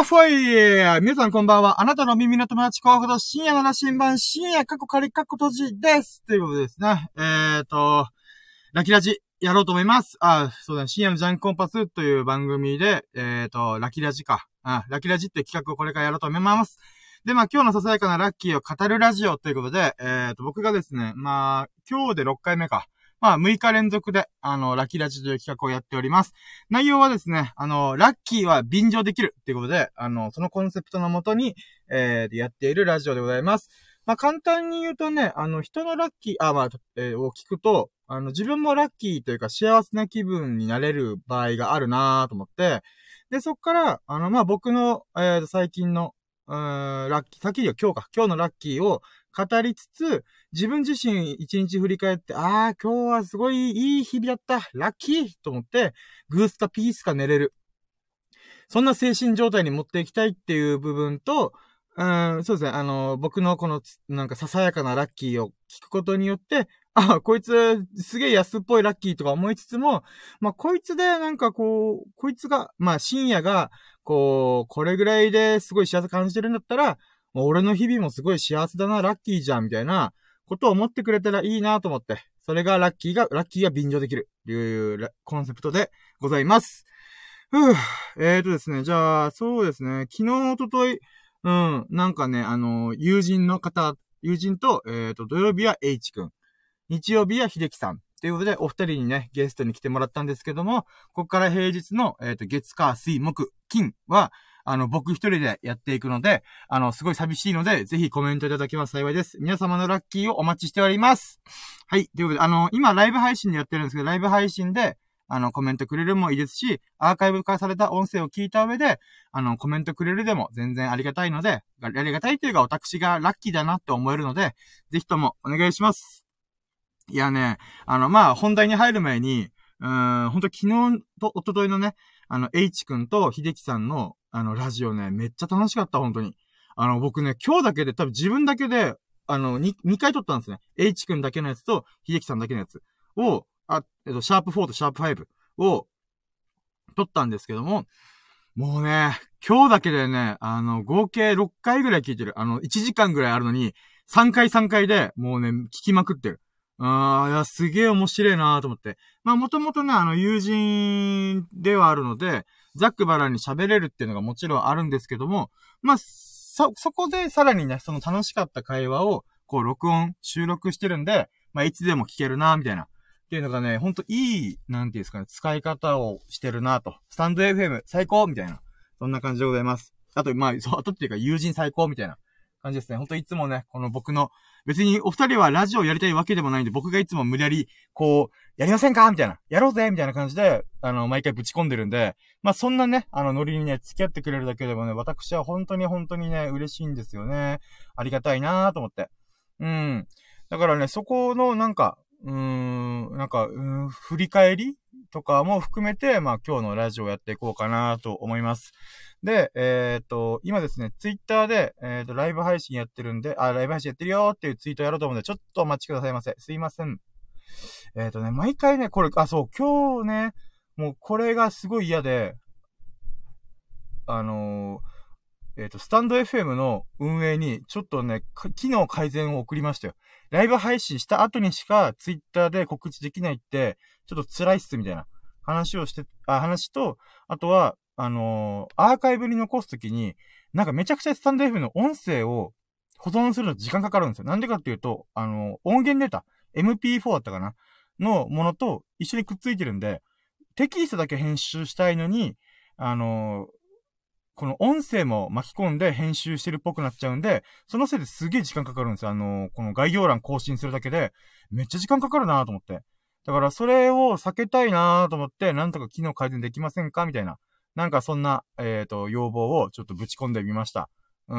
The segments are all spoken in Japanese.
あ、ふわい皆さんこんばんは。あなたの耳の友達候補と深夜の羅針盤、深夜過去仮過去閉じです。ということですね。ラキラジやろうと思います。そうだね。深夜のジャンコンパスという番組で、ラキラジか。ラキラジっていう企画をこれからやろうと思います。で、今日のささやかなラッキーを語るラジオということで、僕がですね、今日で6回目か。6日連続で、ラキラジという企画をやっております。内容はですね、ラッキーは便乗できるっていうことで、そのコンセプトのもとに、やっているラジオでございます。簡単に言うとね、人のラッキー、を聞くと、自分もラッキーというか幸せな気分になれる場合があるなぁと思って、で、そっから、僕の、最近の、ラッキー、先は今日のラッキーを語りつつ、自分自身一日振り返って、今日はすごいいい日々だった。ラッキーと思って、グースかピースか寝れる。そんな精神状態に持っていきたいっていう部分と、そうですね、僕のこの、なんかささやかなラッキーを聞くことによって、こいつ、すげえ安っぽいラッキーとか思いつつも、こいつで、なんかこいつが、深夜が、これぐらいですごい幸せ感じてるんだったら、もう俺の日々もすごい幸せだな、ラッキーじゃん、みたいなことを思ってくれたらいいなと思って、それがラッキーが便乗できるというコンセプトでございます。ですね、じゃあ、そうですね、昨日、おととい、なんかね、友人と、土曜日は H 君、日曜日は秀樹さん、ということで、お二人にね、ゲストに来てもらったんですけども、ここから平日の、月火水木金は、僕一人でやっていくので、すごい寂しいので、ぜひコメントいただけます幸いです。皆様のラッキーをお待ちしております。はい。ということで、今ライブ配信でやってるんですけど、ライブ配信で、コメントくれるもいいですし、アーカイブ化された音声を聞いた上で、コメントくれるでも全然ありがたいので、ありがたいというか私がラッキーだなって思えるので、ぜひともお願いします。いやね、本題に入る前に、ほんと昨日と一昨日のね、H 君と秀樹さんの、ラジオね、めっちゃ楽しかった、本当に。僕ね、今日だけで、多分自分だけで、2回撮ったんですね。H 君だけのやつと、秀樹さんだけのやつを、シャープ4とシャープ5を撮ったんですけども、もうね、今日だけでね、合計6回ぐらい聞いてる。1時間ぐらいあるのに、3回で、もうね、聞きまくってる。いや、すげえ面白いなと思って。もともとね、友人ではあるので、ざっくばらんに喋れるっていうのがもちろんあるんですけども、そこでさらにね、その楽しかった会話を、収録してるんで、いつでも聞けるなみたいな。っていうのがね、ほんといい、なんていうんですかね、使い方をしてるなと。スタンド FM 最高みたいな。そんな感じでございます。あとっていうか友人最高みたいな感じですね。ほんといつもね、この僕の、別にお二人はラジオやりたいわけでもないんで、僕がいつも無理やり、やりませんかみたいな。やろうぜみたいな感じで、毎回ぶち込んでるんで、そんなね、ノリにね、付き合ってくれるだけでもね、私は本当にね、嬉しいんですよね。ありがたいなーと思って。だからね、そこのなんか、振り返りとかも含めて、今日のラジオをやっていこうかなと思います。で、今ですね、ツイッターで、ライブ配信やってるんで、ライブ配信やってるよっていうツイートやろうと思うんで、ちょっとお待ちくださいませ。すいません。毎回ね、今日ね、もうこれがすごい嫌で、スタンド FM の運営に、ちょっとね、機能改善を送りましたよ。ライブ配信した後にしか、ツイッターで告知できないって、ちょっと辛いっす、みたいな話と、あとは、アーカイブに残すときに、なんかめちゃくちゃスタンド FM の音声を保存するの時間かかるんですよ。なんでかっていうと、音源データ、MP4 だったかなのものと一緒にくっついてるんで、テキストだけ編集したいのに、この音声も巻き込んで編集してるっぽくなっちゃうんで、そのせいですげえ時間かかるんですよ。この概要欄更新するだけで、めっちゃ時間かかるなと思って。だからそれを避けたいなと思って、なんとか機能改善できませんかみたいな。なんかそんな、要望をちょっとぶち込んでみました。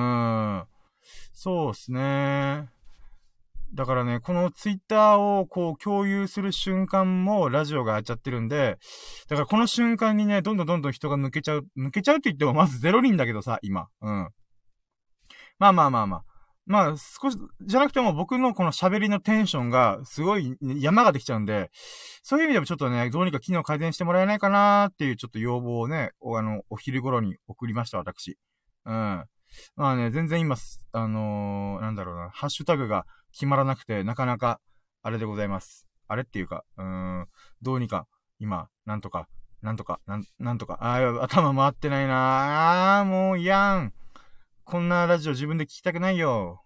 そうですね。だからね、このツイッターを共有する瞬間もラジオがやっちゃってるんで、だからこの瞬間にね、どんどん人が抜けちゃうって言ってもまず0人だけどさ、今。少し、じゃなくても僕のこの喋りのテンションがすごい山ができちゃうんで、そういう意味でもちょっとね、どうにか機能改善してもらえないかなーっていうちょっと要望をね、お昼頃に送りました、私。 うん。まあね、全然今、なんだろうな、ハッシュタグが決まらなくて、なかなか、あれでございます。あれっていうか、どうにか、今、なんとか、なんとか、頭回ってないなもう、やん。こんなラジオ自分で聞きたくないよ。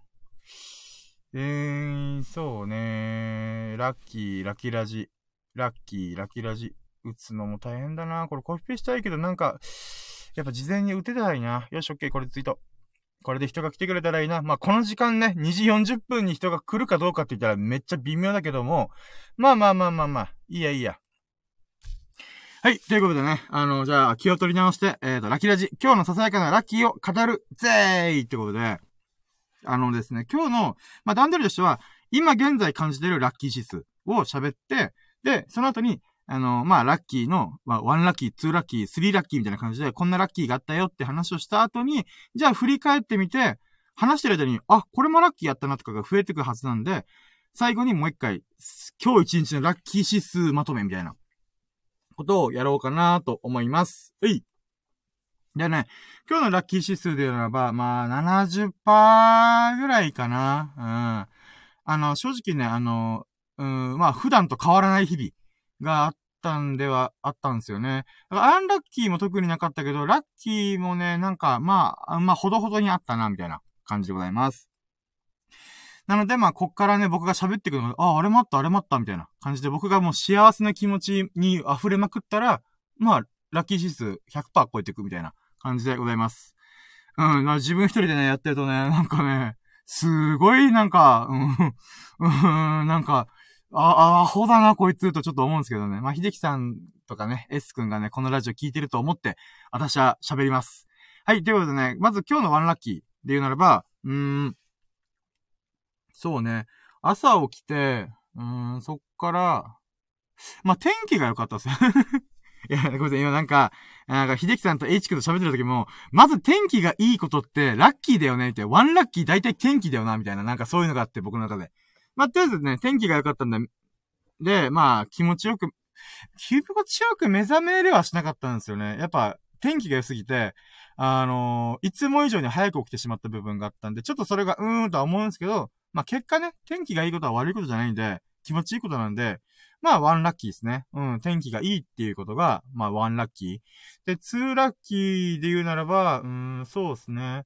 そうねラッキーラジ。ラッキーラジ。打つのも大変だな。これコピペしたいけど、なんか、やっぱ事前に打てたらいいな。よし、オッケー、これでツイート。これで人が来てくれたらいいな。まあ、この時間ね、2時40分に人が来るかどうかって言ったらめっちゃ微妙だけども、まあ、いいやいいや。はい、ということでね、じゃあ、気を取り直して、ラッキーラジ、今日のささやかなラッキーを語るぜーいってことで、ですね、今日の、まあ、段取りとしては、今現在感じているラッキー指数を喋って、で、その後に、まあ、ラッキーの、まあ、1ラッキー、2ラッキー、3ラッキーみたいな感じで、こんなラッキーがあったよって話をした後に、じゃあ振り返ってみて、話してる間に、あ、これもラッキーやったなとかが増えてくるはずなんで、最後にもう一回、今日一日のラッキー指数まとめみたいなことをやろうかなと思います。でね、今日のラッキー指数で言うならば、まあ、70%ぐらいかな。正直ね、まあ、普段と変わらない日々があったんですよね。だからアンラッキーも特になかったけど、ラッキーもね、なんか、まあ、ほどほどにあったな、みたいな感じでございます。なので、まあ、こっからね、僕が喋っていくのが、あれもあった、みたいな感じで、僕がもう幸せな気持ちに溢れまくったら、まあ、ラッキー指数100%超えていくみたいな感じでございます。まあ、自分一人でね、やってるとね、なんかね、すごいなんか、なんか、アホだな、こいつ、とちょっと思うんですけどね。まあ、秀樹さんとかね、S 君がね、このラジオ聞いてると思って、私は喋ります。はい、ということでね、まず今日のワンラッキーで言うならば、そうね、朝起きて、そっから、まあ、天気が良かったですよ。いや、ごめんなさい、今なんか、秀樹さんと H 君と喋ってる時も、まず天気がいいことって、ラッキーだよね、って、ワンラッキー大体天気だよな、みたいな、なんかそういうのがあって、僕の中で。まあ、とりあえずね、天気が良かったんで、まあ、気持ちよく目覚めれはしなかったんですよね。やっぱ、天気が良すぎて、いつも以上に早く起きてしまった部分があったんで、ちょっとそれがとは思うんですけど、まあ、結果ね、天気がいいことは悪いことじゃないんで、気持ちいいことなんで、まあ、ワンラッキーですね。天気がいいっていうことが、まあ、ワンラッキー。で、ツーラッキーで言うならば、そうですね。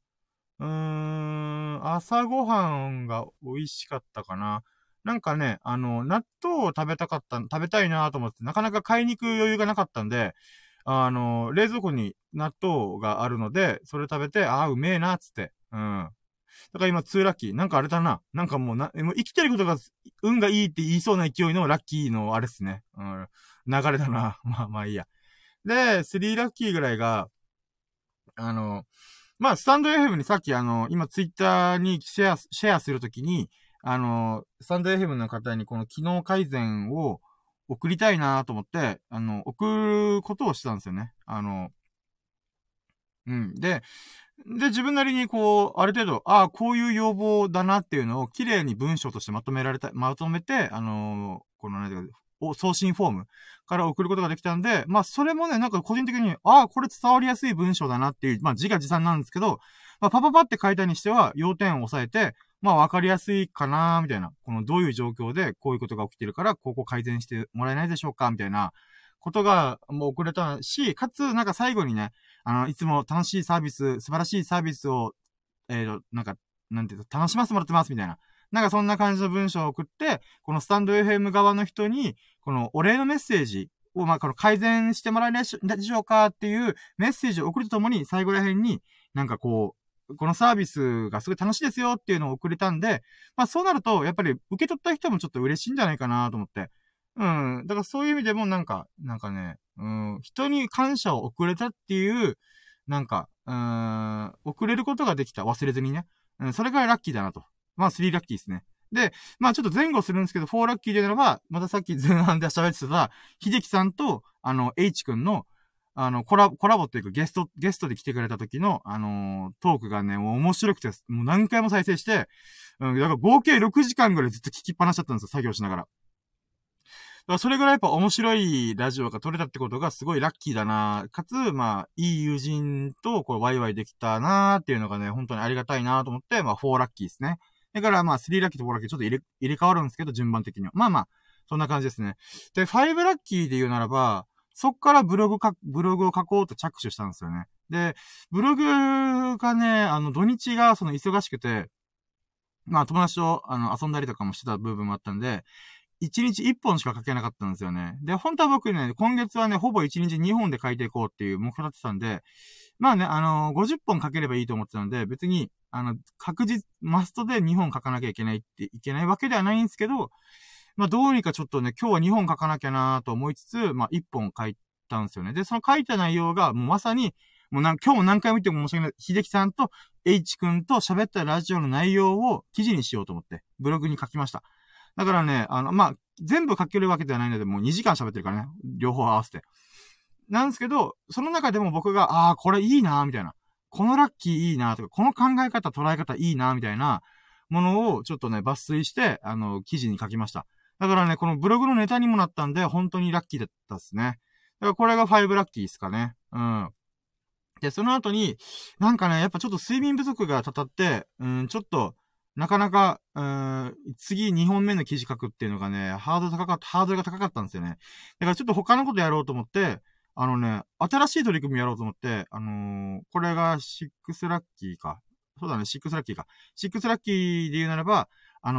朝ごはんが美味しかったかな。なんかね、納豆を食べたいなと思って、なかなか買いに行く余裕がなかったんで、冷蔵庫に納豆があるので、それ食べて、うめえな、つって。だから今、2ラッキー。なんかあれだな。なんかもう生きてることが、運がいいって言いそうな勢いのラッキーのあれっすね。流れだな。まあいいや。で、3ラッキーぐらいが、まあ、スタンド FM にさっき今ツイッターにシェアするときに、スタンド FM の方にこの機能改善を送りたいなと思って、送ることをしたんですよね。で、自分なりにこう、ある程度、こういう要望だなっていうのを綺麗に文章としてまとめて、この、なんていうか、送信フォームから送ることができたんで、まあ、それもね、なんか個人的に、これ伝わりやすい文章だなっていう、まあ、自画自賛なんですけど、まあ、パパパって書いたにしては、要点を押さえて、まあ、わかりやすいかなみたいな。この、どういう状況でこういうことが起きてるから、ここ改善してもらえないでしょうかみたいなことが、もう送れたし、かつ、なんか最後にね、いつも楽しいサービス、素晴らしいサービスを、なんか、なんていうと、楽しませてもらってます、みたいな。なんかそんな感じの文章を送って、このスタンド FM 側の人に、このお礼のメッセージを、まあ、この改善してもらえないでしょうかっていうメッセージを送るとともに、最後ら辺に、なんかこう、このサービスがすごい楽しいですよっていうのを送れたんで、まあそうなると、やっぱり受け取った人もちょっと嬉しいんじゃないかなと思って。だからそういう意味でもなんかね、人に感謝を送れたっていう、なんか、送れることができた。忘れずにね。それがラッキーだなと。まあ、3ラッキーですね。で、まあちょっと前後するんですけど、4ラッキーでならば、またさっき前半で喋ってた、秀樹さんと、H 君の、コラボっていうかゲストで来てくれた時の、トークがね、もう面白くて、もう何回も再生して、だから合計6時間ぐらいずっと聞きっぱなしだったんですよ、作業しながら。 からそれぐらいやっぱ面白いラジオが撮れたってことがすごいラッキーだな。かつ、まあ、いい友人とこうワイワイできたなーっていうのがね、本当にありがたいなと思って、まあ、4ラッキーですね。だからまあ、3ラッキーと4ラッキーちょっと入れ替わるんですけど、順番的には。まあまあ、そんな感じですね。で、5ラッキーで言うならば、そっからブログを書こうと着手したんですよね。で、ブログがね、土日がその忙しくて、まあ友達と遊んだりとかもしてた部分もあったんで、1日1本しか書けなかったんですよね。で、本当は僕ね、今月はね、ほぼ1日2本で書いていこうっていう目標立ってたんで、まあね、50本書ければいいと思ってたので、別に、マストで2本書かなきゃいけないわけではないんですけど、まあどうにかちょっとね、今日は2本書かなきゃなと思いつつ、まあ1本書いたんですよね。で、その書いた内容が、もうまさに、今日も何回も言っても申し訳ない。秀樹さんと H 君と喋ったラジオの内容を記事にしようと思って、ブログに書きました。だからね、まあ、全部書けるわけではないので、もう2時間喋ってるからね。両方合わせて。なんですけど、その中でも僕が、これいいなみたいな。このラッキーいいなとか、この考え方、捉え方いいなみたいなものをちょっとね、抜粋して、記事に書きました。だからね、このブログのネタにもなったんで、本当にラッキーだったですね。だからこれが5ラッキーですかね。うん。で、その後に、なんかね、やっぱちょっと睡眠不足がたたって、ちょっと、なかなか、次2本目の記事書くっていうのがね、ハードルが高かったんですよね。だからちょっと他のことやろうと思って、新しい取り組みやろうと思って、これが6ラッキーか。そうだね、6ラッキーか。6ラッキーで言うならば、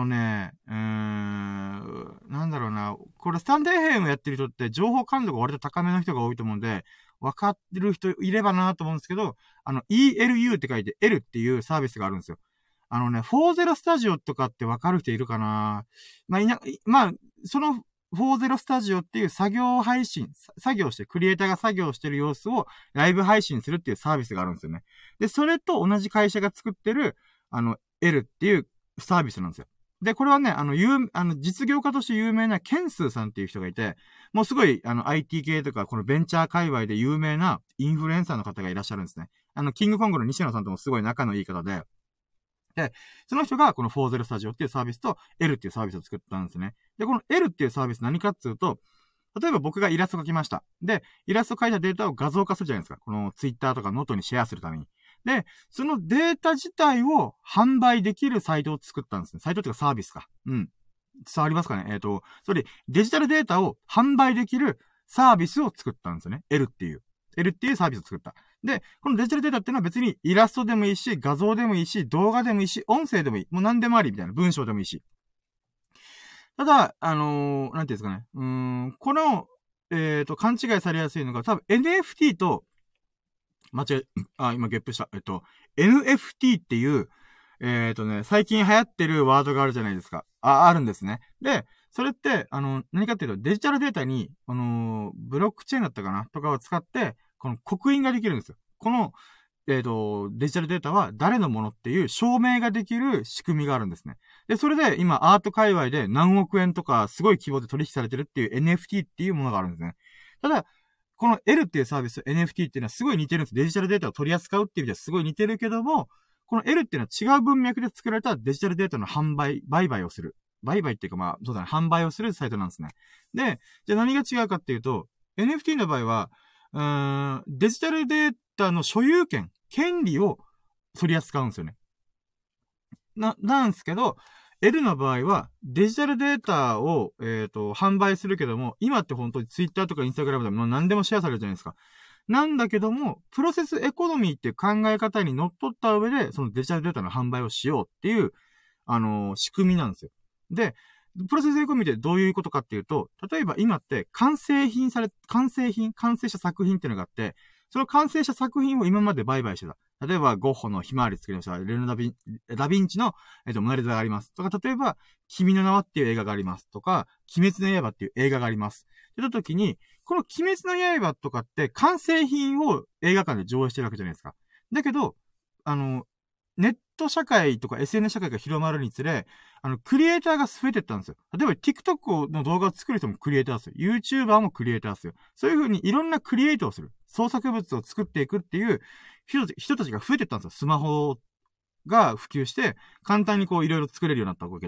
なんだろうな、これスタンド FM やってる人って情報感度が割と高めの人が多いと思うんで、わかってる人いればなと思うんですけど、ELU って書いて L っていうサービスがあるんですよ。40スタジオとかってわかる人いるかな。まあ、その40スタジオっていう作業して、クリエイターが作業してる様子をライブ配信するっていうサービスがあるんですよね。で、それと同じ会社が作ってる、L っていうサービスなんですよ。で、これはね、実業家として有名なケンスーさんっていう人がいて、もうすごい、IT 系とか、このベンチャー界隈で有名なインフルエンサーの方がいらっしゃるんですね。キングコングの西野さんともすごい仲のいい方で、で、その人がこの40スタジオっていうサービスと L っていうサービスを作ったんですね。で、この L っていうサービス何かっていうと、例えば僕がイラスト描きました。で、イラスト描いたデータを画像化するじゃないですか。この Twitter とかノートにシェアするために。で、そのデータ自体を販売できるサイトを作ったんですね。サイトっていうかサービスか。うん。伝わりますかね。デジタルデータを販売できるサービスを作ったんですよね。L っていうサービスを作った。で、このデジタルデータっていうのは別にイラストでもいいし、画像でもいいし、動画でもいいし、音声でもいい。もう何でもありみたいな。文章でもいいし。ただ、なんていうんですかね。この、勘違いされやすいのが多分 NFT と、今ゲップした。NFT っていう、最近流行ってるワードがあるじゃないですか。あるんですね。で、それって、何かっていうと、デジタルデータに、ブロックチェーンだったかなとかを使って、この刻印ができるんですよ。この、デジタルデータは誰のものっていう証明ができる仕組みがあるんですね。で、それで今アート界隈で何億円とかすごい規模で取引されてるっていう NFT っていうものがあるんですね。ただ、この L っていうサービス、NFT っていうのはすごい似てるんです。デジタルデータを取り扱うっていう意味ではすごい似てるけども、この L っていうのは違う文脈で作られたデジタルデータの売買をする。売買っていうかまあ、そうだね、販売をするサイトなんですね。で、じゃあ何が違うかっていうと、NFT の場合は、デジタルデータの所有権利を取り扱うんですよね。なんですけど、L の場合は、デジタルデータを、販売するけども、今って本当に Twitter とか Instagram でも何でもシェアされるじゃないですか。なんだけども、プロセスエコノミーっていう考え方にのっとった上で、そのデジタルデータの販売をしようっていう、仕組みなんですよ。で、プロセスエコノミーってどういうことかっていうと、例えば今って完成した作品っていうのがあって、その完成した作品を今まで売買してた。例えば、ゴッホのひまわり作りました。レオナルド・ダヴィンチの、モナリザがあります。とか、例えば、君の名はっていう映画があります。とか、鬼滅の刃っていう映画があります。って言った時に、この鬼滅の刃とかって完成品を映画館で上映してるわけじゃないですか。だけど、ネット社会とか SNS 社会が広まるにつれ、クリエイターが増えてったんですよ。例えば TikTok の動画を作る人もクリエイターですよ。YouTuber もクリエイターですよ。そういう風にいろんなクリエイトをする。創作物を作っていくっていう人たちが増えてったんですよ。スマホが普及して、簡単にこういろいろ作れるようになったわけで。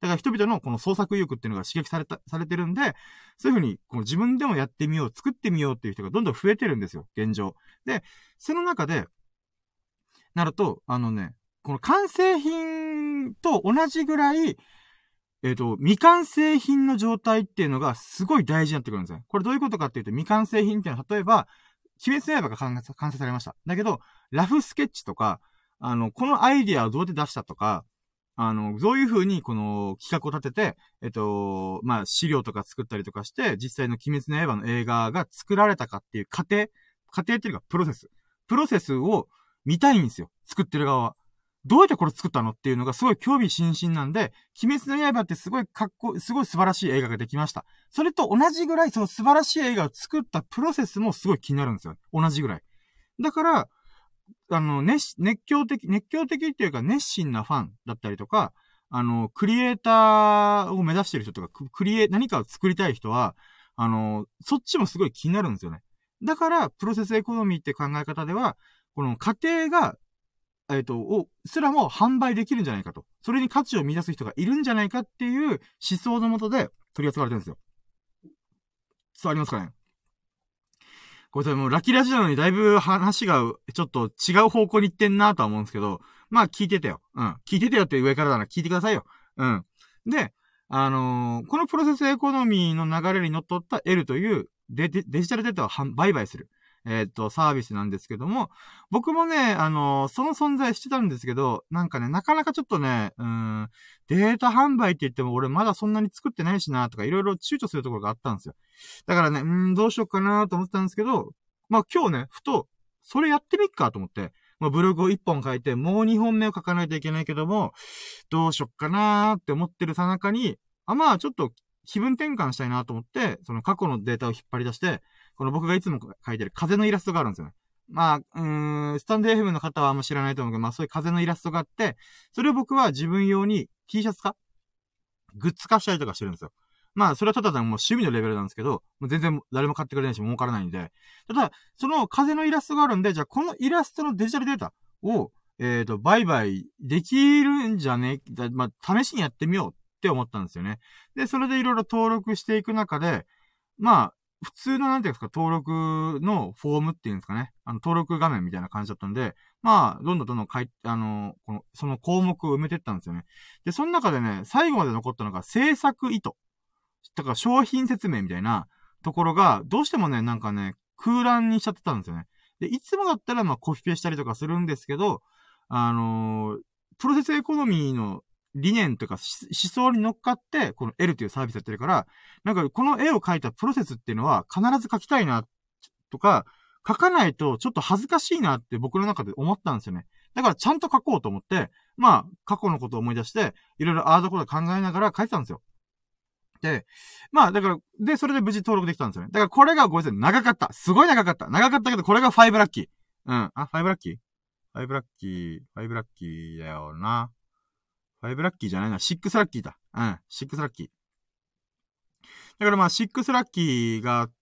だから人々のこの創作意欲っていうのが刺激されてるんで、そういうふうに、この自分でもやってみよう、作ってみようっていう人がどんどん増えてるんですよ、現状。で、その中で、なると、この完成品と同じぐらい、未完成品の状態っていうのがすごい大事になってくるんですよ。これどういうことかっていうと、未完成品っていうのは、例えば、鬼滅の刃が完成されました。だけど、ラフスケッチとか、このアイディアをどうやって出したとか、どういう風にこの企画を立てて、まあ、資料とか作ったりとかして、実際の鬼滅の刃の映画が作られたかっていう過程っていうかプロセスを見たいんですよ。作ってる側は。どうやってこれ作ったのっていうのがすごい興味津々なんで、鬼滅の刃ってすごいすごい素晴らしい映画ができました。それと同じぐらいその素晴らしい映画を作ったプロセスもすごい気になるんですよ。同じぐらい。だから、熱狂的っていうか熱心なファンだったりとか、クリエイターを目指してる人とか、何かを作りたい人は、そっちもすごい気になるんですよね。だから、プロセスエコノミーって考え方では、この過程が、すらも販売できるんじゃないかと。それに価値を見出す人がいるんじゃないかっていう思想のもとで取り扱われてるんですよ。伝わりますかね？これもうラキラジなのにだいぶ話がちょっと違う方向に行ってんなとは思うんですけど、まあ聞いててよ。うん。聞いててよって上からだな。聞いてくださいよ。うん。で、このプロセスエコノミーの流れにのっとった L というデジタルデータを売買する。サービスなんですけども、僕もね、その存在してたんですけど、なんかね、なかなかちょっとね、データ販売って言っても俺まだそんなに作ってないしなとかいろいろ躊躇するところがあったんですよ。だからね、どうしようかなと思ってたんですけど、まあ今日ね、ふと、それやってみっかと思って、まあブログを1本書いて、もう2本目を書かないといけないけども、どうしよっかなーって思ってるさなかに、まあちょっと気分転換したいなと思って、その過去のデータを引っ張り出して、この僕がいつも書いてる風のイラストがあるんですよね。まあ、スタンド FM の方はあんま知らないと思うけど、まあそういう風のイラストがあって、それを僕は自分用に T シャツ化グッズ化したりとかしてるんですよ。まあ、それはただもう趣味のレベルなんですけど、もう全然誰も買ってくれないし儲からないんで。ただ、その風のイラストがあるんで、じゃあこのイラストのデジタルデータを、売買できるんじゃねまあ、試しにやってみようって思ったんですよね。で、それでいろいろ登録していく中で、まあ、普通のなんていうんですか、登録のフォームっていうんですかね。登録画面みたいな感じだったんで、まあ、どんどんその項目を埋めてったんですよね。で、その中でね、最後まで残ったのが制作意図。だから商品説明みたいなところが、どうしてもね、なんかね、空欄にしちゃってたんですよね。で、いつもだったらまあコピペしたりとかするんですけど、プロセスエコノミーの理念というか思想に乗っかって、この L というサービスやってるから、なんかこの絵を描いたプロセスっていうのは必ず書きたいな、とか、書かないとちょっと恥ずかしいなって僕の中で思ったんですよね。だからちゃんと書こうと思って、まあ、過去のことを思い出して、いろいろアートこと考えながら書いてたんですよ。で、まあ、だから、で、それで無事登録できたんですよね。だからこれがごめんなさい、長かった。すごい長かった。長かったけど、これが5ラッキー。うん。5ラッキー ?5 ラッキー、5ラッキーだよな。5ラッキーじゃないな。6ラッキーだ。うん。6ラッキー。だからまあ、6ラッキーがあって、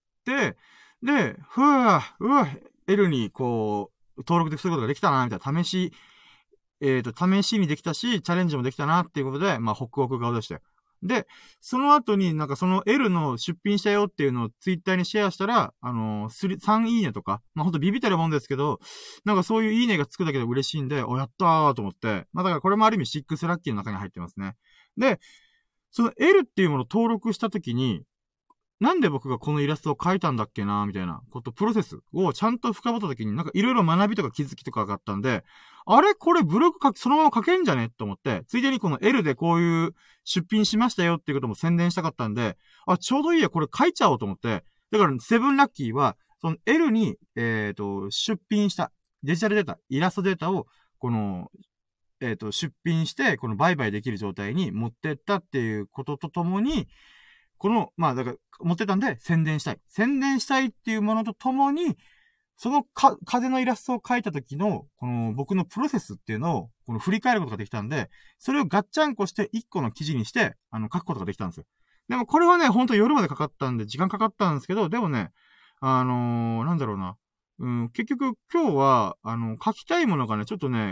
で、L にこう、登録することができたな、みたいな。試しにできたし、チャレンジもできたな、っていうことで、まあ、ホクホク顔でしたよ。で、その後になんかその L の出品したよっていうのをツイッターにシェアしたら、3いいねとか、まあ、ほんとビビったるもんですけど、なんかそういういいねがつくだけで嬉しいんで、やったーと思って、まあ、だからこれもある意味6ラッキーの中に入ってますね。で、その L っていうものを登録したときに、なんで僕がこのイラストを描いたんだっけなみたいなこと、プロセスをちゃんと深掘ったときになんかいろいろ学びとか気づきとかがあったんで、あれこれブログそのまま書けんじゃねと思って、ついでにこの L でこういう出品しましたよっていうことも宣伝したかったんで、ちょうどいいや、これ書いちゃおうと思って、だから7ラッキーは、その L に、出品したデジタルデータ、イラストデータを、この、出品して、この売買できる状態に持ってったっていうこととともに、この、まあ、だから、持ってたんで、宣伝したい。宣伝したいっていうものとともに、その風のイラストを描いた時の、この僕のプロセスっていうのを、この振り返ることができたんで、それをガッチャンコして一個の記事にして、書くことができたんですよ。でもこれはね、ほんと夜までかかったんで、時間かかったんですけど、でもね、なんだろうな。結局今日は、書きたいものがね、ちょっとね、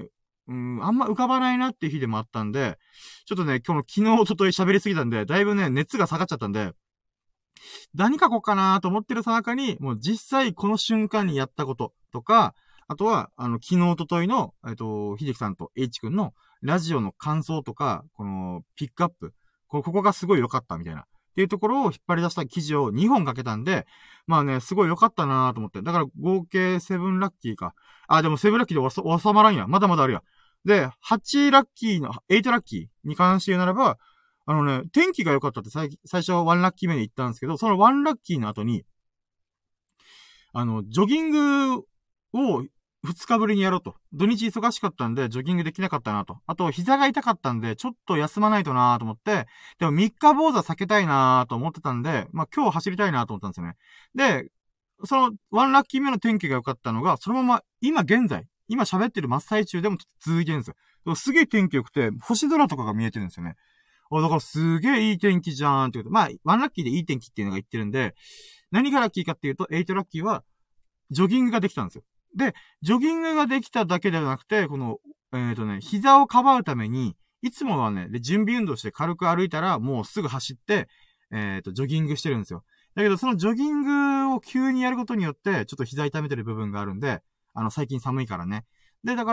あんま浮かばないなっていう日でもあったんで、ちょっとね、昨日、おととい喋りすぎたんで、だいぶね、熱が下がっちゃったんで、何書こうかなと思ってるさなかに、もう実際この瞬間にやったこととか、あとは、昨日、おとといの、秀樹さんと H 君のラジオの感想とか、この、ピックアップ。ここがすごい良かったみたいな。っていうところを引っ張り出した記事を2本書けたんで、まあね、すごい良かったなと思って。だから合計7ラッキーか。あ、でも7ラッキーで収まらんや。まだまだあるや。で、8ラッキーの、8ラッキーに関して言うならば、天気が良かったって最初1ラッキー目に言ったんですけど、その1ラッキーの後に、ジョギングを2日ぶりにやろうと。土日忙しかったんで、ジョギングできなかったなと。あと、膝が痛かったんで、ちょっと休まないとなと思って、でも3日坊主は避けたいなと思ってたんで、まあ今日走りたいなと思ったんですよね。で、その1ラッキー目の天気が良かったのが、そのまま今喋ってる真っ最中でも続いてるんですよ。すげえ天気良くて、星空とかが見えてるんですよね。だからすげえいい天気じゃーんってこと。まあ、1ラッキーでいい天気っていうのが言ってるんで、何がラッキーかっていうと、8ラッキーは、ジョギングができたんですよ。で、ジョギングができただけではなくて、この、膝をかばうために、いつもはね、で準備運動して軽く歩いたら、もうすぐ走って、ジョギングしてるんですよ。だけど、そのジョギングを急にやることによって、ちょっと膝痛めてる部分があるんで、最近寒いからね。で、だから、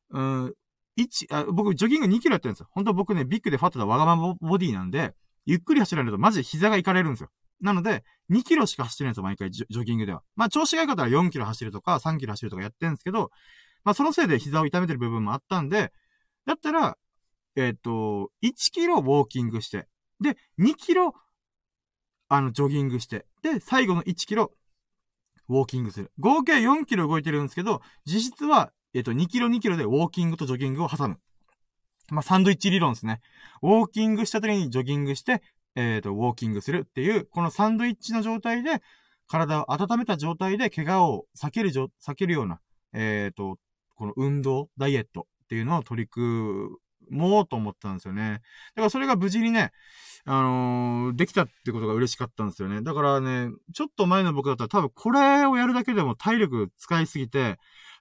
僕、ジョギング2キロやってるんですよ。本当僕ね、ビッグでファットなわがままボディなんで、ゆっくり走られるとマジで膝がいかれるんですよ。なので、2キロしか走ってないんですよ、毎回ジョギングでは。まあ、調子が良かったら4キロ走るとか、3キロ走るとかやってるんですけど、まあ、そのせいで膝を痛めてる部分もあったんで、だったら、1キロウォーキングして、で、2キロ、ジョギングして、で、最後の1キロ、ウォーキングする。合計4キロ動いてるんですけど、実質は、2キロ2キロでウォーキングとジョギングを挟む。まあ、サンドイッチ理論ですね。ウォーキングした時にジョギングして、ウォーキングするっていう、このサンドイッチの状態で、体を温めた状態で怪我を避けるような、この運動、ダイエットっていうのを取り組もうと思ったんですよね。だからそれが無事にね、できたってことが嬉しかったんですよね。だからね、ちょっと前の僕だったら多分これをやるだけでも体力使いすぎて、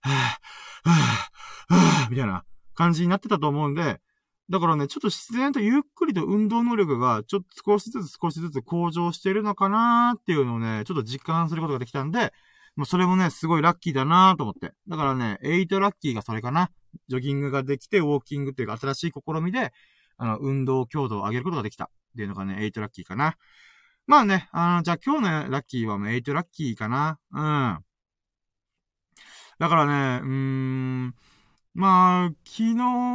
みたいな感じになってたと思うんで、だからね、ちょっと自然とゆっくりと運動能力がちょっと少しずつ向上してるのかなーっていうのをね、ちょっと実感することができたんで、もうそれもね、すごいラッキーだなーと思って。だからね、8ラッキーがそれかな。ジョギングができて、ウォーキングっていうか新しい試みで、運動強度を上げることができたっていうのがね、8ラッキーかな。まあね、じゃあ今日のラッキーはもう8ラッキーかな。うん。だからね、まあ、昨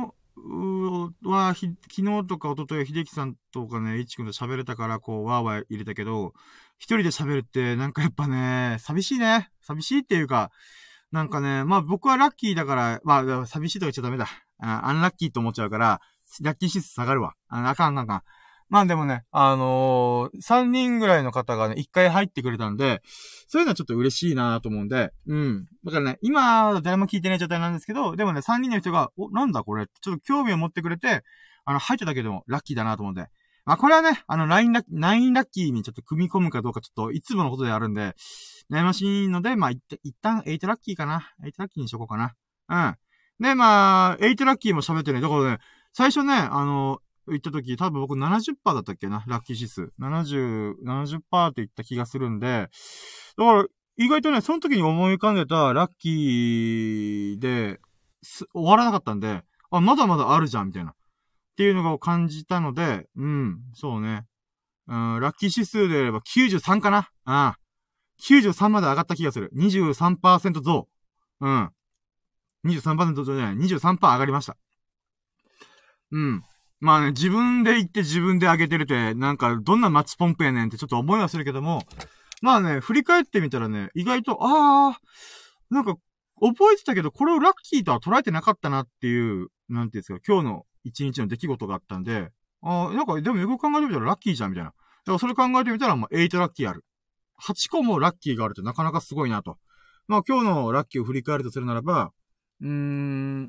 日とか一昨日秀樹さんとかね、いちくんと喋れたから、こう、ワーワー入れたけど、一人で喋るって、なんかやっぱね、寂しいね。寂しいっていうか、なんかね、まあ僕はラッキーだから、まあ、寂しいとか言っちゃダメだ。アンラッキーと思っちゃうから、ラッキー指数下がるわ。あかん。まあでもね、3人ぐらいの方がね、1回入ってくれたんで、そういうのはちょっと嬉しいなと思うんで、うん。だからね、今、誰も聞いてない状態なんですけど、でもね、3人の人が、なんだこれちょっと興味を持ってくれて、入っただけでもラッキーだなと思うんで。まあこれはね、9ラッキーにちょっと組み込むかどうかちょっといつものことであるんで、悩ましいので、まあ一旦8ラッキーかな。8ラッキーにしとこうかな。うん。で、まあ、8ラッキーも喋ってね。だからね、最初ね、言った時、多分僕 70% だったっけな、ラッキー指数。70% って言った気がするんで、だから、意外とね、その時に思い浮かんでたラッキーで、終わらなかったんで、あ、まだまだあるじゃん、みたいな。っていうのを感じたので、うん、そうね。ラッキー指数で言えば93かな。93まで上がった気がする。23% 増。うん。23% 増じゃない。23% 上がりました。うん。まあね、自分で言って自分で上げてるって、なんか、どんなマッチポンプやねんってちょっと思いはするけども、まあね、振り返ってみたらね、意外と、なんか、覚えてたけど、これをラッキーとは捉えてなかったなっていう、なんていうんですか、今日の一日の出来事があったんで、なんか、でもよく考えてみたらラッキーじゃん、みたいな。だからそれ考えてみたら、もう8ラッキーある。8個もラッキーがあるってなかなかすごいなと。まあ今日のラッキーを振り返るとするならば、1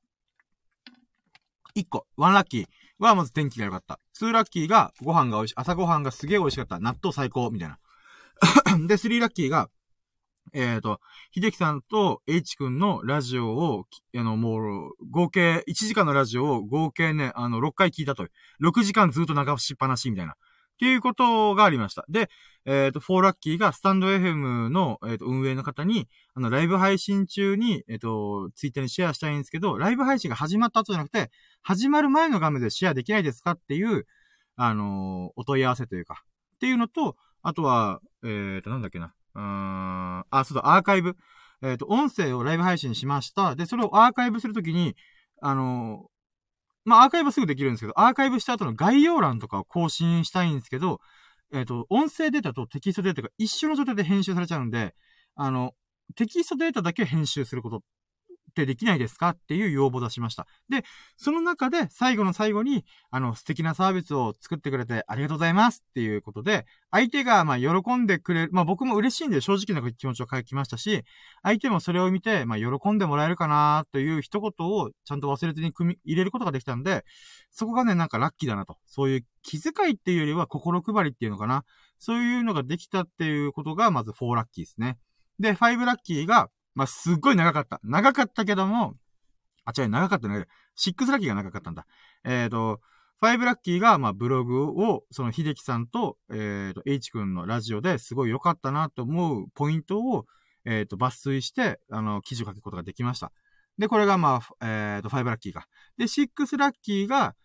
個、1ラッキーはまず天気が良かった。2ラッキーがご飯が朝ご飯がすげえ美味しかった。納豆最高、みたいな。で、3ラッキーが、 秀樹さんと H 君のラジオを、もう、合計、1時間のラジオを合計ね、6回聞いたと。6時間ずっと流しっぱなしみたいな。っていうことがありました。で、フォーラッキーがスタンド FM の、運営の方に、ライブ配信中に、ツイッターにシェアしたいんですけど、ライブ配信が始まった後じゃなくて、始まる前の画面でシェアできないですかっていう、お問い合わせというか、っていうのと、あとは、なんだっけな。そうだ、アーカイブ。音声をライブ配信しました。で、それをアーカイブするときに、アーカイブすぐできるんですけど、アーカイブした後の概要欄とかを更新したいんですけど、音声データとテキストデータが一緒の状態で編集されちゃうんで、テキストデータだけ編集することってできないですかっていう要望を出しました。で、その中で最後の最後に、素敵なサービスを作ってくれてありがとうございますっていうことで、相手が、喜んでくれる、僕も嬉しいんで正直な気持ちを書きましたし、相手もそれを見て、喜んでもらえるかなという一言をちゃんと忘れずに入れることができたんで、そこがね、なんかラッキーだなと。そういう気遣いっていうよりは心配りっていうのかな。そういうのができたっていうことが、まず4ラッキーですね。で、5ラッキーが、すっごい長かった。長かったけども、長かったね。6ラッキーが長かったんだ。5ラッキーが、ブログを、その、秀樹さんと、H 君のラジオですごい良かったなと思うポイントを、抜粋して、記事を書くことができました。で、これが、5ラッキーか。で、6ラッキーが、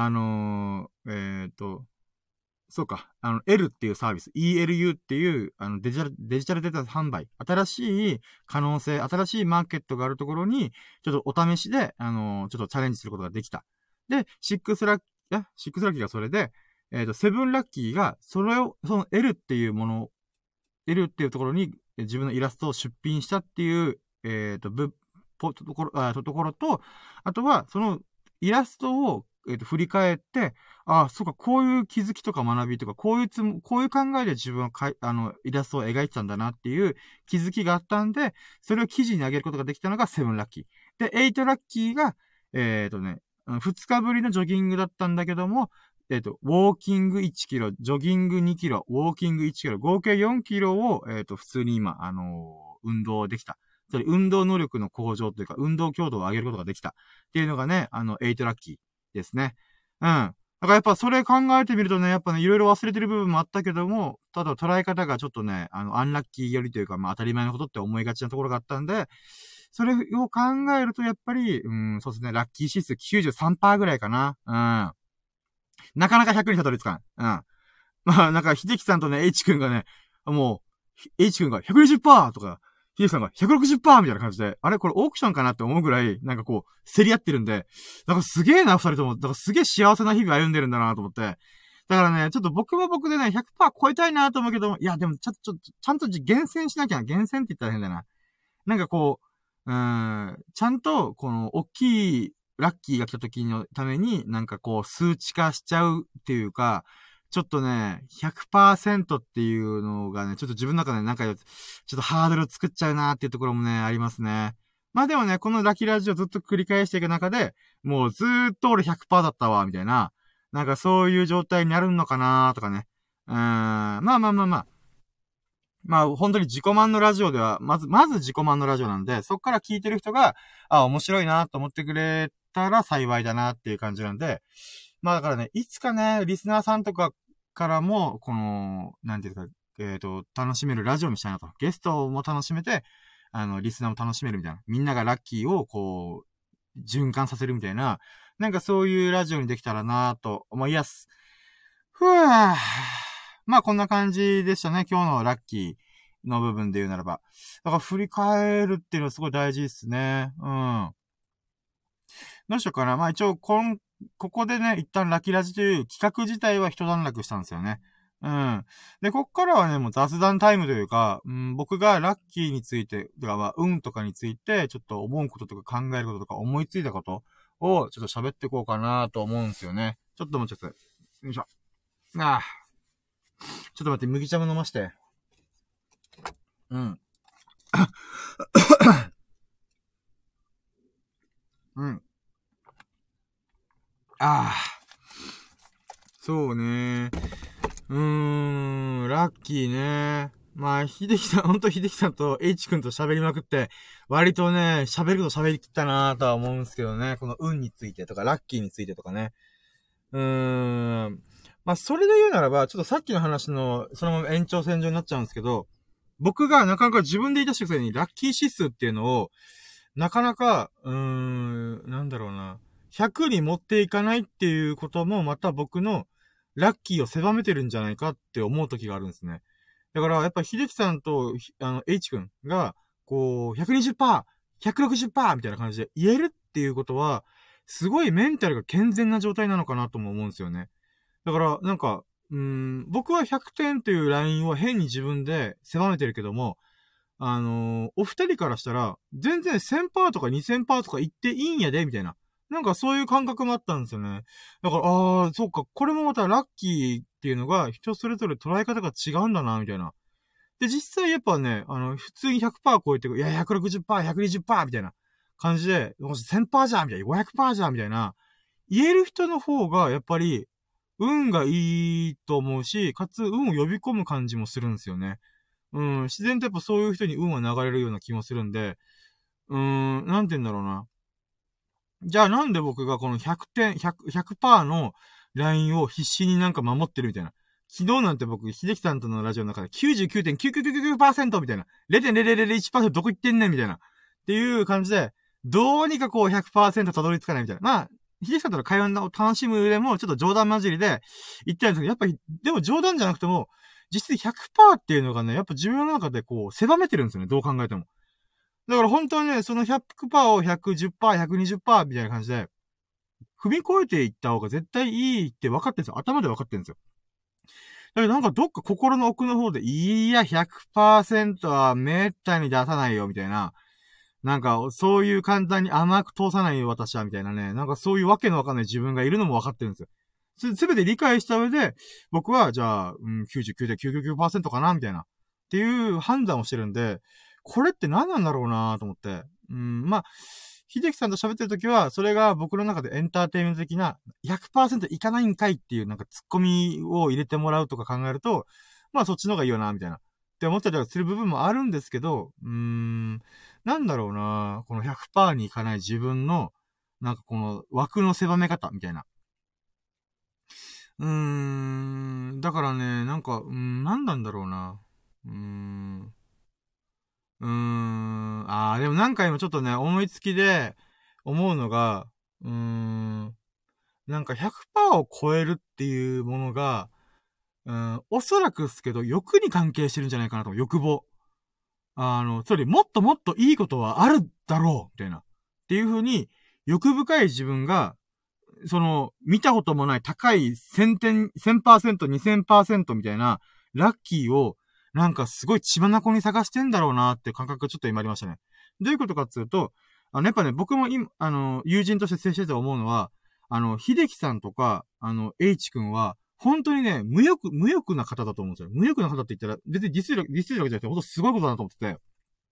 そうか。L っていうサービス、ELU っていう、デジタルデータ販売、新しい可能性、新しいマーケットがあるところに、ちょっとお試しで、ちょっとチャレンジすることができた。で、6ラッキーがそれで、7ラッキーが、その L っていうもの、L っていうところに自分のイラストを出品したっていう、ところと、あとは、そのイラストを、振り返って、そうか、こういう気づきとか学びとか、こういう考えで自分はイラストを描いてたんだなっていう気づきがあったんで、それを記事に上げることができたのが7ラッキー。で、8ラッキーが、2日ぶりのジョギングだったんだけども、ウォーキング1キロ、ジョギング2キロ、ウォーキング1キロ、合計4キロを、普通に今、運動できた。それ、運動能力の向上というか、運動強度を上げることができた。っていうのがね、8ラッキーですね。うん。だからやっぱそれ考えてみるとね、やっぱね、いろいろ忘れてる部分もあったけども、ただ捉え方がちょっとね、アンラッキーよりというか、当たり前のことって思いがちなところがあったんで、それを考えるとやっぱり、そうですね、ラッキー指数93%ぐらいかな。なかなか100にたどり着かん。なんか、秀樹さんとね、H 君がね、もう、H 君が120%とか、秀樹さんが160%みたいな感じで、あれこれオークションかなって思うぐらい、なんかこう、競り合ってるんで、なんかすげえな、二人とも。だからすげえ幸せな日々歩んでるんだなと思って。だからね、ちょっと僕は僕でね、100%超えたいなと思うけど、いや、でもちゃんと厳選しなきゃ、厳選って言ったら変だな。なんかこう、ちゃんと、この、大きいラッキーが来た時のために、なんかこう、数値化しちゃうっていうか、ちょっとね、100% っていうのがね、ちょっと自分の中でなんか、ちょっとハードル作っちゃうなっていうところもね、ありますね。でもね、このラッキーラジオずっと繰り返していく中で、もうずーっと俺100% だったわ、みたいな、なんかそういう状態になるのかなとかね。本当に自己満のラジオでは、まず自己満のラジオなんで、そこから聞いてる人が、面白いなと思ってくれたら幸いだなっていう感じなんで、だからね、いつかね、リスナーさんとかからも、この、なんていうか、楽しめるラジオにしたいなと。ゲストも楽しめて、リスナーも楽しめるみたいな。みんながラッキーを、こう、循環させるみたいな、なんかそういうラジオにできたらなと思います。ふぅ。こんな感じでしたね。今日のラッキーの部分で言うならば。だから振り返るっていうのはすごい大事ですね。うん。どうしようかな。一応、ここでね、一旦ラキラジという企画自体は一段落したんですよね。うん。で、こっからはね、もう雑談タイムというか、僕がラッキーについて、運とかについて、ちょっと思うこととか考えることとか思いついたことを、ちょっと喋っていこうかなと思うんですよね。ちょっともうちょっと、よいしょ。ちょっと待って、麦茶も飲まして。うん。うん。そうね。ラッキーね。 まあ、秀樹さん、ほんと秀樹さんと H 君と喋りまくって、割とね、喋ること喋りきったなぁとは思うんですけどね。この運についてとか、ラッキーについてとかね。まあ、それで言うならば、ちょっとさっきの話の、そのまま延長線上になっちゃうんですけど、僕がなかなか自分で言い出したくせに、ラッキー指数っていうのを、なかなか、なんだろうな。100に持っていかないっていうことも、また僕のラッキーを狭めてるんじゃないかって思う時があるんですね。だから、やっぱ、秀樹さんと、H 君が、こう、120%、160%みたいな感じで言えるっていうことは、すごいメンタルが健全な状態なのかなとも思うんですよね。だから、なんか、僕は100点というラインを変に自分で狭めてるけども、お二人からしたら、全然1000%とか2000%とか言っていいんやで、みたいな。なんかそういう感覚もあったんですよね。だから、そうか、これもまたラッキーっていうのが人それぞれ捉え方が違うんだな、みたいな。で、実際やっぱね、普通に100%超えてく、いや、160%、120%みたいな感じで、もし1000%じゃんみたいな、500%じゃんみたいな、言える人の方が、やっぱり、運がいいと思うし、かつ運を呼び込む感じもするんですよね。自然とやっぱそういう人に運は流れるような気もするんで、なんて言うんだろうな。じゃあなんで僕がこの100点、100% のラインを必死になんか守ってるみたいな。昨日なんて僕、秀樹さんとのラジオの中で 99.9999% みたいな。0.0001% どこ行ってんねんみたいな。っていう感じで、どうにかこう 100% たどり着かないみたいな。まあ、秀樹さんとの会話を楽しむ上でもちょっと冗談交じりで言ってるんですけど、やっぱり、でも冗談じゃなくても、実質 100% っていうのがね、やっぱ自分の中でこう、狭めてるんですよね。どう考えても。だから本当にね、その 100% を110%、120% みたいな感じで、踏み越えていった方が絶対いいって分かってるんですよ。頭で分かってるんですよ。だけどなんかどっか心の奥の方で、いや、100% はめったに出さないよ、みたいな。なんか、そういう簡単に甘く通さないよ、私は、みたいなね。なんかそういうわけのわかんない自分がいるのも分かってるんですよ。すべて理解した上で、僕は、じゃあ、99.999% かなみたいな。っていう判断をしてるんで、これって何なんだろうなと思って。まあ、秀樹さんと喋ってるときは、それが僕の中でエンターテイメント的な 100% いかないんかいっていうなんかツッコミを入れてもらうとか考えると、まあそっちの方がいいよな、みたいな。って思ったりはする部分もあるんですけど、なんだろうなこの 100% にいかない自分の、なんかこの枠の狭め方みたいな。だからね、なんか、なんなんだろうな。でもなんか今ちょっとね、思いつきで思うのが、なんか100% を超えるっていうものが、おそらくですけど、欲に関係してるんじゃないかなと思う。欲望。つまりもっともっといいことはあるだろうみたいな。っていう風に、欲深い自分が、見たこともない高い1000%、2000% みたいな、ラッキーを、なんかすごい血眼に探してんだろうなって感覚がちょっと今ありましたね。どういうことかっていうと、やっぱね、僕も今、友人として接してて思うのは、秀樹さんとか、H 君は、本当にね、無欲な方だと思うんですよ。無欲な方って言ったら、別にディスるわけじゃなくて、本当すごいことだなと思ってて、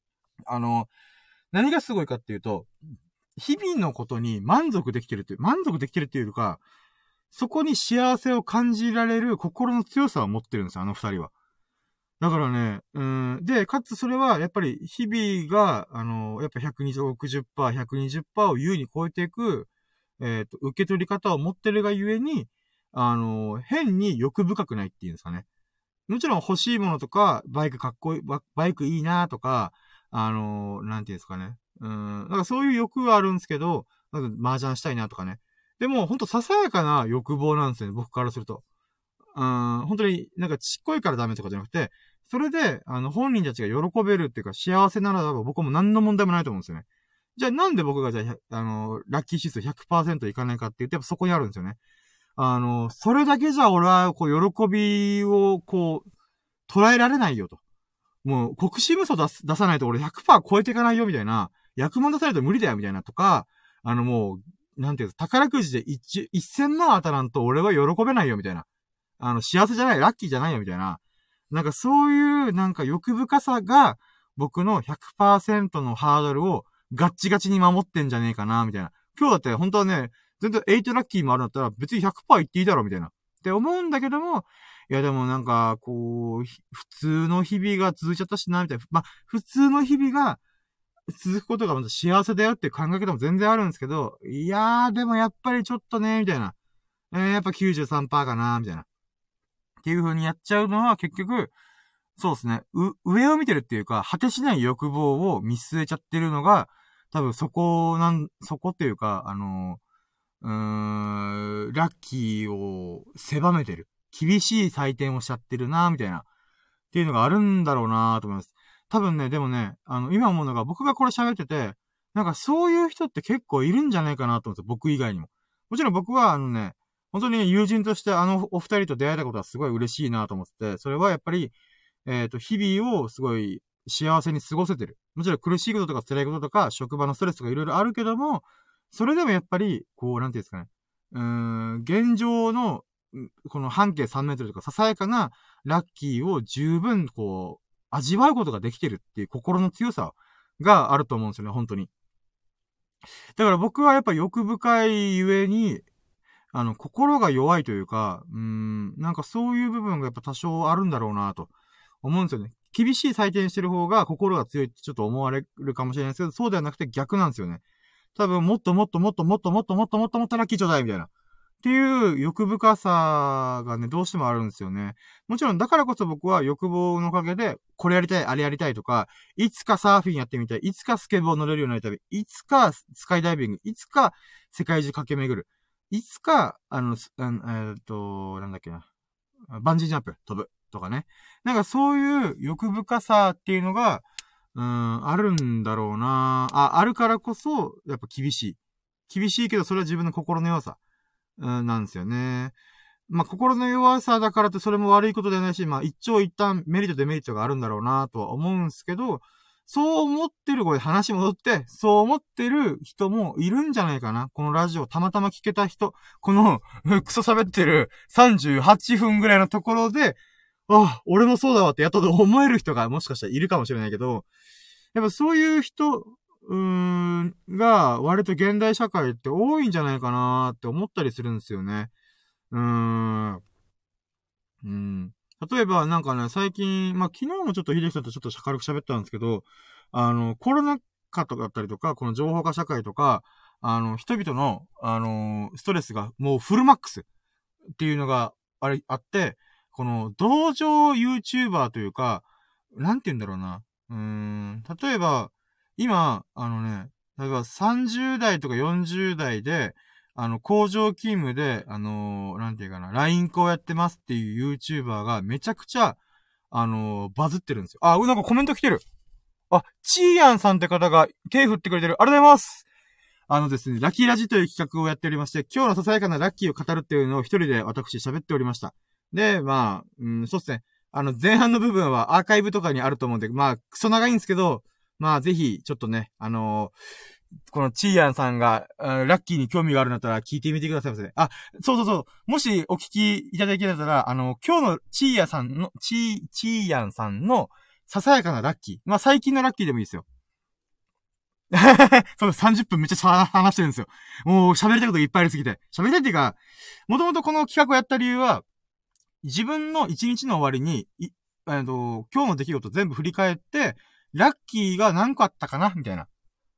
何がすごいかっていうと、日々のことに満足できてるっていうか、そこに幸せを感じられる心の強さを持ってるんですよ、あの二人は。だからね、で、かつそれは、やっぱり、日々が、やっぱ120%、120% を優に超えていく、受け取り方を持ってるがゆえに、変に欲深くないっていうんですかね。もちろん欲しいものとか、バイクかっこいい、バイクいいなとか、なんていうんですかね。なんかそういう欲はあるんですけど、なんか麻雀したいなとかね。でも、ほんとささやかな欲望なんですよね、僕からすると。本当になんかちっこいからダメとかじゃなくて、それで、本人たちが喜べるっていうか幸せならば僕も何の問題もないと思うんですよね。じゃあなんで僕がじゃあ、ラッキー指数 100% いかないかって言って、やっぱそこにあるんですよね。それだけじゃ俺は、こう、喜びを、こう、捉えられないよと。もう、国士無双出さないと俺 100% 超えていかないよみたいな、役満出さないと無理だよみたいなとか、もう、なんていうの、宝くじで1000万当たらんと俺は喜べないよみたいな。幸せじゃない、ラッキーじゃないよみたいな。なんかそういう、なんか欲深さが、僕の 100% のハードルをガッチガチに守ってんじゃねえかな、みたいな。今日だって本当はね、全然8ラッキーもあるんだったら別に 100% 言っていいだろ、みたいな。 って思うんだけども、いやでもなんか、こう、普通の日々が続いちゃったしな、みたいな。まあ、普通の日々が続くことがまた幸せだよっていう考え方も全然あるんですけど、いやー、でもやっぱりちょっとね、みたいな。やっぱ93%かな、みたいな。っていう風にやっちゃうのは結局、そうですね。上を見てるっていうか、果てしない欲望を見据えちゃってるのが、多分そこっていうか、ラッキーを狭めてる。厳しい採点をしちゃってるな、みたいな。っていうのがあるんだろうなと思います。多分ね、でもね、今思うのが、僕がこれ喋ってて、なんかそういう人って結構いるんじゃないかなと思うんですよ。僕以外にも。もちろん僕は本当に友人としてお二人と出会えたことはすごい嬉しいなと思ってて、それはやっぱり、日々をすごい幸せに過ごせてる。もちろん苦しいこととか辛いこととか、職場のストレスとかいろいろあるけども、それでもやっぱり、こう、なんていうんですかね。現状の、この半径3メートルとか、ささやかなラッキーを十分、こう、味わうことができてるっていう心の強さがあると思うんですよね、本当に。だから僕はやっぱ欲深いゆえに、心が弱いというか、なんかそういう部分がやっぱ多少あるんだろうなと思うんですよね。厳しい採点してる方が心が強いってちょっと思われるかもしれないですけど、そうではなくて逆なんですよね。多分もっともっともっともっともっともっともっともっとラッキーちょうだいみたいな。っていう欲深さがね、どうしてもあるんですよね。もちろんだからこそ僕は欲望のおかげで、これやりたい、あれやりたいとか、いつかサーフィンやってみたい、いつかスケボー乗れるようになりたい、いつかスカイダイビング、いつか世界中駆け巡る、いつか、なんだっけな、バンジージャンプ飛ぶとかね。なんかそういう欲深さっていうのが、あるんだろうなあるからこそ、やっぱ厳しい。厳しいけど、それは自分の心の弱さ。なんですよね。まあ、心の弱さだからってそれも悪いことではないし、まあ、一長一短メリットデメリットがあるんだろうなとは思うんですけど、そう思ってる、これ話戻って、そう思ってる人もいるんじゃないかな。このラジオたまたま聞けた人、このクソ喋ってる38分ぐらいのところで、あ、俺もそうだわってやっと思える人がもしかしたらいるかもしれないけど、やっぱそういう人、が割と現代社会って多いんじゃないかなって思ったりするんですよね。例えばなんかね、最近、まあ、昨日もちょっと秀樹さんとちょっと軽く喋ったんですけど、コロナ禍とかだったりとか、この情報化社会とか、人々の、ストレスがもうフルマックスっていうのがあって、この同情 YouTuber というか、なんて言うんだろうな。例えば、今、例えば30代とか40代で、工場勤務で、なんていうかな、LINE 校やってますっていう YouTuber がめちゃくちゃ、バズってるんですよ。あ、なんかコメント来てる。あ、チーヤンさんって方が手振ってくれてる。ありがとうございます。ですね、ラッキーラジという企画をやっておりまして、今日のささやかなラッキーを語るっていうのを一人で私喋っておりました。で、まあ、そうですね。前半の部分はアーカイブとかにあると思うんで、まあ、クソ長いんですけど、まあ、ぜひ、ちょっとね、このチーヤンさんが、ラッキーに興味があるんだったら聞いてみてくださいませ。あ、そうそうそう。もしお聞きいただけたら、今日のチーヤンさんのささやかなラッキー。まあ、最近のラッキーでもいいですよ。そう30分めっちゃ話してるんですよ。もう喋りたいことがいっぱいありすぎて。喋りたいっていうか、もともとこの企画をやった理由は、自分の一日の終わりに、今日の出来事全部振り返って、ラッキーが何個あったかなみたいな。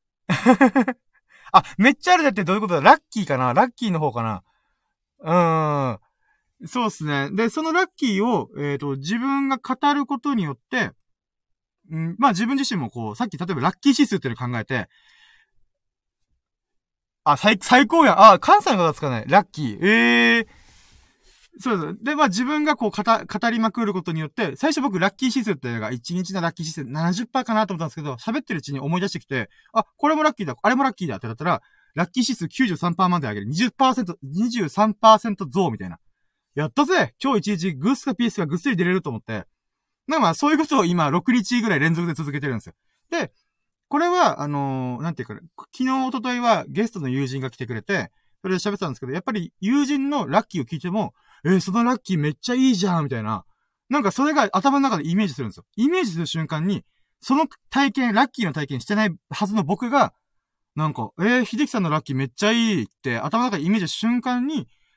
あ、めっちゃあるだってどういうことだラッキーかなラッキーの方かなそうですね。で、そのラッキーを、自分が語ることによって、まあ自分自身もこう、さっき例えばラッキー指数っていうのを考えて、あ、最高やん。あ、関西の方つかない。ラッキー。そうです。で、まあ自分がこう語りまくることによって、最初僕ラッキー指数っていうのが1日のラッキー指数 70% かなと思ったんですけど、喋ってるうちに思い出してきて、あ、これもラッキーだ、あれもラッキーだってなったら、ラッキー指数 93% まで上げる。23% 増みたいな。やったぜ今日1日グースかピースがぐっすり出れると思って。まあそういうことを今6日ぐらい連続で続けてるんですよ。で、これは、なんていうか、昨日、一昨日はゲストの友人が来てくれて、それで喋ってたんですけど、やっぱり友人のラッキーを聞いても、そのラッキーめっちゃいいじゃんみたいな。なんかそれが頭の中でイメージするんですよ。イメージする瞬間に、その体験、ラッキーの体験してないはずの僕が、なんか、秀樹さんのラッキーめっちゃいいって頭の中でイメージした瞬間に、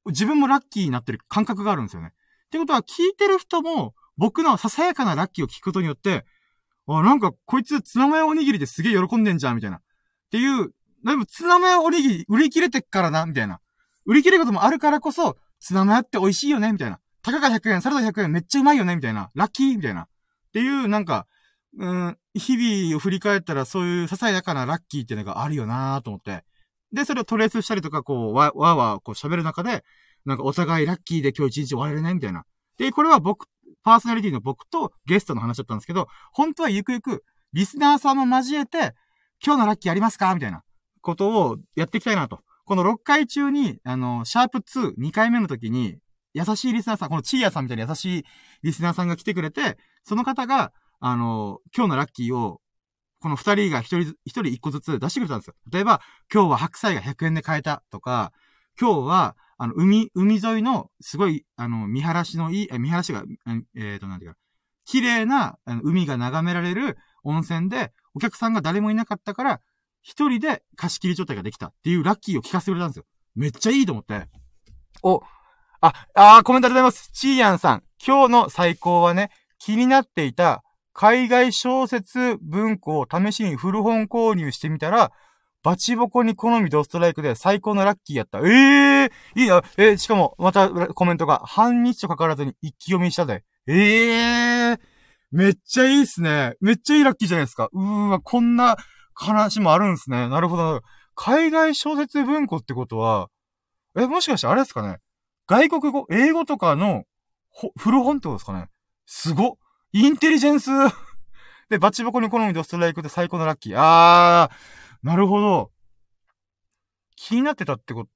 自分もラッキーになってる感覚があるんですよね。ってことは、聞いてる人も、僕のささやかなラッキーを聞くことによって、なんか、こいつ、ツナマヨおにぎりですげえ喜んでんじゃん、みたいな。っていう、でも、ツナマヨおにぎり売り切れてっからな、みたいな。売り切れることもあるからこそ、ツナマヨって美味しいよね、みたいな。たかが100円、サラダ100円めっちゃうまいよね、みたいな。ラッキーみたいな。っていう、なんか、日々を振り返ったらそういうささやかなラッキーっていうのがあるよなーと思って。で、それをトレースしたりとか、こう、わーこう喋る中で、なんかお互いラッキーで今日一日終われるね、みたいな。で、これはパーソナリティの僕とゲストの話だったんですけど、本当はゆくゆく、リスナーさんも交えて、今日のラッキーありますかみたいなことをやっていきたいなと。この6回中に、シャープ2、2回目の時に、優しいリスナーさん、このチーヤさんみたいな優しいリスナーさんが来てくれて、その方が、今日のラッキーを、この2人が一人1個ずつ出してくれたんですよ。例えば、今日は白菜が100円で買えたとか、今日は、海沿いの、すごい、見晴らしが、なんていうか、綺麗な、海が眺められる温泉で、お客さんが誰もいなかったから、一人で貸し切り状態ができたっていうラッキーを聞かせてくれたんですよ。めっちゃいいと思って。コメントありがとうございます。チーヤンさん、今日の最高はね、気になっていた海外小説文庫を試しに古本購入してみたら、バチボコに好みドストライクで最高のラッキーやった。いいな。しかも、またコメントが、半日とかからずに一気読みしたで。めっちゃいいっすね。めっちゃいいラッキーじゃないですか。こんな話もあるんですね。なるほど。海外小説文庫ってことは、もしかしてあれですかね。外国語、英語とかの、古本ってことですかね。すごっ。インテリジェンスで、バチボコに好みドストライクで最高のラッキー。なるほど。気になってたってこと、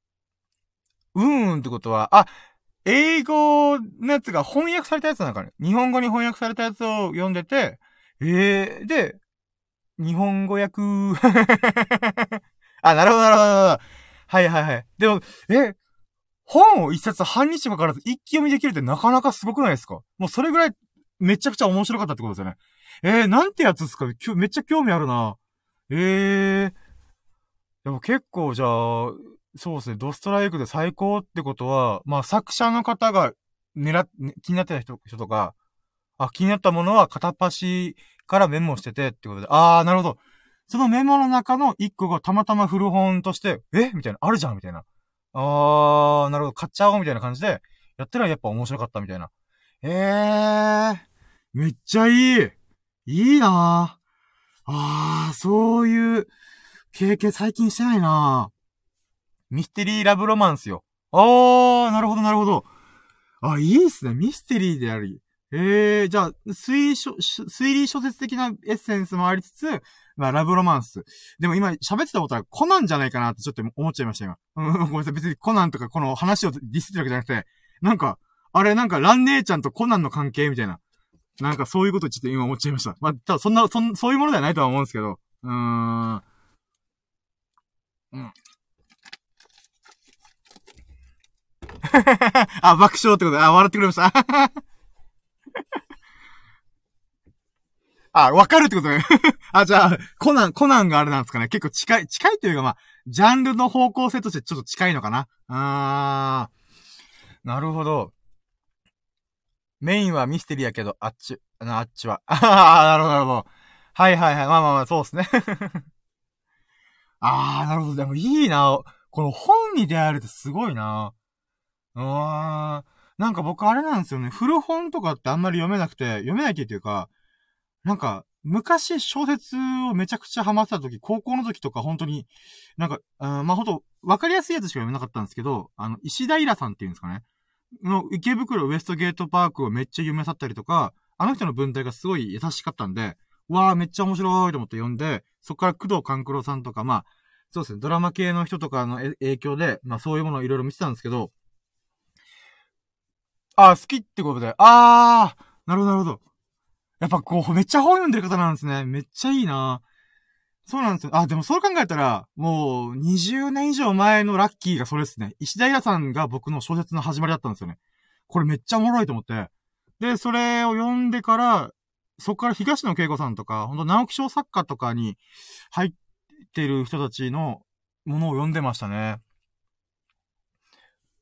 ってことは、英語のやつが翻訳されたやつなんかね。日本語に翻訳されたやつを読んでて、で、日本語訳なるほど、なるほど。はい。でも、本を一冊半日かからず一気読みできるってなかなかすごくないですか？もうそれぐらいめちゃくちゃ面白かったってことですよね。なんてやつですか？めっちゃ興味あるな。でも結構じゃあ、そうですね、ドストライクで最高ってことは、まあ作者の方が気になってた人とか、気になったものは片っ端からメモしててってことで、なるほど。そのメモの中の一個がたまたま古本として、みたいな、あるじゃんみたいな。なるほど、買っちゃおうみたいな感じで、やったらやっぱ面白かったみたいな。めっちゃいい。いいなぁ。そういう経験最近してないなぁ。ミステリーラブロマンスよ。なるほど、なるほど。いいっすね。ミステリーであり。じゃあ、推理小説的なエッセンスもありつつ、まあ、ラブロマンス。でも今喋ってたことはコナンじゃないかなってちょっと思っちゃいました、今。ごめんなさい。別にコナンとかこの話をディスってるわけじゃなくて、なんか、なんかラン姉ちゃんとコナンの関係みたいな。なんかそういうことちょっと今思っちゃいました。まあ、ただそういうものではないとは思うんですけど。爆笑ってことで、笑ってくれました。わかるってことね。じゃあ、コナンがあれなんですかね。結構近いというかまあ、ジャンルの方向性としてちょっと近いのかな。なるほど。メインはミステリーやけど、あっちは。なるほど、なるほど。はい。まあ、そうですね。なるほど。でもいいな。この本に出会えるってすごいな。なんか僕あれなんですよね。古本とかってあんまり読めないっていうか、なんか、昔小説をめちゃくちゃハマってた時、高校の時とか本当に、なんか、まあ、本当わかりやすいやつしか読めなかったんですけど、石平さんっていうんですかね。の池袋ウエストゲートパークをめっちゃ読めさったりとか、あの人の文体がすごい優しかったんで、めっちゃ面白いと思って読んで、そこから工藤官九郎さんとか、まあ、そうですね、ドラマ系の人とかの影響で、まあそういうものをいろいろ見てたんですけど、好きってことで、なるほど、なるほど。やっぱこう、めっちゃ本読んでる方なんですね。めっちゃいいなそうなんですよ。でもそう考えたら、もう、20年以上前のラッキーがそれですね。石平さんが僕の小説の始まりだったんですよね。これめっちゃおもろいと思って。で、それを読んでから、そこから東野圭吾さんとか、本当直木賞作家とかに入ってる人たちのものを読んでましたね。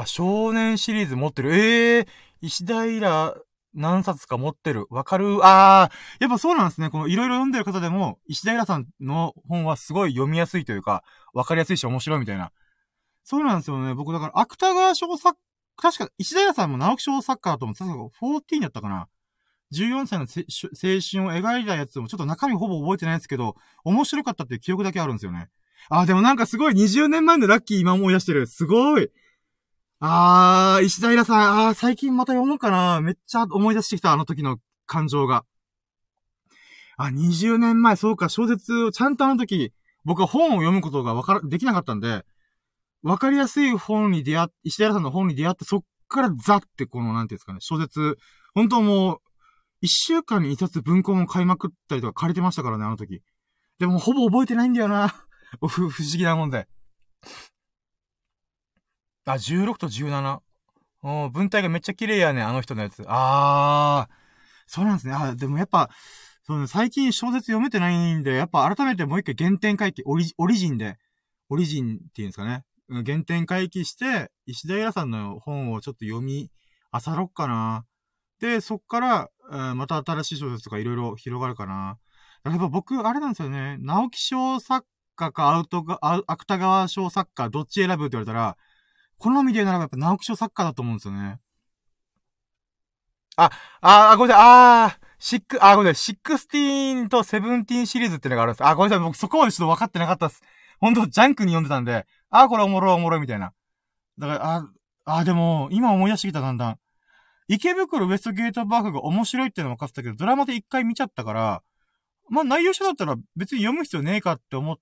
あ、少年シリーズ持ってる。ええー、石平何冊か持ってる。わかる。ああ、やっぱそうなんですね。このいろいろ読んでる方でも、石平さんの本はすごい読みやすいというか、わかりやすいし面白いみたいな。そうなんですよね。僕だから、芥川賞作、確か石平さんも直木賞作家だと思って、確か14だったかな。14歳の青春を描いたやつもちょっと中身ほぼ覚えてないんですけど、面白かったっていう記憶だけあるんですよね。あー、でもなんかすごい20年前のラッキー今思い出してる。すごい。石平さん、最近また読もうかな。めっちゃ思い出してきた、あの時の感情が。20年前、そうか、小説をちゃんとあの時、僕は本を読むことができなかったんで、わかりやすい本に石平さんの本に出会って、そっからザってこの、なんていうんですかね、小説、本当もう、一週間に一冊文庫本買いまくったりとか借りてましたからね、あの時。でも、ほぼ覚えてないんだよな。不思議なもんで。16と17。文体がめっちゃ綺麗やね、あの人のやつ。そうなんですね。でもやっぱ、最近小説読めてないんで、やっぱ改めてもう一回原点回帰、オリジンっていうんですかね。原点回帰して、石平さんの本をちょっと読み、漁ろっかな。で、そっから、また新しい小説とかいろいろ広がるかな。やっぱ僕、あれなんですよね。直木賞作家か芥川賞作家、どっち選ぶって言われたら、好みで言うならばやっぱ直木賞作家だと思うんですよね。ごめんなさい。ごめんなさい。16と17シリーズってのがあるんです。ごめんなさい。僕そこまでちょっと分かってなかったです。ほんと、ジャンクに読んでたんで、これおもろいみたいな。だから、でも、今思い出してきただんだん。池袋ウエストゲートパークが面白いってのも分かってたけど、ドラマで一回見ちゃったから、まあ内容書だったら別に読む必要ねえかって思って、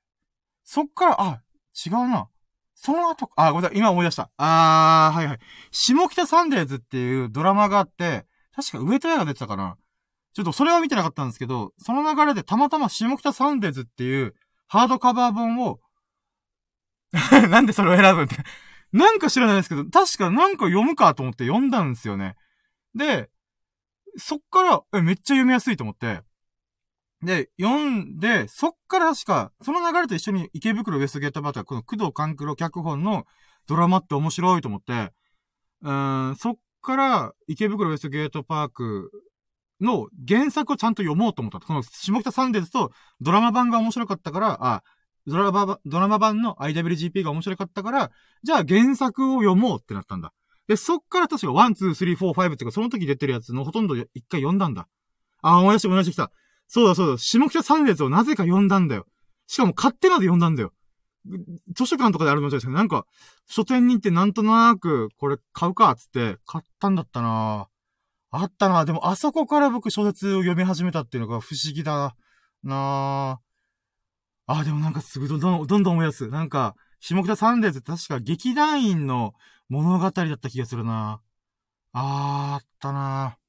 そっから、違うな。その後、ごめんなさい、今思い出した。はいはい。下北サンデーズっていうドラマがあって、確か上戸彩が出てたかな。ちょっとそれは見てなかったんですけど、その流れでたまたま下北サンデーズっていうハードカバー本をなんでそれを選ぶって。なんか知らないですけど、確かなんか読むかと思って読んだんですよね。で、そっから、めっちゃ読みやすいと思って。で、読んで、そっから確か、その流れと一緒に池袋ウエストゲートバーとか、この工藤官九郎脚本のドラマって面白いと思って、そっから池袋ウエストゲートパークの原作をちゃんと読もうと思った。この下北サンデーズとドラマ版が面白かったから、ドラマ版の IWGP が面白かったから、じゃあ原作を読もうってなったんだ。で、そっから確か1、2、3、4、5っていうか、その時出てるやつのほとんど一回読んだんだ。思い出してきた。そうだ。下北サンデーズをなぜか読んだんだよ。しかも買ってまで読んだんだよ。図書館とかであるのじゃないですか。なんか、書店に行ってなんとなく、これ買うか、つって、買ったんだったなあったなでも、あそこから僕小説を読み始めたっていうのが不思議だなでもなんかすぐどんどん思い出す。なんか、下北サンデーズって確か劇団員の物語だった気がするなあったな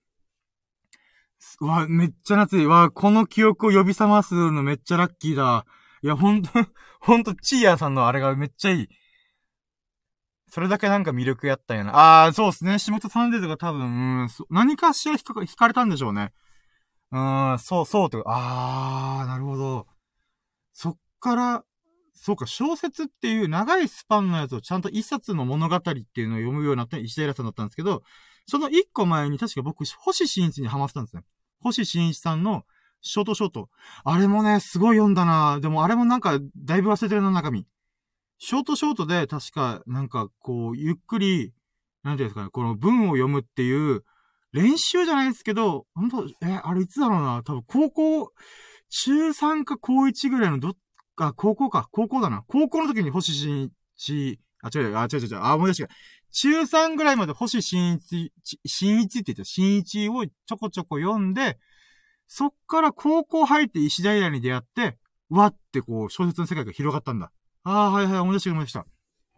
めっちゃ夏い。この記憶を呼び覚ますのめっちゃラッキーだ。いや、ほんと、チーヤさんのあれがめっちゃいい。それだけなんか魅力やったんやな。そうですね。下北サンデーズが多分、何かしら惹かれたんでしょうね。そうと、なるほど。そっから、そうか、小説っていう長いスパンのやつをちゃんと一冊の物語っていうのを読むようになった石平さんだったんですけど、その一個前に確か僕、星新一にハマってたんですね。星新一さんのショート。あれもね、すごい読んだなでもあれもなんか、だいぶ忘れてるな、中身。ショートで確か、なんか、こう、ゆっくり、なんていうんですかね、この文を読むっていう、練習じゃないですけど、本当あれいつだろうな多分中3か高1ぐらいの高校だな。高校の時に星新一、違う、思い出した。中3ぐらいまで星新一って言った。新一をちょこちょこ読んで、そっから高校入って石平に出会って、わってこう、小説の世界が広がったんだ。はい、思い出した。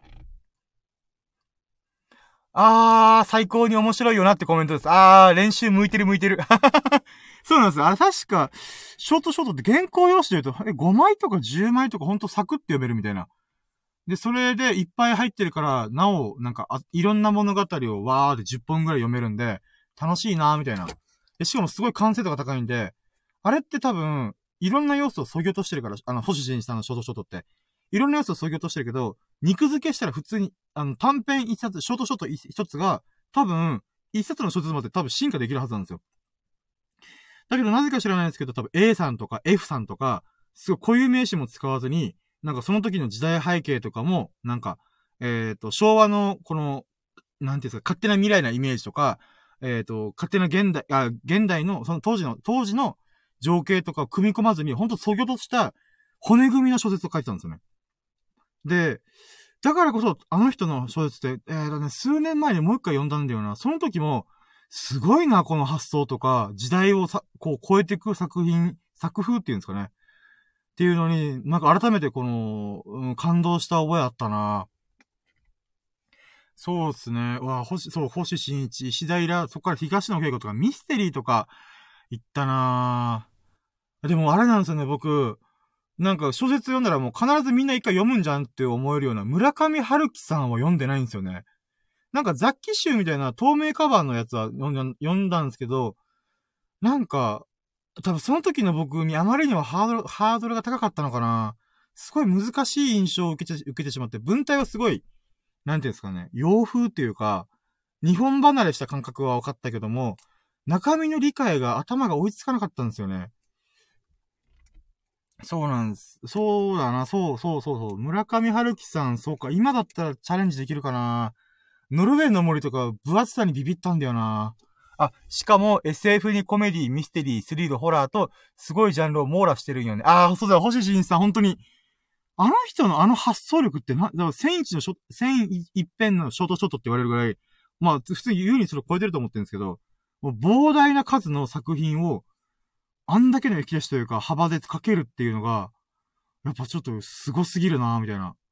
最高に面白いよなってコメントです。練習向いてる。そうなんですよ。確か、ショートって原稿用紙で言うと、5枚とか10枚とかほんとサクって読めるみたいな。で、それでいっぱい入ってるから、なお、なんか、いろんな物語をわーって10本ぐらい読めるんで、楽しいなーみたいな。で、しかもすごい完成度が高いんで、あれって多分、いろんな要素を削ぎ落としてるから、星新一さんのショートって。 いろんな要素を削ぎ落としてるけど、肉付けしたら普通に、短編一冊、ショート一つが、多分、一冊の小説まで多分進化できるはずなんですよ。だけどなぜか知らないですけど、多分 A さんとか F さんとか、すごい固有名詞も使わずに、なんかその時の時代背景とかも、なんか、昭和の、この、なんていうんですか、勝手な未来なイメージとか、勝手な現代の、その当時の情景とかを組み込まずに、ほんと削ぎ落とした骨組みの小説を書いてたんですよね。で、だからこそ、あの人の小説って、数年前にもう一回読んだんだよな。その時も、すごいな、この発想とか、時代をこう超えていく作風っていうんですかね。っていうのに、なんか改めてこの、感動した覚えあったな。そうですね。星新一、石平、そこから東野圭吾とかミステリーとか行ったな。でもあれなんですよね、僕。なんか小説読んだらもう必ずみんな一回読むんじゃんって思えるような村上春樹さんは読んでないんですよね。なんか雑記集みたいな透明カバーのやつは読んだんですけど、なんか、多分その時の僕にあまりにもハードルが高かったのかな。すごい難しい印象を受けてしまって、文体はすごい、なんていうんですかね、洋風っていうか、日本離れした感覚は分かったけども、中身の理解が頭が追いつかなかったんですよね。そうなんです。そうだな、そう。村上春樹さん、そうか、今だったらチャレンジできるかな。ノルウェーの森とか分厚さにビビったんだよな。しかも SF にコメディ、ミステリー、スリル、ホラーと、すごいジャンルを網羅してるんよね。そうだよ、星新さん、本当に。あの人のあの発想力ってだから千一編のショートって言われるぐらい、まあ、普通に優にそれを超えてると思ってるんですけど、もう膨大な数の作品を、あんだけの引き出しというか、幅で書けるっていうのが、やっぱちょっと凄すぎるなぁ、みたいな。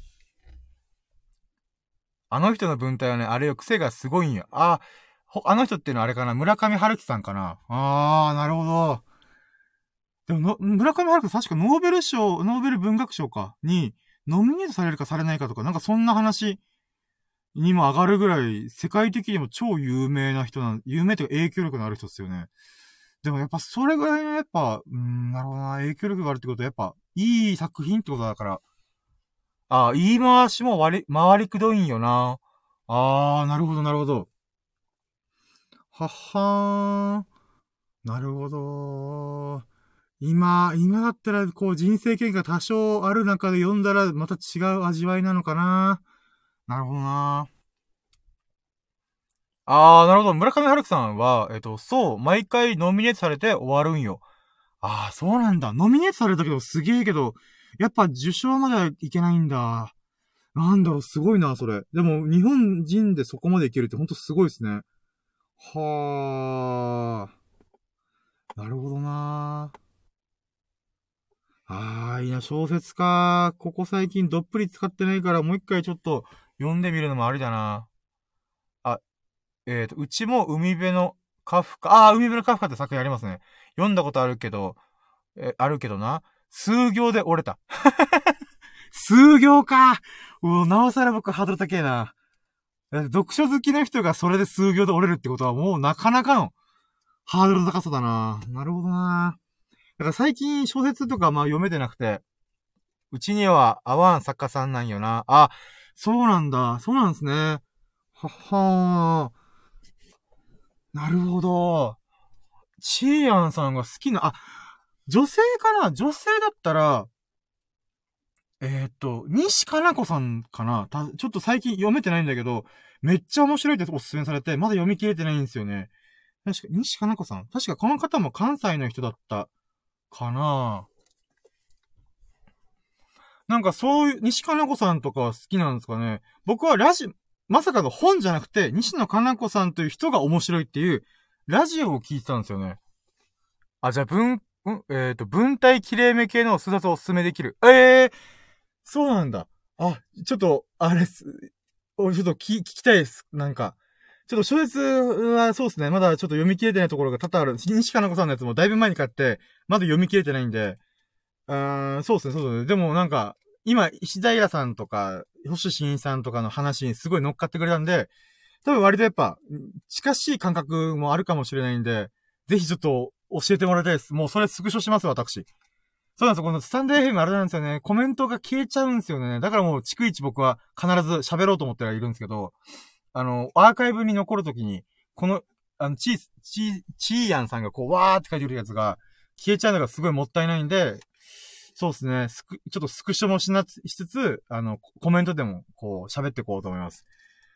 あの人の文体はね、あれよ、癖がすごいんよ。あの人っていうのはあれかな、村上春樹さんかな。なるほど。でも村上春樹確かノーベル文学賞か、に、ノミネートされるかされないかとか、なんかそんな話にも上がるぐらい、世界的にも超有名な人有名というか影響力のある人ですよね。でもやっぱそれぐらいのやっぱ、なるほどな、影響力があるってことはやっぱ、いい作品ってことだから。言い回しも回りくどいんよな。なるほど、なるほど。はっはーん。なるほど。今だったら、こう、人生経験が多少ある中で読んだら、また違う味わいなのかな。なるほどな。なるほど。村上春樹さんは、そう、毎回ノミネートされて終わるんよ。そうなんだ。ノミネートされたけど、すげえけど、やっぱ受賞まではいけないんだ。なんだろう、すごいな、それ。でも、日本人でそこまでいけるってほんとすごいですね。はあ。なるほどな。いいな、小説か。ここ最近どっぷり使ってないから、もう一回ちょっと読んでみるのもありだな。あ、うちも海辺のカフカ、海辺のカフカって作品ありますね。読んだことあるけど、な。数行で折れた。数行か。なおさら僕ハードル高えな。読書好きの人がそれで数行で折れるってことはもうなかなかのハードルの高さだな。なるほどな。だから最近小説とか読めてなくて、うちには合わん作家さんなんよな。そうなんだ。そうなんですね。ははー。なるほど。チーアンさんが好きな、女性かな？女性だったら、西加奈子さんかな？ちょっと最近読めてないんだけど、めっちゃ面白いっておすすめされて、まだ読み切れてないんですよね。確か、西加奈子さん？確かこの方も関西の人だったかな。なんかそういう、西加奈子さんとかは好きなんですかね。僕はまさかの本じゃなくて、西野加奈子さんという人が面白いっていう、ラジオを聞いてたんですよね。じゃあ文体綺麗め系の数冊をおすすめできる。そうなんだ。ちょっと、あれちょっと聞きたいです。なんか。ちょっと小説はそうですね。まだちょっと読み切れてないところが多々ある。西加奈子さんのやつもだいぶ前に買って、まだ読み切れてないんで。そうですね。でもなんか、今、石平さんとか、星新一さんとかの話にすごい乗っかってくれたんで、多分割とやっぱ、近しい感覚もあるかもしれないんで、ぜひちょっと教えてもらいたいです。もうそれスクショします、私。 そうなんですよ。このスタンド FM あれなんですよね。コメントが消えちゃうんですよね。だからもう、逐一僕は必ず喋ろうと思ってはいるんですけど、アーカイブに残るときに、この、チーヤンさんがこう、わーって書いてるやつが、消えちゃうのがすごいもったいないんで、そうですね。ちょっとスクショもしつつ、コメントでも、こう、喋っていこうと思います。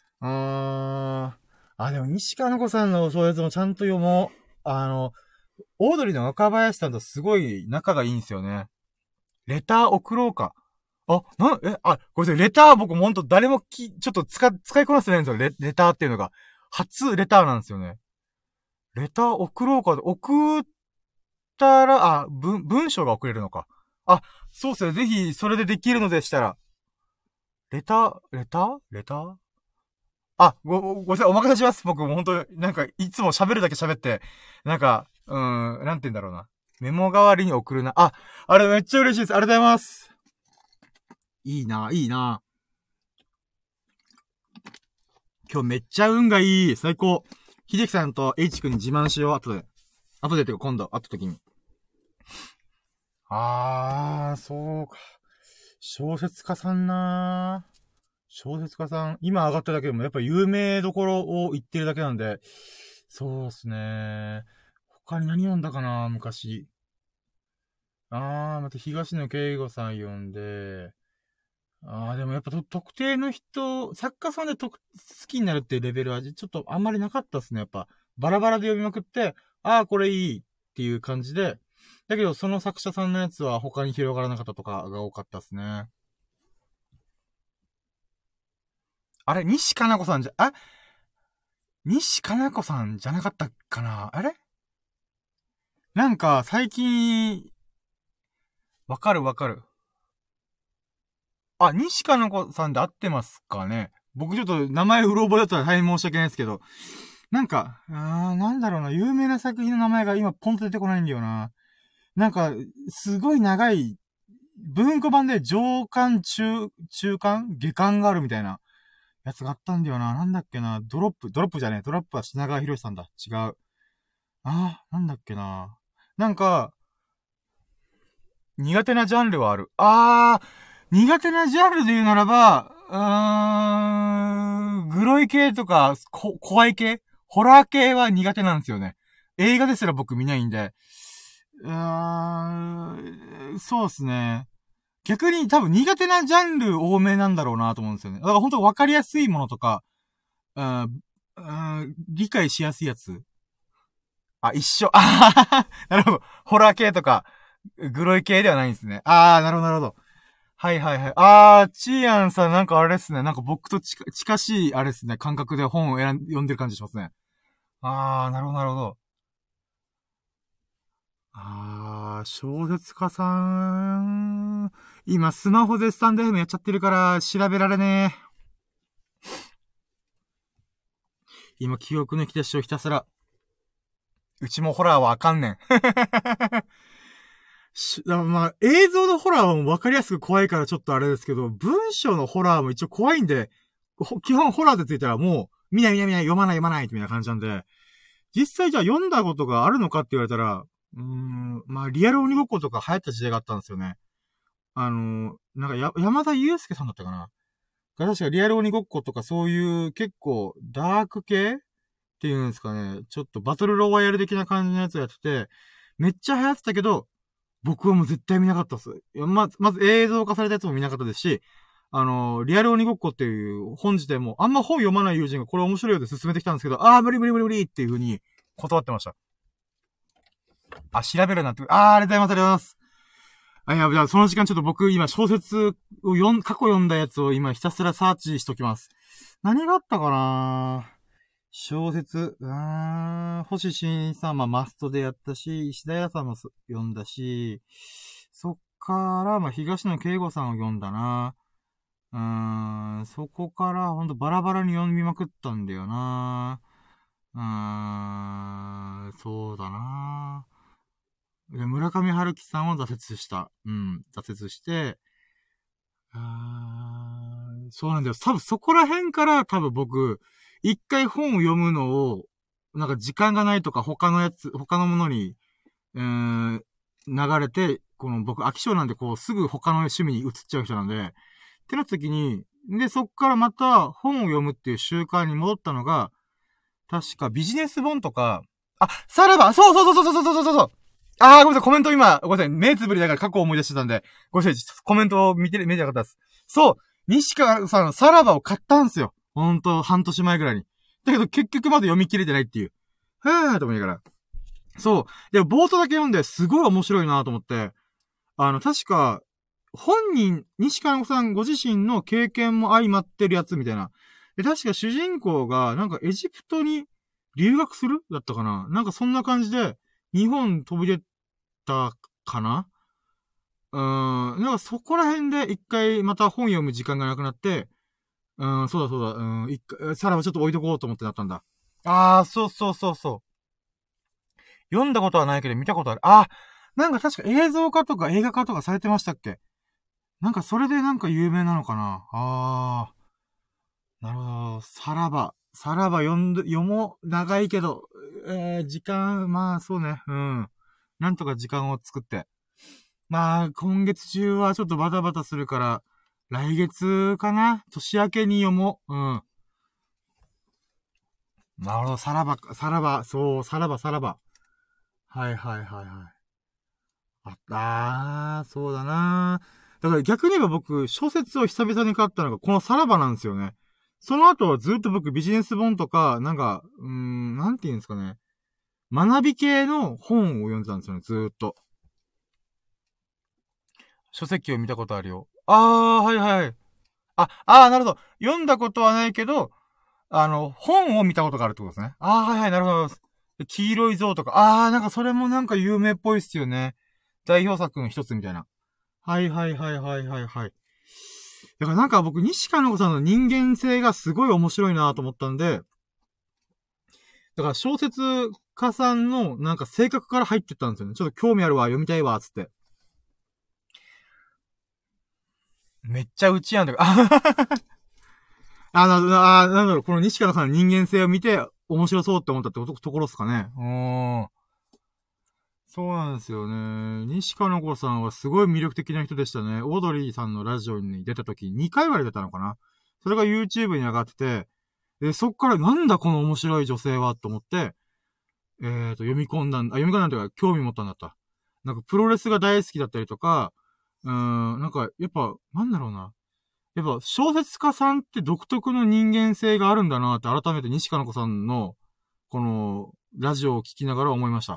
でも、西川の子さんの小説もちゃんと読もう。オードリーの若林さんとすごい仲がいいんですよね。レター送ろうか。これレター僕ほんと誰もちょっと使いこなせないんですよ。レターっていうのが。初レターなんですよね。レター送ろうか。送ったら、文章が送れるのか。そうっすね。ぜひ、それでできるのでしたら。レターごめんなさい。お任せします。僕も本当なんか、いつも喋るだけ喋って、なんか、なんて言うんだろうな。メモ代わりに送るな。あれめっちゃ嬉しいです。ありがとうございます。いいな。今日めっちゃ運がいい。最高。秀樹さんと H 君に自慢しよう。後でっていうか今度会った時に。そうか。小説家さんなぁ。小説家さん。今上がっただけでもやっぱ有名どころを言ってるだけなんで。そうっすね。他に何読んだかな昔。また東野圭吾さん読んで。でもやっぱ特定の人、作家さんで好きになるっていうレベルはちょっとあんまりなかったっすね。やっぱ、バラバラで読みまくって、これいいっていう感じで、だけどその作者さんのやつは他に広がらなかったとかが多かったっすね。あれ西加奈子さん西加奈子さんじゃなかったかなあれなんか最近、わかる。西加奈子さんで合ってますかね。僕ちょっと名前うろ覚えだったら大変申し訳ないですけど、なんか、なんだろうな、有名な作品の名前が今ポンと出てこないんだよな。なんか、すごい長い、文庫版で上巻、中巻下巻があるみたいなやつがあったんだよな。なんだっけな、ドロップじゃねえ。ドロップは品川博さんだ。違う。なんだっけな。なんか、苦手なジャンルはある。苦手なジャンルで言うならば、グロい系とか、怖い系ホラー系は苦手なんですよね。映画ですら僕見ないんで。そうですね。逆に多分苦手なジャンル多めなんだろうなと思うんですよね。だから本当分かりやすいものとか、理解しやすいやつ。一緒。なるほど。ホラー系とか、グロい系ではないんですね。なるほど、なるほど。はい。チーアンさんなんかあれですね。なんか僕と近しい、あれですね。感覚で本を読んでる感じしますね。なるほど、なるほど。小説家さん。今、スマホでスタンド FM やっちゃってるから、調べられねえ。今、記憶の引き出しをひたすら。うちもホラーはあかんねん。映像のホラーは分かりやすく怖いからちょっとあれですけど、文章のホラーも一応怖いんで、基本ホラーでついたらもう、見ない、読まない、みたいな感じなんで、実際じゃあ読んだことがあるのかって言われたら、リアル鬼ごっことか流行った時代があったんですよね。なんか山田裕介さんだったかな。確かリアル鬼ごっことかそういう結構ダーク系っていうんですかね。ちょっとバトルロワイヤル的な感じのやつをやってて、めっちゃ流行ってたけど、僕はもう絶対見なかったっす。まず映像化されたやつも見なかったですし、リアル鬼ごっこっていう本自体も、あんま本読まない友人がこれ面白いようで進めてきたんですけど、無理っていう風に断ってました。調べるなって。ありがとうございます。じゃあその時間ちょっと僕今小説を過去読んだやつを今ひたすらサーチしときます。何があったかな小説、星新さん、マストでやったし、石田屋さんも読んだし、そっから、東野圭吾さんを読んだな。そこからほんとバラバラに読みまくったんだよな。そうだな。村上春樹さんは挫折した。挫折して、そうなんだよ。多分そこら辺から僕、一回本を読むのを、なんか時間がないとか他のものに、流れて、 この僕飽き性なんでこうすぐ他の趣味に移っちゃう人なんで、ってなった時に、で、そっからまた本を読むっていう習慣に戻ったのが、確かビジネス本とか、さらばそう。ごめんなさい、コメント今、ごめんなさい、目つぶりだから過去を思い出してたんで、ごめんなさい、コメントを見てなかったです。そう、西川さんのさらばを買ったんすよ。ほんと、半年前ぐらいに。だけど結局まだ読み切れてないっていう。と思いながら。そう。でも冒頭だけ読んですごい面白いなと思って、確か、本人、西川さんご自身の経験も相まってるやつみたいな。で、確か主人公が、なんかエジプトに留学するだったかな、なんかそんな感じで、日本飛び出たかな、なんかそこら辺で一回また本読む時間がなくなって、そうだ、一回、さらばちょっと置いとこうと思ってなったんだ。そう。読んだことはないけど見たことある。なんか確か映像化とか映画化とかされてましたっけ？なんかそれでなんか有名なのかな。なるほど。さらば読もう。長いけど、時間、まあそうね。なんとか時間を作って。まあ、今月中はちょっとバタバタするから、来月かな？年明けに読もう。なるほど、さらば。はい。そうだな。だから逆に言えば僕、小説を久々に買ったのがこのさらばなんですよね。その後はずっと僕ビジネス本とか、なんか、なんて言うんですかね。学び系の本を読んでたんですよね、ずーっと。書籍を見たことあるよ。はい。なるほど。読んだことはないけど、本を見たことがあるってことですね。はい、なるほど。黄色い像とか、なんかそれもなんか有名っぽいっすよね。代表作の一つみたいな。はい。だからなんか僕、西加奈子さんの人間性がすごい面白いなと思ったんで、だから小説家さんのなんか性格から入ってったんですよね。ちょっと興味あるわ、読みたいわ、つって。めっちゃうちやんだから。なんだろう、この西川さんの人間性を見て面白そうって思ったってところですかね。そうなんですよね。西加奈子さんはすごい魅力的な人でしたね。オードリーさんのラジオに出た時、2回ぐらい出たのかな。それが YouTube に上がってて、で、そっからなんだこの面白い女性はと思って、読み込んだというか興味持ったんだった。なんかプロレスが大好きだったりとか、なんかやっぱ、なんだろうな。やっぱ小説家さんって独特の人間性があるんだなって改めて西加奈子さんのこのラジオを聞きながら思いました。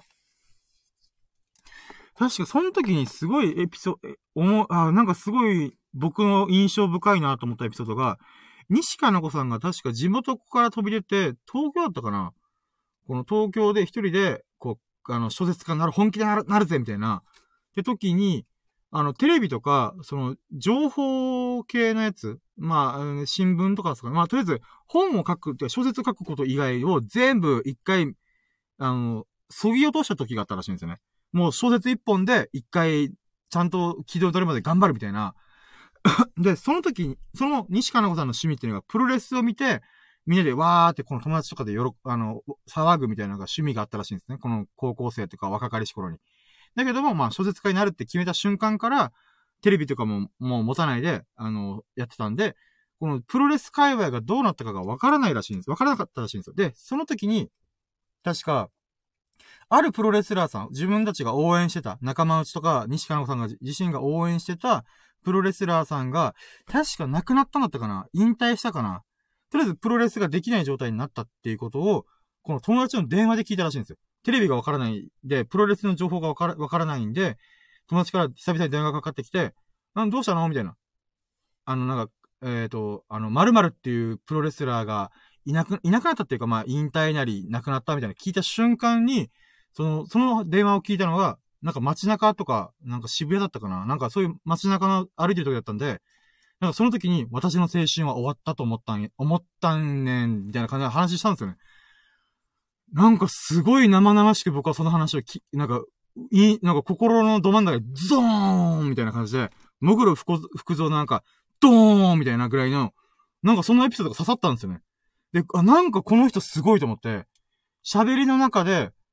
確かその時にすごいエピソード、なんかすごい僕の印象深いなと思ったエピソードが、西加奈子さんが確か地元から飛び出て、東京だったかな、この東京で一人で、こう、小説家になる、本気でなるぜみたいな、って時に、テレビとか、その、情報系のやつ、新聞とかですかね。とりあえず、本を書くって、小説書くこと以外を全部一回、削ぎ落とした時があったらしいんですよね。もう小説一本で一回、ちゃんと軌道に乗るまで頑張るみたいな。で、その時に、その西加奈子さんの趣味っていうのが、プロレスを見て、みんなでわーってこの友達とかで騒ぐみたいなのが趣味があったらしいんですね。この高校生とか若かりし頃に。だけども、小説家になるって決めた瞬間から、テレビとかももう持たないで、やってたんで、このプロレス界隈がどうなったかがわからないらしいんです。わからなかったらしいんですよ。で、その時に、確か、あるプロレスラーさん、自分たちが応援してた、仲間内とか、西加奈子さんが自身が応援してた、プロレスラーさんが、確か亡くなったんだったかな、引退したかな、とりあえずプロレスができない状態になったっていうことを、この友達の電話で聞いたらしいんですよ。テレビがわからないで、プロレスの情報がわからないんで、友達から久々に電話がかかってきて、どうしたのみたいな。〇〇っていうプロレスラーがいなくなったっていうか、引退なり亡くなったみたいな聞いた瞬間に、その電話を聞いたのが、なんか街中とか、なんか渋谷だったかな、なんかそういう街中の歩いてる時だったんで、なんかその時に私の青春は終わったと思ったんねん、みたいな感じで話したんですよね。なんかすごい生々しく僕はその話をなんか心のど真ん中でゾーンみたいな感じで、もぐろ福蔵なんか、ドーンみたいなぐらいの、なんかそのエピソードが刺さったんですよね。で、なんかこの人すごいと思って、喋りの中で、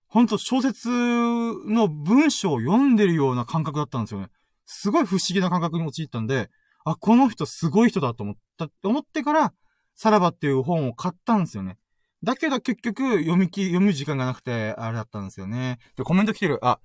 ほんと小説の文章を読んでるような感覚だったんですよね。すごい不思議な感覚に陥ったんで、あ、この人すごい人だと思ってから、さらばっていう本を買ったんですよね。だけど結局読む時間がなくて、あれだったんですよね。で、コメント来てる。あ、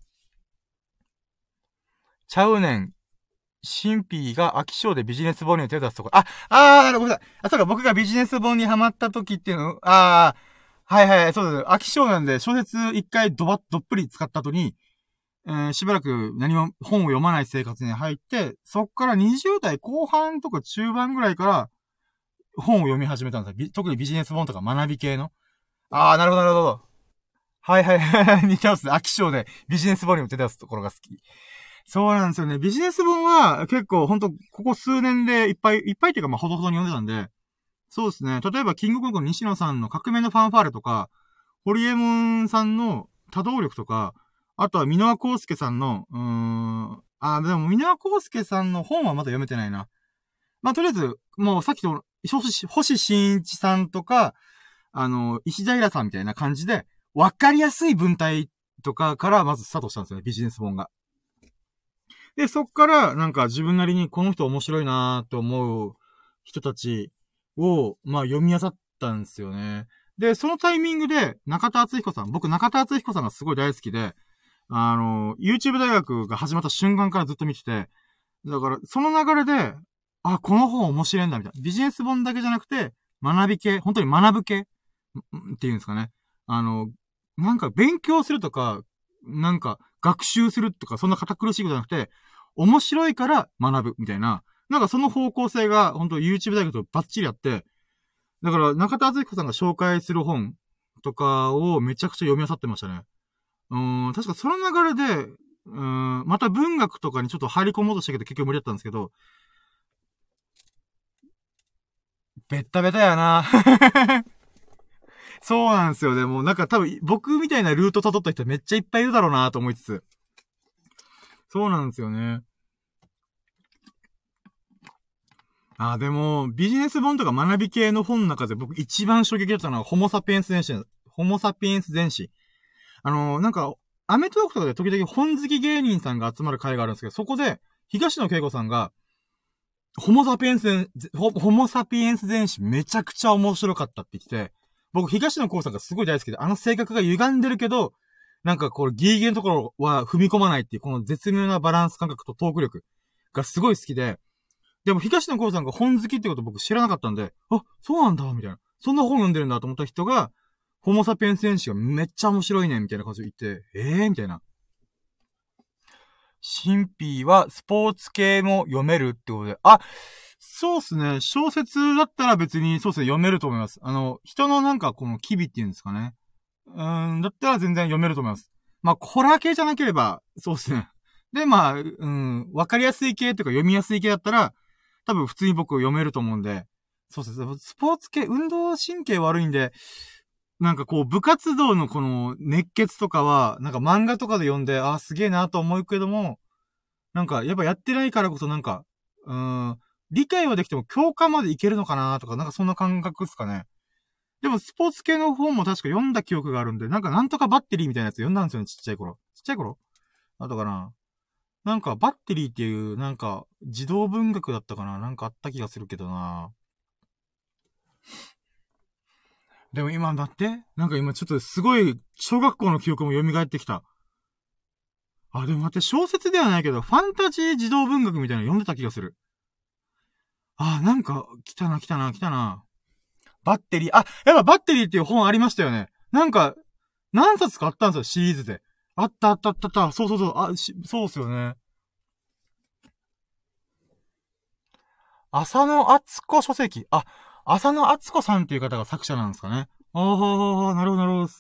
ちゃうねん。シンピーが飽き性でビジネス本に手を出すところ。ごめんなさい。そうか、僕がビジネス本にハマった時っていうの、はいはい、そうです。飽き性なんで、小説一回どっぷり使った後に、しばらく何も本を読まない生活に入って、そっから20代後半とか中盤ぐらいから本を読み始めたんですよ。特にビジネス本とか学び系の。なるほど、なるほど。はいはいはい、似てます。飽き性でビジネス本にも手出すところが好き。そうなんですよね。ビジネス本は結構ほんとここ数年でいっぱいっていうかほどほどに読んでたんで、そうですね。例えばキングコングの西野さんの革命のファンファーレとか、ホリエモンさんの多動力とか、あとは箕輪康介さんの、でも箕輪康介さんの本はまだ読めてないな。まあ、とりあえず、もうさっきと、星新一さんとか、石平さんみたいな感じで、わかりやすい文体とかからまずスタートしたんですよね、ビジネス本が。で、そっから、なんか自分なりにこの人面白いなーと思う人たちを、まあ読み漁ったんですよね。で、そのタイミングで、中田敦彦さん、僕中田敦彦さんがすごい大好きで、YouTube 大学が始まった瞬間からずっと見てて、だから、その流れで、この本面白いんだ、みたいな。ビジネス本だけじゃなくて、学び系、本当に学ぶ系っていうんですかね。なんか勉強するとか、なんか学習するとか、そんな堅苦しいことじゃなくて、面白いから学ぶ、みたいな。なんかその方向性が、本当 YouTube 大学とバッチリあって、だから中田敦彦さんが紹介する本とかをめちゃくちゃ読み漁ってましたね。確かその流れで、また文学とかにちょっと入り込もうとしたけど結局無理だったんですけど、ベッタベタやなそうなんですよね。もうなんか多分僕みたいなルート辿った人めっちゃいっぱいいるだろうなと思いつつ。そうなんですよね。でも、ビジネス本とか学び系の本の中で僕一番衝撃だったのはホモサピエンス全史。ホモサピエンス全史。なんか、アメトーークとかで時々本好き芸人さんが集まる会があるんですけど、そこで、東野圭吾さんが、ホモサピエンス全史めちゃくちゃ面白かったって言ってて、僕東野圭吾さんがすごい大好きで、あの性格が歪んでるけど、なんかこれギリギリのところは踏み込まないっていう、この絶妙なバランス感覚とトーク力がすごい好きで、でも東野圭吾さんが本好きってこと僕知らなかったんで、そうなんだ、みたいな。そんな本読んでるんだと思った人が、ホモサピエンス全史がめっちゃ面白いね、みたいな感じで言って、みたいな。シンピーはスポーツ系も読めるってことで、そうっすね。小説だったら別にそうっすね、読めると思います。人のなんかこの機微っていうんですかね。だったら全然読めると思います。まあ、ホラー系じゃなければ、そうっすね。で、まあ、わかりやすい系とか読みやすい系だったら、多分普通に僕読めると思うんで、そうですね。スポーツ系、運動神経悪いんで、なんかこう、部活動のこの熱血とかは、なんか漫画とかで読んで、すげえなと思うけども、なんかやっぱやってないからこそなんか、理解はできても共感までいけるのかなとか、なんかそんな感覚っすかね。でもスポーツ系の本も確か読んだ記憶があるんで、なんとかバッテリーみたいなやつ読んだんですよね、ちっちゃい頃。ちっちゃい頃あとかな。なんかバッテリーっていう、なんか児童文学だったかな、なんかあった気がするけどな。でも今だってなんか今ちょっとすごい小学校の記憶も蘇ってきた。でも待って、小説ではないけど、ファンタジー児童文学みたいなの読んでた気がする。なんか、来たな。バッテリー、やっぱバッテリーっていう本ありましたよね。なんか、何冊かあったんですよ、シリーズで。あった。そう。そうっすよね。浅野敦子書籍。浅野敦子さんっていう方が作者なんですかね。なるほど。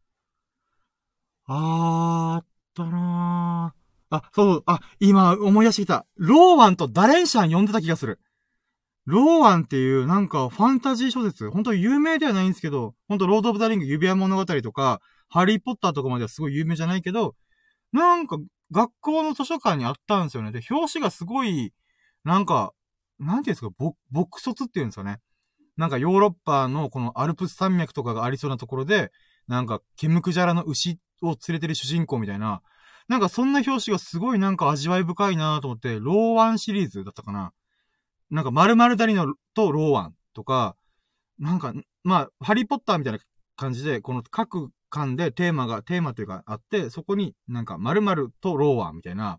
あったなそう、今思い出してきた。ローワンとダレンシャン読んでた気がする。ローワンっていうなんかファンタジー小説、本当に有名ではないんですけど、本当ロード・オブ・ザ・リング、指輪物語とか、ハリー・ポッターとかまではすごい有名じゃないけど、なんか学校の図書館にあったんですよね。で、表紙がすごい、なんか、なんていうんですか、牧卒っていうんですかね。なんかヨーロッパのこのアルプス山脈とかがありそうなところで、 なんか、ケムクジャラの牛を連れてる主人公みたいな、なんかそんな表紙がすごいなんか味わい深いなと思って、ローワンシリーズだったかな。なんか、〇〇ダリのとローワンとか、なんか、まあ、ハリーポッターみたいな感じで、この各巻でテーマというかあって、そこになんか、〇〇とローワンみたいな。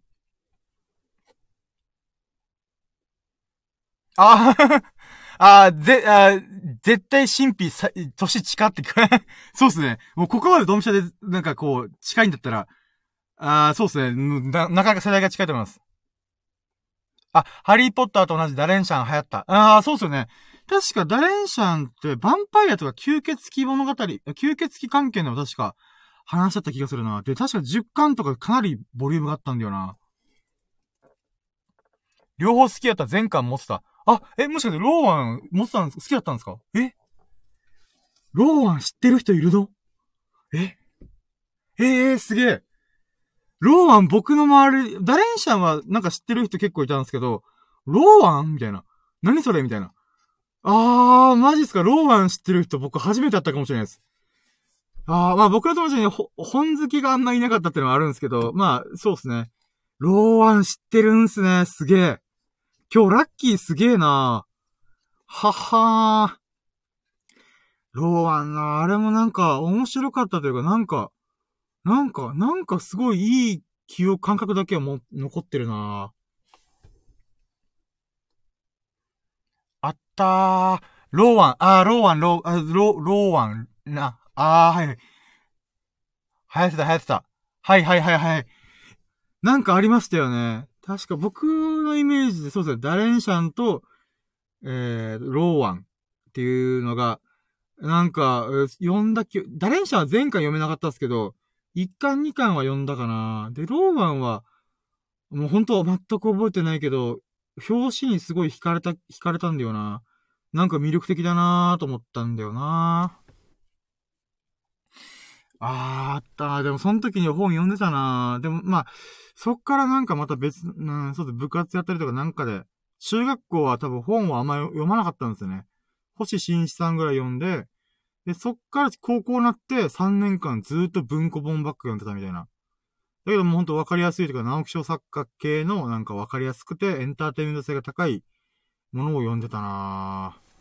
あ絶対神秘さ、年近ってくそうっすね。もうここまでドンピシャで、なんかこう、近いんだったら、そうっすね。なかなか世代が近いと思います。ハリーポッターと同じダレンシャン流行った。そうっすよね。確かダレンシャンってヴァンパイアとか吸血鬼物語、吸血鬼関係の確か話だった気がするな。で、確か10巻とかかなりボリュームがあったんだよな。両方好きだった全巻持ってた。もしかしてローワン持ってたんです好きだったんですか？ローワン知ってる人いるの？えすげえ。ローワン僕の周り、ダレンシャンはなんか知ってる人結構いたんですけど、ローワンみたいな。何それみたいな。マジっすか？ローワン知ってる人僕初めて会ったかもしれないです。まあ僕の友達に本好きがあんまいなかったっていうのはあるんですけど、まあそうっすね。ローワン知ってるんすね。すげえ。今日ラッキーすげえな。ははー。ローワンな、あれもなんか面白かったというか、なんかすごいいい感覚だけは残ってるな。あったー。ローワン、ローワン、はい。流行ってた、流行ってた。はい。なんかありましたよね。確か僕のイメージで、そうですね、ダレンシャンと、ローワンっていうのが、なんか、読んだダレンシャンは前回読めなかったですけど、1巻2巻は読んだかな。で、ローワンは、もう本当全く覚えてないけど、表紙にすごい惹かれたんだよな。なんか魅力的だなと思ったんだよな。あった。でもその時に本読んでたな。でもまあ、そっからなんかまたそうです、部活やったりとかなんかで、中学校は多分本はあんま読まなかったんですよね。星新一さんぐらい読んで、で、そっから高校になって3年間ずーっと文庫本ばっか読んでたみたいな。だけどもうほんとわかりやすいというか、直木賞作家系のなんかわかりやすくてエンターテイメント性が高いものを読んでたなぁ。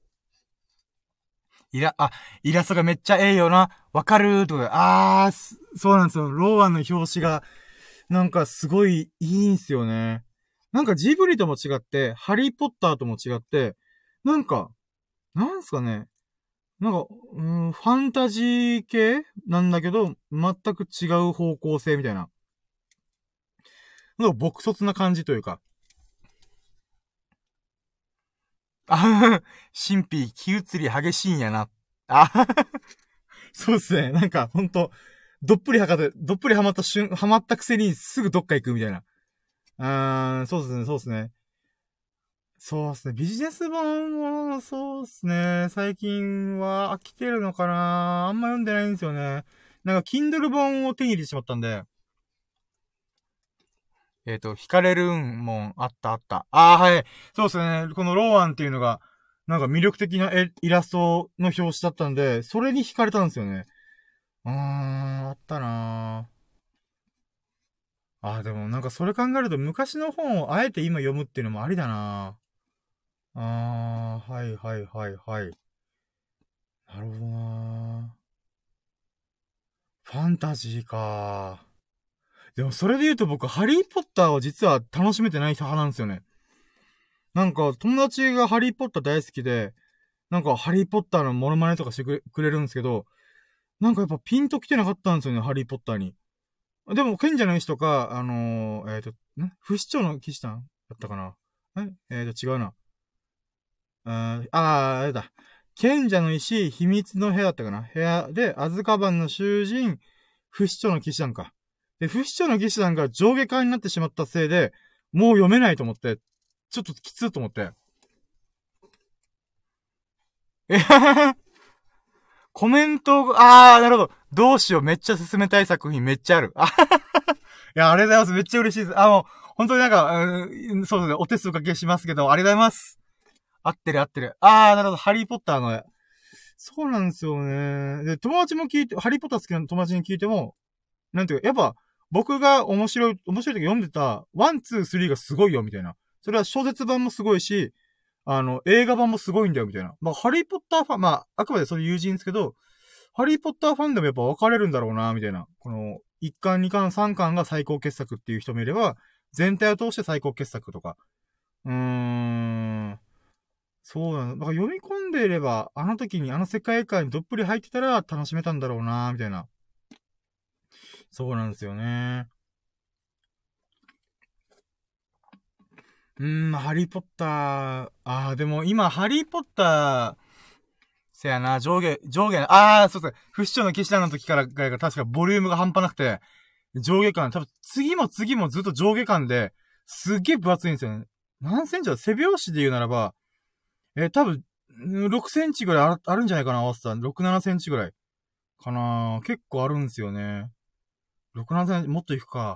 イラストがめっちゃええよな。わかるーとか。そうなんですよ。ローワンの表紙が、なんかすごいいいんすよね。なんかジブリとも違って、ハリーポッターとも違って、なんか、なんすかね。なんか、ファンタジー系なんだけど、全く違う方向性みたいな。なんか朴卒な感じというか。神秘、気移り激しいんやな。そうっすね。なんか、ほんと、どっぷりハマったくせにすぐどっか行くみたいな。そうっすね。そうっすね。ビジネス本も、そうっすね。最近は飽きてるのかなあんま読んでないんですよね。なんか、Kindle 本を手に入れてしまったんで、惹かれるんもん、あったあった。はい。そうですね。このローアンっていうのが、なんか魅力的なイラストの表紙だったんで、それに惹かれたんですよね。あったなでもなんかそれ考えると昔の本をあえて今読むっていうのもありだなはい。なるほどなファンタジーかでもそれで言うと僕、ハリーポッターを実は楽しめてない派なんですよね。なんか友達がハリーポッター大好きで、なんかハリーポッターのモノマネとかしてくれるんですけど、なんかやっぱピンと来てなかったんですよね、ハリーポッターに。でも、賢者の石とか、不死鳥の騎士団だったかな違うな。あれだ。賢者の石、秘密の部屋だったかな部屋で、アズカバンの囚人、不死鳥の騎士団か。で、不死鳥の騎士団が上下巻になってしまったせいで、もう読めないと思って、ちょっときついと思って。えはははコメント、なるほど。どうしよう、めっちゃ進めたい作品めっちゃある。いや、ありがとうございます。めっちゃ嬉しいです。本当になんか、そうですね、お手数おかけしますけど、ありがとうございます。合ってる。なるほど。ハリーポッターのそうなんですよね。で、友達も聞いて、ハリーポッター好きな友達に聞いても、なんていうか、やっぱ、僕が面白い時読んでた、ワン、ツー、スリーがすごいよ、みたいな。それは小説版もすごいし、映画版もすごいんだよ、みたいな。まあ、ハリーポッターファン、まあ、あくまでそれ友人ですけど、ハリーポッターファンでもやっぱ分かれるんだろうな、みたいな。この、1巻、2巻、3巻が最高傑作っていう人もいれば、全体を通して最高傑作とか。そうなの。だから読み込んでいれば、あの時にあの世界観にどっぷり入ってたら楽しめたんだろうな、みたいな。そうなんですよね。ハリーポッター、でも今、ハリーポッター、せやな、上下、そうそう、不死鳥の騎士団の時からが確かボリュームが半端なくて、上下感、多分次も次もずっと上下感で、すっげえ分厚いんですよね。何センチだ背拍子で言うならば、多分、6センチぐらいあるんじゃないかな、合わせた。6、7センチぐらい。かな結構あるんですよね。6、7センチ、もっといくか。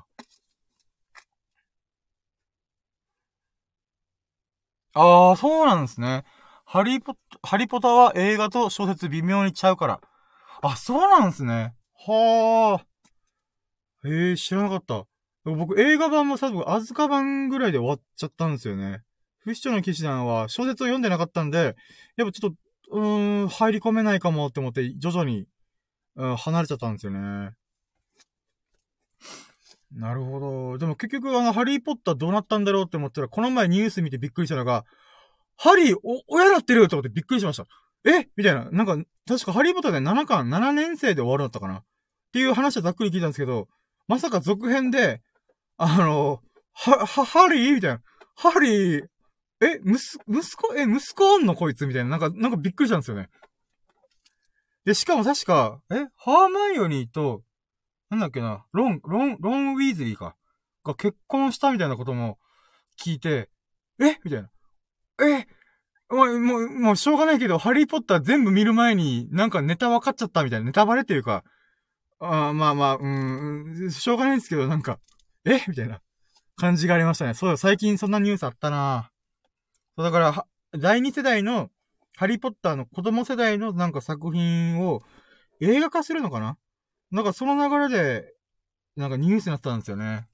そうなんですね。ハリポタは映画と小説微妙にちゃうから。そうなんですね。はあ。知らなかった。僕、映画版も多分、アズカ版ぐらいで終わっちゃったんですよね。不死鳥の騎士団は小説を読んでなかったんで、やっぱちょっと、入り込めないかもって思って、徐々に、離れちゃったんですよね。なるほど。でも結局ハリーポッターどうなったんだろうって思ったら、この前ニュース見てびっくりしたのが、ハリー、親なってるって思ってびっくりしました。みたいな。なんか、確かハリーポッターで7巻、7年生で終わるんだったかなっていう話はざっくり聞いたんですけど、まさか続編で、ハリーみたいな。ハリー、息子おんのこいつみたいな。なんかびっくりしたんですよね。で、しかも確か、ハーマイオニーと、なんだっけな、ロン・ウィーズリーか。が結婚したみたいなことも聞いて、みたいな。もうしょうがないけど、ハリーポッター全部見る前に、なんかネタ分かっちゃったみたいな。ネタバレっていうか、しょうがないんですけど、なんか、みたいな感じがありましたね。そう、最近そんなニュースあったなそう、だから、第二世代の、ハリーポッターの子供世代のなんか作品を映画化するのかななんかその流れで、なんかニュースになってたんですよね。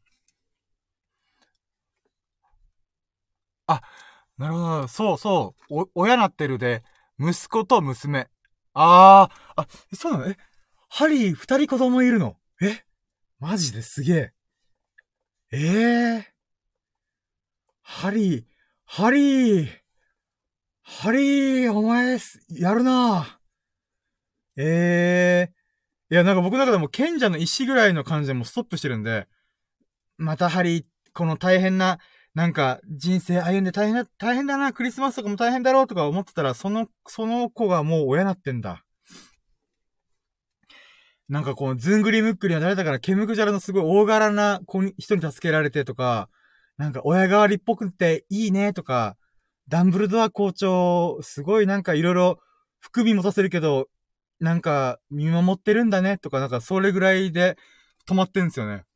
あ、なるほど。そうそう。親なってるで、息子と娘。そうなのハリー二人子供いるのマジですげえ。ええハリー、ハリー、ハリー、お前、やるないや、なんか僕の中でも賢者の石ぐらいの感じでもうストップしてるんで、またハリー、この大変な、なんか、人生歩んで大変だな、クリスマスとかも大変だろうとか思ってたら、その子がもう親なってんだ。なんかこのずんぐりむっくりは誰だからケムクジャラのすごい大柄な人に助けられてとか、なんか親代わりっぽくていいねとか、ダンブルドア校長、すごいなんかいろいろ含み持たせるけど、なんか見守ってるんだねとか、なんかそれぐらいで止まってんですよね。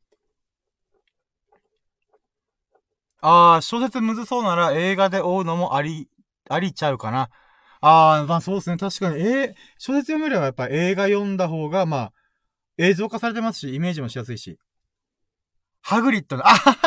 小説むずそうなら映画で追うのもありちゃうかな。まあそうですね。確かに、小説読めればやっぱ映画読んだ方が、まあ、映像化されてますし、イメージもしやすいし。ハグリッドの、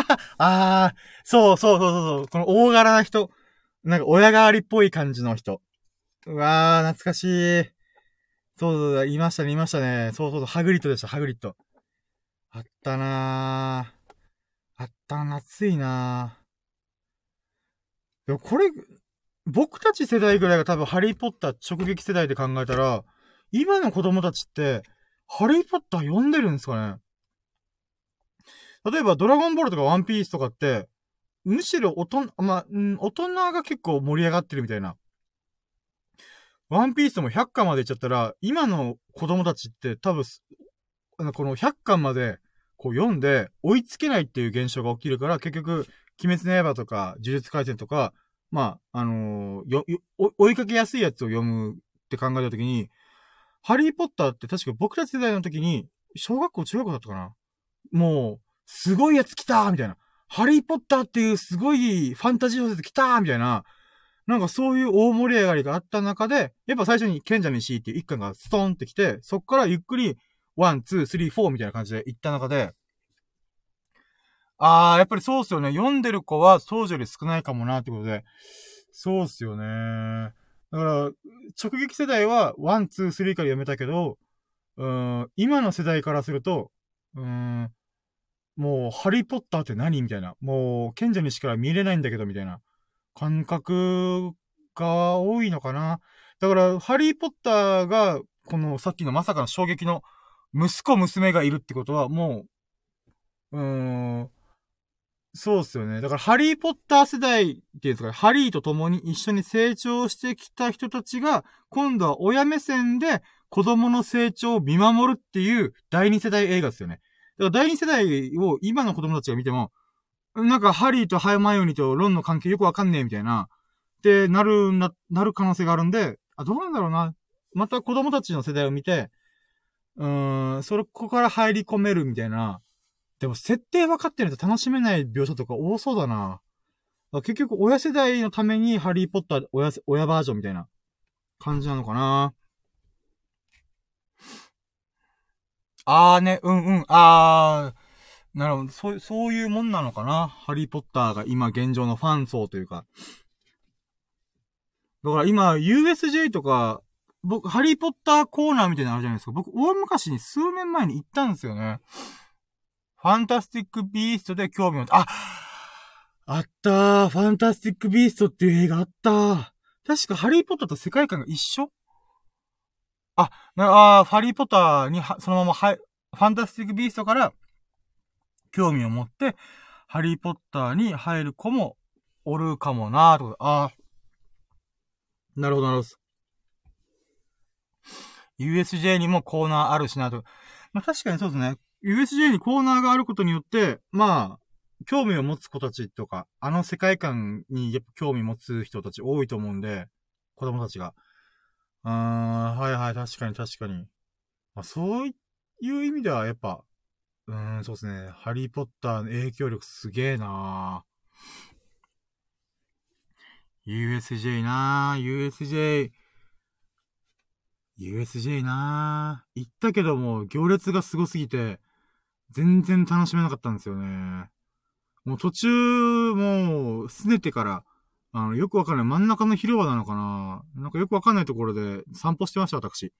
そう。この大柄な人。なんか親代わりっぽい感じの人。うわー、懐かしい。いましたね、いましたね。ハグリッドでした、ハグリッド。あったなー。あったな、暑いなー。でもこれ、僕たち世代ぐらいが多分ハリーポッター直撃世代で考えたら、今の子供たちって、ハリーポッター読んでるんですかね例えばドラゴンボールとかワンピースとかって、むしろ大人が結構盛り上がってるみたいな。ワンピースも100巻までいっちゃったら、今の子供たちって多分、この100巻までこう読んで追いつけないっていう現象が起きるから、結局、鬼滅の刃とか、呪術廻戦とか、追いかけやすいやつを読むって考えたときに、ハリーポッターって確か僕たち世代の時に、小学校、中学校だったかなもう、すごいやつ来たみたいな。ハリーポッターっていうすごいファンタジー小説来たみたいな。 なんかそういう大盛り上がりがあった中で、やっぱ最初に賢者に C っていう一巻がストーンってきて、そっからゆっくり、ワン、ツー、スリー、フォーみたいな感じで行った中で、やっぱりそうっすよね。読んでる子は当時より少ないかもなってことで、そうっすよね。だから、直撃世代は、ワン、ツー、スリーから読めたけど、今の世代からすると、もう、ハリーポッターって何みたいな。もう、賢者にしか見れないんだけど、みたいな感覚が多いのかな。だから、ハリーポッターが、このさっきのまさかの衝撃の息子娘がいるってことは、もう、そうっすよね。だから、ハリーポッター世代っていうんですか、ハリーと共に一緒に成長してきた人たちが、今度は親目線で子供の成長を見守るっていう第二世代映画ですよね。だから第二世代を今の子供たちが見ても、なんかハリーとハイマイオニーとロンの関係よくわかんねえみたいな、ってなる可能性があるんで、どうなんだろうな。また子供たちの世代を見て、ここから入り込めるみたいな、でも設定分かってると楽しめない描写とか多そうだな。結局親世代のためにハリーポッター親バージョンみたいな感じなのかな。ね、なるほど。そういうもんなのかな。ハリーポッターが今現状のファン層というか。だから今 USJ とか、僕、ハリーポッターコーナーみたいなのあるじゃないですか。僕、大昔に数年前に行ったんですよね。ファンタスティックビーストで興味を、あったー。ファンタスティックビーストっていう映画あったー。確かハリーポッターと世界観が一緒ファリーポッターにそのままファンタスティックビーストから興味を持って、ハリーポッターに入る子もおるかもなーとか、なるほどなるほど。USJ にもコーナーあるしなと。まあ、確かにそうですね。USJ にコーナーがあることによって、まあ、興味を持つ子たちとか、あの世界観にやっぱ興味持つ人たち多いと思うんで、子供たちが。はいはい、確かに確かに。まあ、そういう意味ではやっぱ、そうですね。ハリーポッターの影響力すげえなー。USJ なー、USJ なー。行ったけども、行列がすごすぎて、全然楽しめなかったんですよね。もう途中、もう、拗ねてから、よくわかんない。真ん中の広場なのかななんかよくわかんないところで散歩してました、私。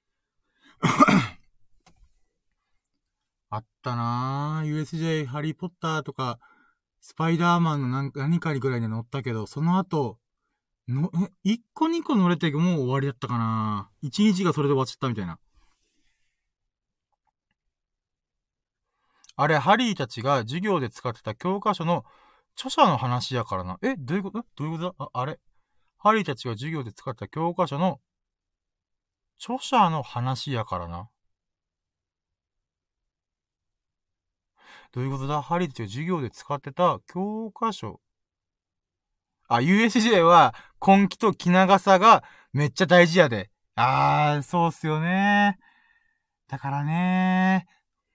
あったなぁ。USJ、ハリーポッターとか、スパイダーマンの何かにぐらいで乗ったけど、その後、1個2個乗れてもう終わりだったかな1日がそれで終わっちゃったみたいな。あれ、ハリーたちが授業で使ってた教科書の著者の話やからな。どういうことだあれ。ハリーたちが授業で使った教科書の著者の話やからな。どういうことだハリーたちが授業で使ってた教科書。USJ は根気と気長さがめっちゃ大事やで。そうっすよね。だからね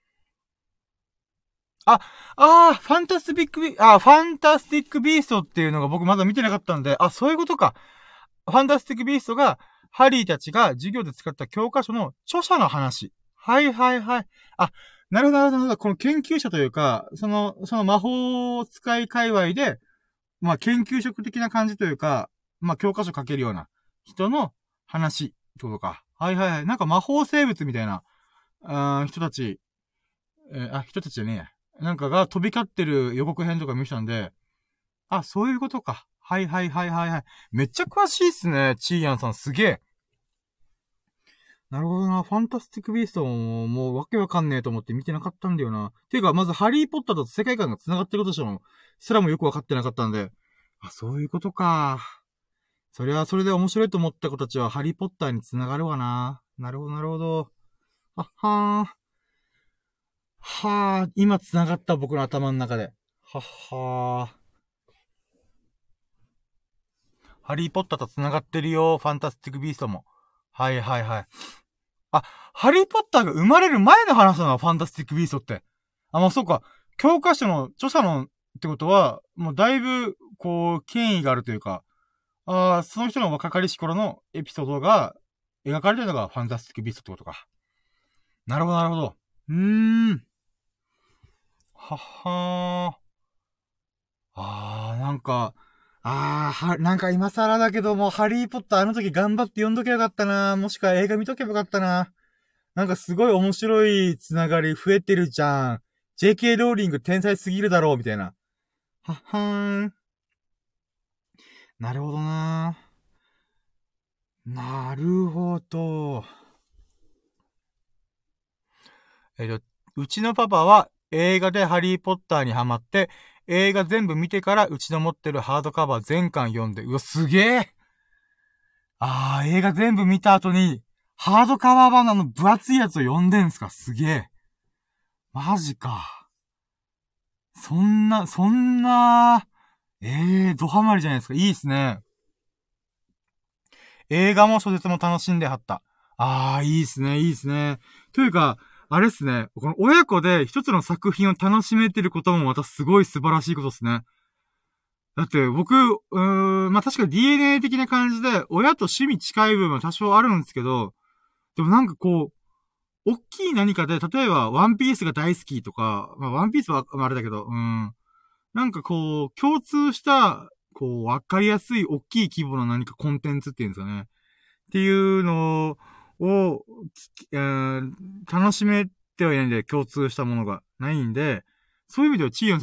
ファンタスティックビーストっていうのが僕まだ見てなかったんで、そういうことか。ファンタスティックビーストが、ハリーたちが授業で使った教科書の著者の話。はいはいはい。なるほどなるほど。この研究者というか、その魔法使い界隈で、まあ研究職的な感じというか、まあ教科書書けるような人の話ってことか。はいはいはい。なんか魔法生物みたいな、人たち、人たちじゃねえや。なんかが飛び交ってる予告編とか見たんで、そういうことか。はいはいはいはいはい。めっちゃ詳しいっすね。チーヤンさんすげえ。なるほどな。ファンタスティックビーストもうわけわかんねえと思って見てなかったんだよな。ていうか、まずハリーポッターと世界観が繋がってることすらもよくわかってなかったんで。そういうことか。それはそれで面白いと思った子たちはハリーポッターに繋がるわな。なるほどなるほど。今繋がった僕の頭の中で。ハリーポッターと繋がってるよ、ファンタスティックビーストも。はいはいはい。ハリーポッターが生まれる前の話なの、ファンタスティックビーストって。まあそうか。教科書の著者のってことは、もうだいぶ、こう、権威があるというか、 その人の若かりし頃のエピソードが描かれてるのがファンタスティックビーストってことか。なるほど、なるほど。はっはー。なんか、なんか今更だけども、ハリーポッターあの時頑張って読んどけばよかったな。もしくは映画見とけばよかったな。なんかすごい面白いつながり増えてるじゃん。JK ローリング天才すぎるだろう、みたいな。はっはーん。なるほどな。なるほど。うちのパパは映画でハリーポッターにハマって、映画全部見てからうちの持ってるハードカバー全巻読んで、うわ、すげえ。映画全部見た後に、ハードカバー版の分厚いやつを読んでんすか？すげえ。マジか。そんな、ドハマりじゃないですか。いいっすね。映画も小説も楽しんではった。いいっすね、いいっすね。というか、あれっすね。この親子で一つの作品を楽しめてることもまたすごい素晴らしいことっすね。だって僕、まあ、確か DNA 的な感じで、親と趣味近い部分は多少あるんですけど、でもなんかこう、大きい何かで、例えばワンピースが大好きとか、まあ、ワンピースはあれだけど、なんかこう、共通した、こう、わかりやすい大きい規模の何かコンテンツっていうんですかね。っていうのを、楽しめてはいないんで、共通したものがないんで、そういう意味では、チーヤ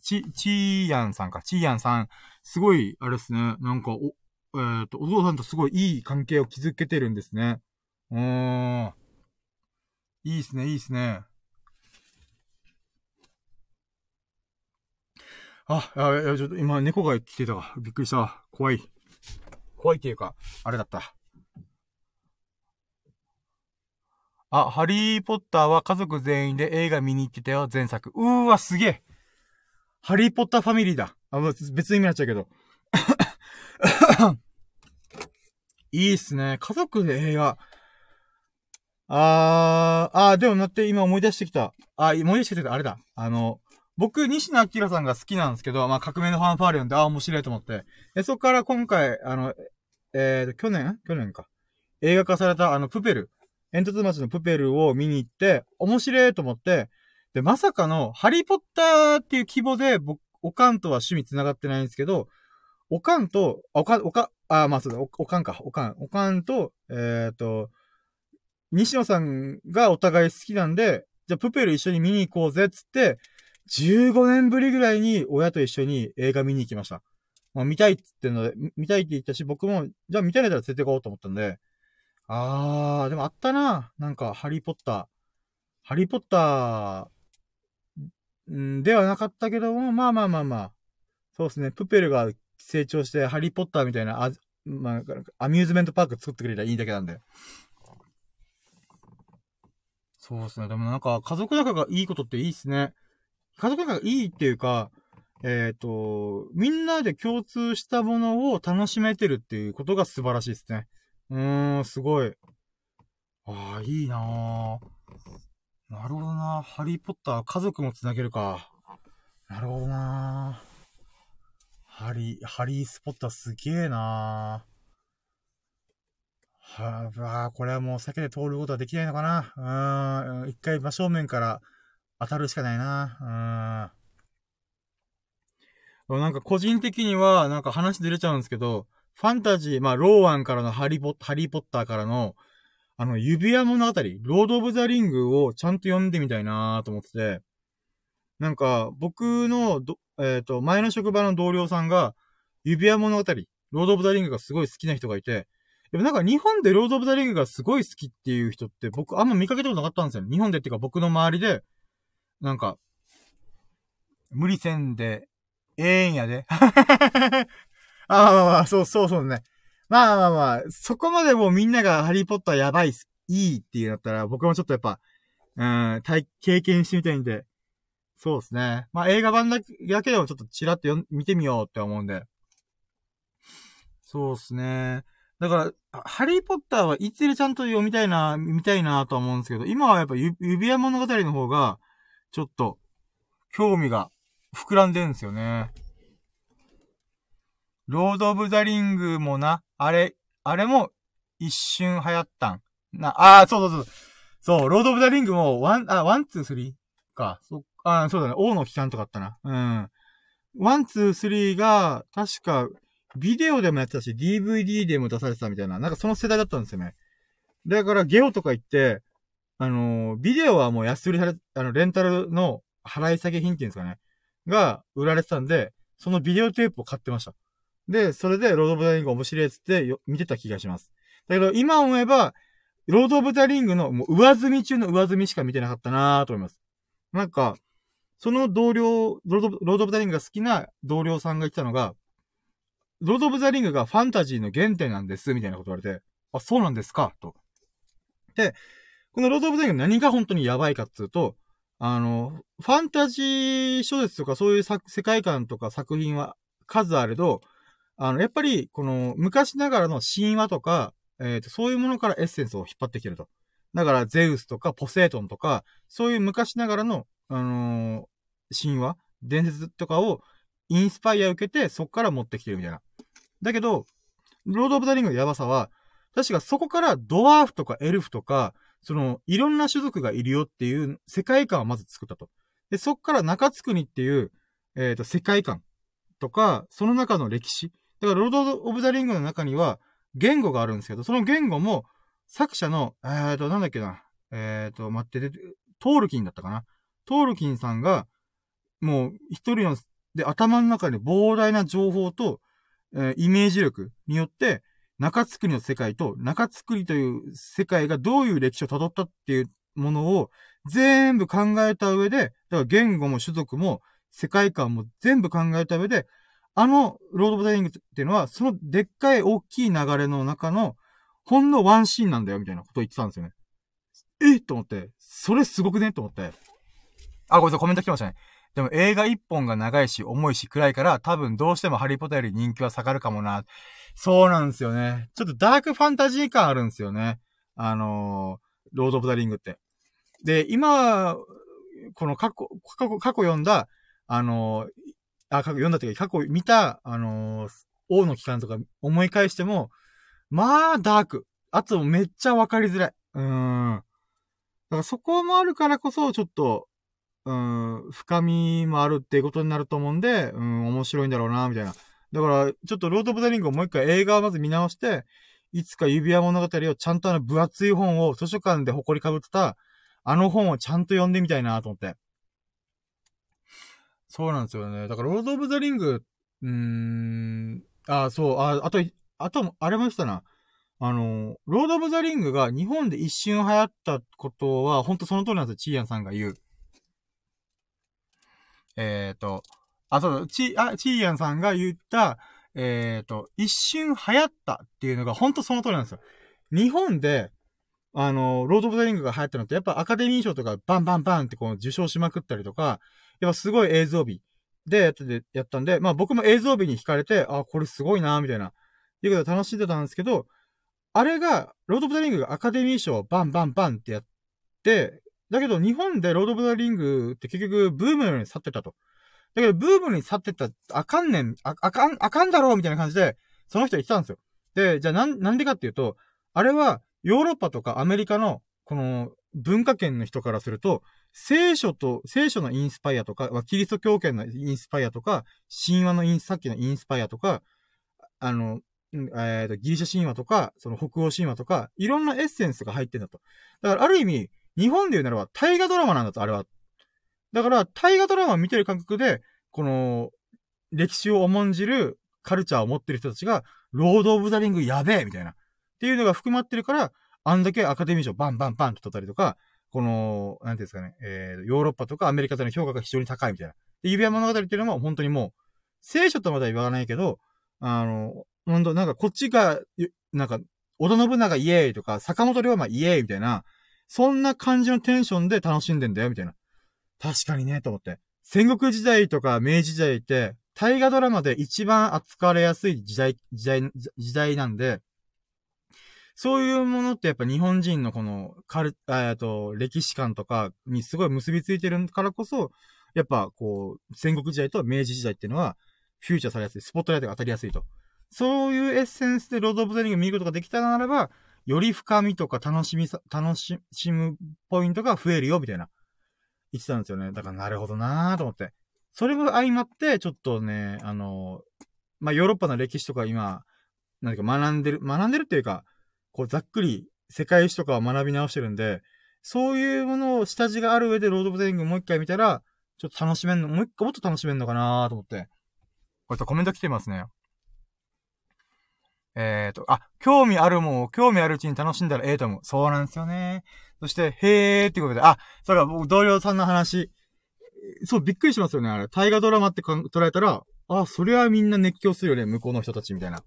ンさん、すごい、あれですね、なんか、お父さんとすごいいい関係を築けてるんですね。いいっすね、いいっすね。ちょっと今猫が来てたわ。びっくりしたわ。怖い。怖いっていうか、あれだった。ハリーポッターは家族全員で映画見に行ってたよ、前作。すげえ。ハリーポッターファミリーだ。別に意味になっちゃうけど。いいっすね。家族で映画。でもなって今思い出してきた。思い出してきた。あれだ。僕、西野明さんが好きなんですけど、まあ、革命のファンファーレ読んで、面白いと思って。そこから今回、去年か。映画化された、プペル。煙突町のプペルを見に行って、面白いと思って、で、まさかの、ハリーポッターっていう規模で、おかんとは趣味繋がってないんですけど、おかんと、まあそうだ、おかんか、おかんと、西野さんがお互い好きなんで、じゃあプペル一緒に見に行こうぜっつって、15年ぶりぐらいに親と一緒に映画見に行きました。まあ見たいって言ってので、見たいって言ったし、僕も、じゃあ見たいなら連れて行こうと思ったんで、でもあったな。なんか、ハリーポッター。ハリーポッター、ではなかったけども、まあまあまあまあ。そうですね。プペルが成長して、ハリーポッターみたいな、まあ、アミューズメントパーク作ってくれたらいいだけなんで。そうですね。でもなんか、家族仲がいいことっていいっすね。家族仲がいいっていうか、みんなで共通したものを楽しめてるっていうことが素晴らしいですね。すごい。いいなぁ。なるほどな。ハリーポッター、家族もつなげるか。なるほどな。ハリースポッターすげえな。これはもう避けて通ることはできないのかな。一回真正面から当たるしかないな。なんか個人的には、なんか話ずれちゃうんですけど、ファンタジー、まあ、ローアンからのハリーポッターからの、指輪物語、ロード・オブ・ザ・リングをちゃんと読んでみたいなと思ってて、なんか、僕の前の職場の同僚さんが、指輪物語、ロード・オブ・ザ・リングがすごい好きな人がいて、でもなんか日本でロード・オブ・ザ・リングがすごい好きっていう人って僕あんま見かけたことなかったんですよ。日本でっていうか僕の周りで、なんか、無理せんで、ええんやで。そうね。そこまでもうみんながハリーポッターやばい、いいっていうんだったら、僕もちょっとやっぱ、経験してみたいんで、そうですね。まあ映画版だけでもちょっとチラッと見てみようって思うんで。そうですね。だから、ハリーポッターはいつでちゃんと見たいなとは思うんですけど、今はやっぱ指輪物語の方が、ちょっと、興味が膨らんでるんですよね。 ロード・オブ・ザ・リングもな、あれも一瞬流行ったん。そうそうそう。そう、ロード・オブ・ザ・リングも、ワン、ツー、スリーか。そうだね。王の帰還とかあったな。うん。ワン、ツー、スリーが、確か、ビデオでもやってたし、DVD でも出されてたみたいな。なんかその世代だったんですよね。だから、ゲオとか行って、ビデオはもう安売りされ、レンタルの払い下げ品っていうんですかね。が売られてたんで、そのビデオテープを買ってました。で、それでロード・オブ・ザ・リング面白いっつって見てた気がします。だけど、今思えば、ロード・オブ・ザ・リングのもう上積み中の上積みしか見てなかったなーと思います。なんか、その同僚、ロード・オブ・ザ・リングが好きな同僚さんが言ってたのが、ロード・オブ・ザ・リングがファンタジーの原点なんです、みたいなこと言われて、あ、そうなんですか、と。で、このロード・オブ・ザ・リング何が本当にやばいかっていうと、ファンタジー小説とかそういう世界観とか作品は数あれど、やっぱり、この昔ながらの神話とか、そういうものからエッセンスを引っ張ってきてると。だから、ゼウスとかポセイトンとか、そういう昔ながらの、神話伝説とかをインスパイア受けて、そっから持ってきてるみたいな。だけど、ロード・オブ・ザ・リングのやばさは、確かそこからドワーフとかエルフとか、いろんな種族がいるよっていう世界観をまず作ったと。で、そっから中津国っていう、世界観とか、その中の歴史。だから、ロード・オブ・ザ・リングの中には、言語があるんですけど、その言語も、作者の、なんだっけな。待って、トールキンだったかな。トールキンさんが、もう、一人の、で、頭の中に膨大な情報と、イメージ力によって、中津国の世界と、中津国という世界がどういう歴史を辿ったっていうものを、全部考えた上で、だから言語も種族も、世界観も全部考えた上で、ロード・オブ・ザ・リングっていうのは、そのでっかい大きい流れの中の、ほんのワンシーンなんだよ、みたいなことを言ってたんですよね。と思って、それすごくねと思って。ごめんなさい、コメント来てましたね。でも映画一本が長いし、重いし、暗いから、多分どうしてもハリーポッターより人気は下がるかもな。そうなんですよね。ちょっとダークファンタジー感あるんですよね。ロード・オブ・ザ・リングって。で、今、この過去読んだ、過去読んだというか、過去見た、王の帰還とか思い返しても、まあ、ダーク。あと、めっちゃわかりづらい。だからそこもあるからこそ、ちょっと、深みもあるっていうことになると思うんで、面白いんだろうな、みたいな。だから、ちょっとロード・オブ・ザ・リングをもう一回映画をまず見直して、いつか指輪物語をちゃんと分厚い本を図書館で埃かぶってた、本をちゃんと読んでみたいなと思って。そうなんですよね。だから、ロード・オブ・ザ・リング、そう、あと、あれもしたな。ロード・オブ・ザ・リングが日本で一瞬流行ったことは、ほんとその通りなんですよ、チーヤンさんが言う。チーヤンさんが言った、一瞬流行ったっていうのがほんとその通りなんですよ。日本で、ロード・オブ・ザ・リングが流行ったのって、やっぱアカデミー賞とかバンバンバンってこう受賞しまくったりとか、やっぱすごい映像美でやったんで、まあ僕も映像美に惹かれて、これすごいなみたいな、いうことで楽しんでたんですけど、あれが、ロード・オブ・ザ・リングがアカデミー賞をバンバンバンってやって、だけど日本でロード・オブ・ザ・リングって結局ブームのように去ってたと。だけどブームに去ってったあかんだろうみたいな感じで、その人言ってたんですよ。で、じゃあなんでかっていうと、あれはヨーロッパとかアメリカのこの文化圏の人からすると、聖書のインスパイアとか、キリスト教圏のインスパイアとか、神話のさっきのインスパイアとか、ギリシャ神話とか、その北欧神話とか、いろんなエッセンスが入ってんだと。だからある意味、日本で言うならば大河ドラマなんだと、あれは。だから、大河ドラマを見てる感覚で、この、歴史を重んじるカルチャーを持ってる人たちが、ロード・オブ・ザ・リングやべえみたいな。っていうのが含まってるから、あんだけアカデミー賞バンバンバンと取ったりとか、この、なんていうんですかね、ヨーロッパとかアメリカでの評価が非常に高いみたいな。で、指輪物語っていうのも本当にもう、聖書とまでは言わないけど、なんかこっちが、なんか、織田信長イエーイとか、坂本龍馬イエーイみたいな、そんな感じのテンションで楽しんでんだよ、みたいな。確かにね、と思って。戦国時代とか明治時代って、大河ドラマで一番扱われやすい時代なんで、そういうものってやっぱ日本人のこの、歴史観とかにすごい結びついてるからこそ、やっぱこう、戦国時代と明治時代っていうのは、 フューチャーされやすい。スポットライトが当たりやすいと。そういうエッセンスでロード・オブ・ザ・リング見ることができたならば、より深みとか楽しむポイントが増えるよ、みたいな。言ってたんですよね。だからなるほどなーと思って。それも相まって、ちょっとね、まあ、ヨーロッパの歴史とか今、何か学んでるっていうか、こうざっくり世界史とかを学び直してるんで、そういうものを下地がある上でロード・オブ・ザ・リングもう一回見たら、ちょっと楽しめんの、もっと楽しめんのかなーと思って。こうやってコメント来てますね。興味あるうちに楽しんだらええと思う。そうなんですよね。そして、へーっていうことで、それから僕同僚さんの話、そう、びっくりしますよね。あれ、大河ドラマって捉えたら、それはみんな熱狂するよね、向こうの人たちみたいな。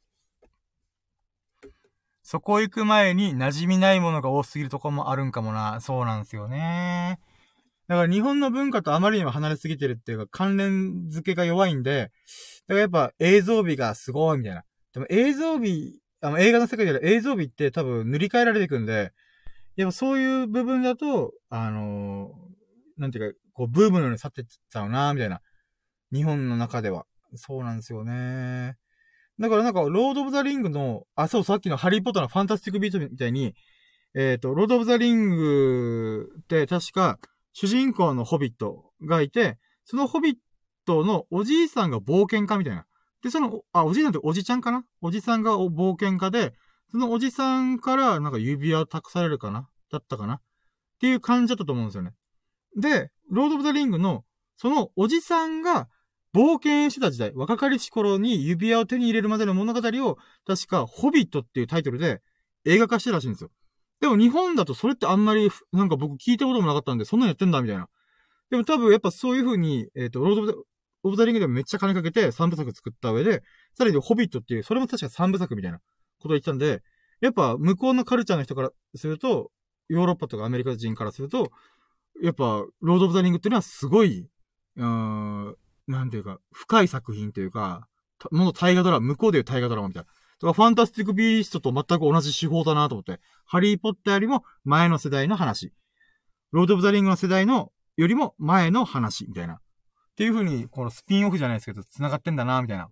そこ行く前に馴染みないものが多すぎるとこもあるんかもな。そうなんですよね。だから日本の文化とあまりにも離れすぎてるっていうか、関連付けが弱いんで、だからやっぱ映像美がすごいみたいな。でも映像美、映画の世界である映像美って多分塗り替えられていくんで、やっぱそういう部分だと、なんていうか、こう、ブームのように去ってっちゃうなみたいな。日本の中では。そうなんですよね。だからなんか、ロード・オブ・ザ・リングの、さっきのハリー・ポッターのファンタスティック・ビートみたいに、ロード・オブ・ザ・リングって確か、主人公のホビットがいて、そのホビットのおじいさんが冒険家みたいな。で、おじいさんっておじちゃんかなおじさんが冒険家で、そのおじさんからなんか指輪を託されるかなだったかなっていう感じだったと思うんですよね。で、ロード・オブ・ザ・リングの、そのおじさんが冒険してた時代、若かりし頃に指輪を手に入れるまでの物語を、確か、ホビットっていうタイトルで映画化してるらしいんですよ。でも日本だとそれってあんまり、なんか僕聞いたこともなかったんで、そんなのやってんだみたいな。でも多分やっぱそういう風に、ロード・オブ・ザ・リングでもめっちゃ金かけて3部作作った上で、さらにホビットっていう、それも確か3部作みたいなことを言ってたんで、やっぱ向こうのカルチャーの人からすると、ヨーロッパとかアメリカ人からすると、やっぱ、ロード・オブ・ザ・リングっていうのはすごい、なんていうか、深い作品というか、大河ドラマ、向こうでいう大河ドラマみたいな。とか、ファンタスティック・ビーストと全く同じ手法だなと思って。ハリー・ポッターよりも前の世代の話。ロード・オブ・ザ・リングの世代のよりも前の話、みたいな。っていう風に、このスピンオフじゃないですけど、繋がってんだな、みたいな。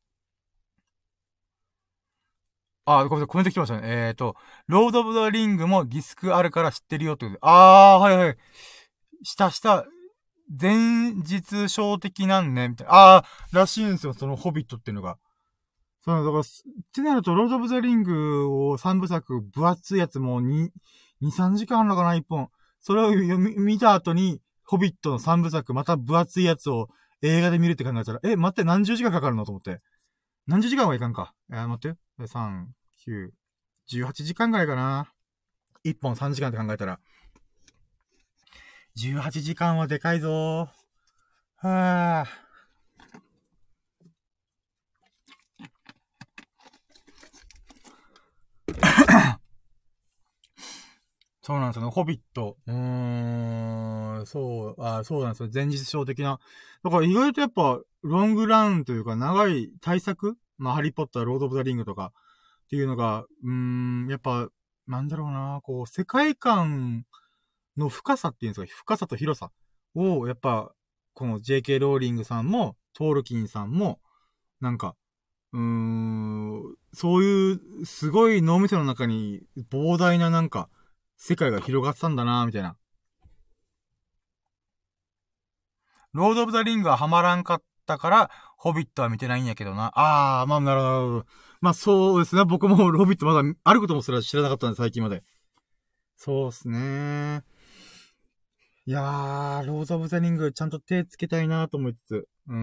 ごめんなさい、コメント来てましたね。ロード・オブ・ザ・リングもディスクあるから知ってるよってことで。はいはい。した。前日小的なんね、みたいな。らしいんですよ、そのホビットっていうのが。だから、ってなると、ロード・オブ・ザ・リングを3部作、分厚いやつも2、3時間あるのかな、1本。それを見た後に、ホビットの3部作、また分厚いやつを映画で見るって考えたら、待って、何十時間かかるのと思って。何十時間はいかんか。待って。3、9、18時間ぐらいかな。1本3時間って考えたら。18時間はでかいぞー。はぁ。そうなんですよね。ホビット。そうなんですよ。前日症的な。だから意外とやっぱ、ロングランというか長い対策ハリーポッター、ロード・オブ・ザ・リングとかっていうのが、やっぱ、なんだろうな、こう、世界観の深さっていうんですか、深さと広さを、やっぱ、この JK ローリングさんも、トールキンさんも、なんか、そういう、すごい脳みその中に膨大ななんか、世界が広がってたんだなみたいな。ロード・オブ・ザ・リングはハマらんかったから、ホビットは見てないんやけどな。なるほど。そうですね。僕もホビットまだあることもすら知らなかったんで、最近まで。そうですね。いやー、ロード・オブ・ザ・リングちゃんと手つけたいなと思いつつ。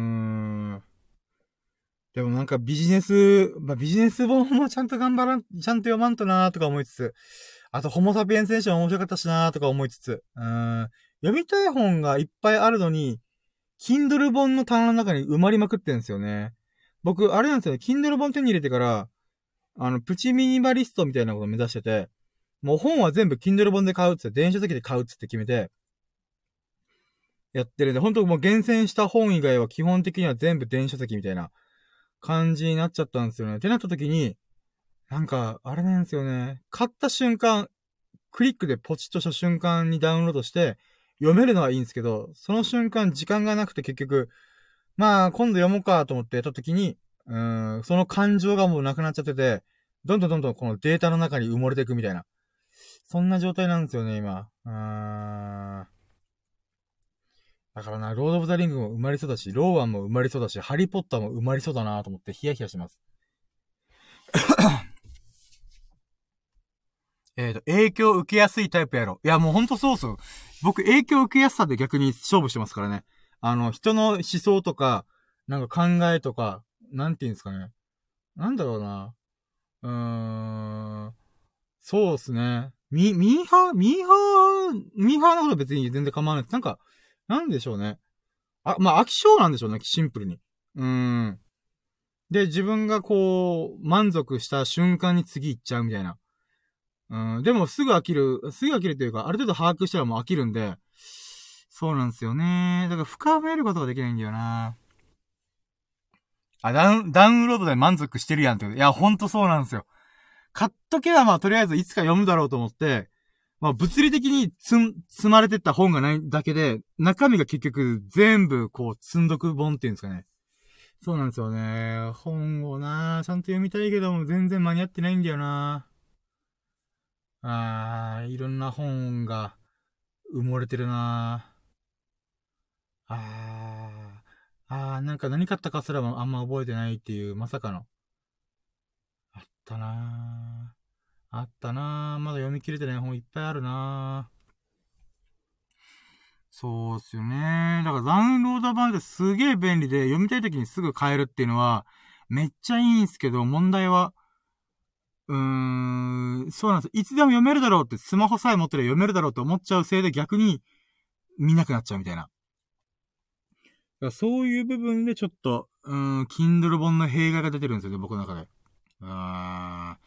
でもなんかビジネス本もちゃんとちゃんと読まんとなーとか思いつつ。あと、ホモサピエン選手も面白かったしなーとか思いつつ。読みたい本がいっぱいあるのに、Kindle 本の棚の中に埋まりまくってんですよね。僕、あれなんですよね。Kindle 本手に入れてから、プチミニマリストみたいなことを目指してて、もう本は全部 Kindle 本で買うっつって、電子書籍で買うっつって決めて、やってるんで、本当もう厳選した本以外は基本的には全部電子書籍みたいな感じになっちゃったんですよね。ってなった時に、なんか、あれなんですよね。買った瞬間、クリックでポチッとした瞬間にダウンロードして、読めるのはいいんですけど、その瞬間時間がなくて結局、 まあ、今度読もうかと思ってやった時に、その感情がもうなくなっちゃってて、どんどんどんどんこのデータの中に埋もれていくみたいな。そんな状態なんですよね、今。だからな、ロード・オブ・ザ・リングも埋まりそうだし、ローワンも埋まりそうだし、ハリー・ポッターも埋まりそうだなと思ってヒヤヒヤします。影響を受けやすいタイプやろ。いや、もうほんとそうっすよ。僕、影響を受けやすさで逆に勝負してますからね。人の思想とか、なんか考えとか、なんて言うんですかね。なんだろうな。そうっすね。ミーハーなことは別に全然構わないです。なんか、なんでしょうね。まあ、飽き性なんでしょうね、シンプルに。で、自分がこう、満足した瞬間に次行っちゃうみたいな。でもすぐ飽きるというか、ある程度把握したらもう飽きるんで、そうなんですよね。だから深めることができないんだよな。ダウンロードで満足してるやんってこと。いや、ほんとそうなんですよ。買っとけばまあとりあえずいつか読むだろうと思って、まあ物理的に積まれてった本がないだけで、中身が結局全部こう積んどく本っていうんですかね。そうなんですよね。本をなちゃんと読みたいけども全然間に合ってないんだよないろんな本が埋もれてるなんか何買ったかすらもあんま覚えてないっていう、まさかの。あったあったまだ読み切れてない本いっぱいあるそうっすよね。だからダウンロード版ってすげえ便利で、読みたい時にすぐ買えるっていうのは、めっちゃいいんすけど、問題は、そうなんです。いつでも読めるだろうって、スマホさえ持ってれば読めるだろうって思っちゃうせいで逆に見なくなっちゃうみたいな。そういう部分でちょっと、Kindle 本の弊害が出てるんですよね、僕の中で。ま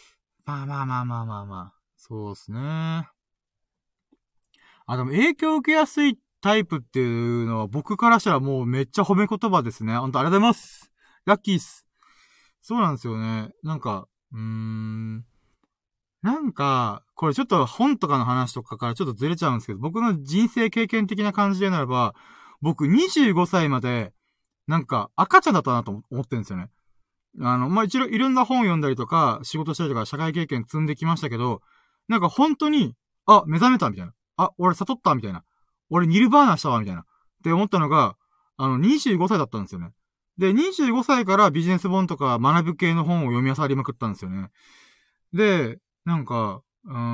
あ。そうですね。でも影響を受けやすいタイプっていうのは僕からしたらもうめっちゃ褒め言葉ですね。ほんとありがとうございます。ラッキーっす。そうなんですよね。これちょっと本とかの話とかからちょっとずれちゃうんですけど、僕の人生経験的な感じでならば、僕25歳まで、なんか赤ちゃんだったなと思ってるんですよね。一応いろんな本読んだりとか、仕事したりとか、社会経験積んできましたけど、なんか本当に、目覚めたみたいな。俺悟ったみたいな。俺ニルバーナしたわみたいな。って思ったのが、25歳だったんですよね。で、25歳からビジネス本とか学ぶ系の本を読み漁りまくったんですよね。で、なんか、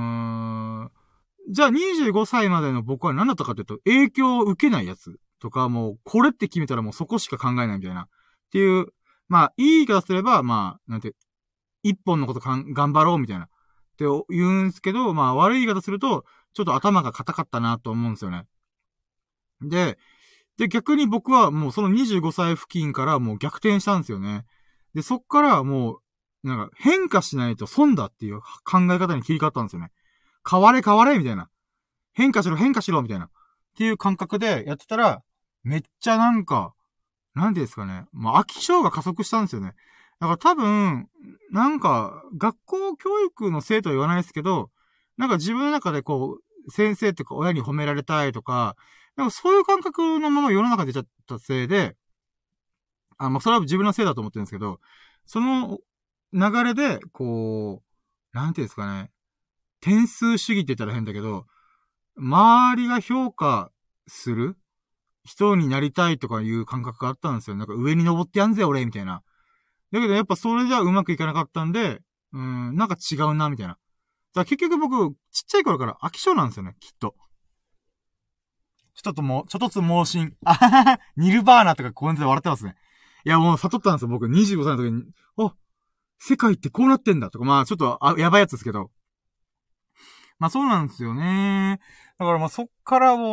じゃあ25歳までの僕は何だったかっていうと、影響を受けないやつとか、もう、これって決めたらもうそこしか考えないみたいな。っていう、まあ、いい言い方すれば、まあ、一本のこと頑張ろうみたいな。って言うんですけど、まあ、悪い言い方すると、ちょっと頭が硬かったなと思うんですよね。で、逆に僕はもうその25歳付近からもう逆転したんですよね。で、そっからもう、なんか変化しないと損だっていう考え方に切り替わったんですよね。変われみたいな。変化しろみたいな。っていう感覚でやってたら、めっちゃなんか、なんていうんですかね。まあ、飽き性が加速したんですよね。だから多分、なんか、学校教育の生徒は言わないですけど、なんか自分の中でこう、先生とか親に褒められたいとか、なんかそういう感覚のまま世の中に出ちゃったせいで、まあ、それは自分のせいだと思ってるんですけど、その流れで、こう、なんていうんですかね。点数主義って言ったら変だけど、周りが評価する人になりたいとかいう感覚があったんですよ。なんか上に登ってやんぜ、俺、みたいな。だけどやっぱそれじゃうまくいかなかったんで、なんか違うな、みたいな。だから結局僕、ちっちゃい頃から飽き性なんですよね、きっと。ちょっとつ盲信。あははは、ニルバーナとかコメントで笑ってますね。いや、もう悟ったんですよ、僕。25歳の時に。世界ってこうなってんだとか、まあちょっと、やばいやつですけど。まあそうなんですよね。だからまあそっからもう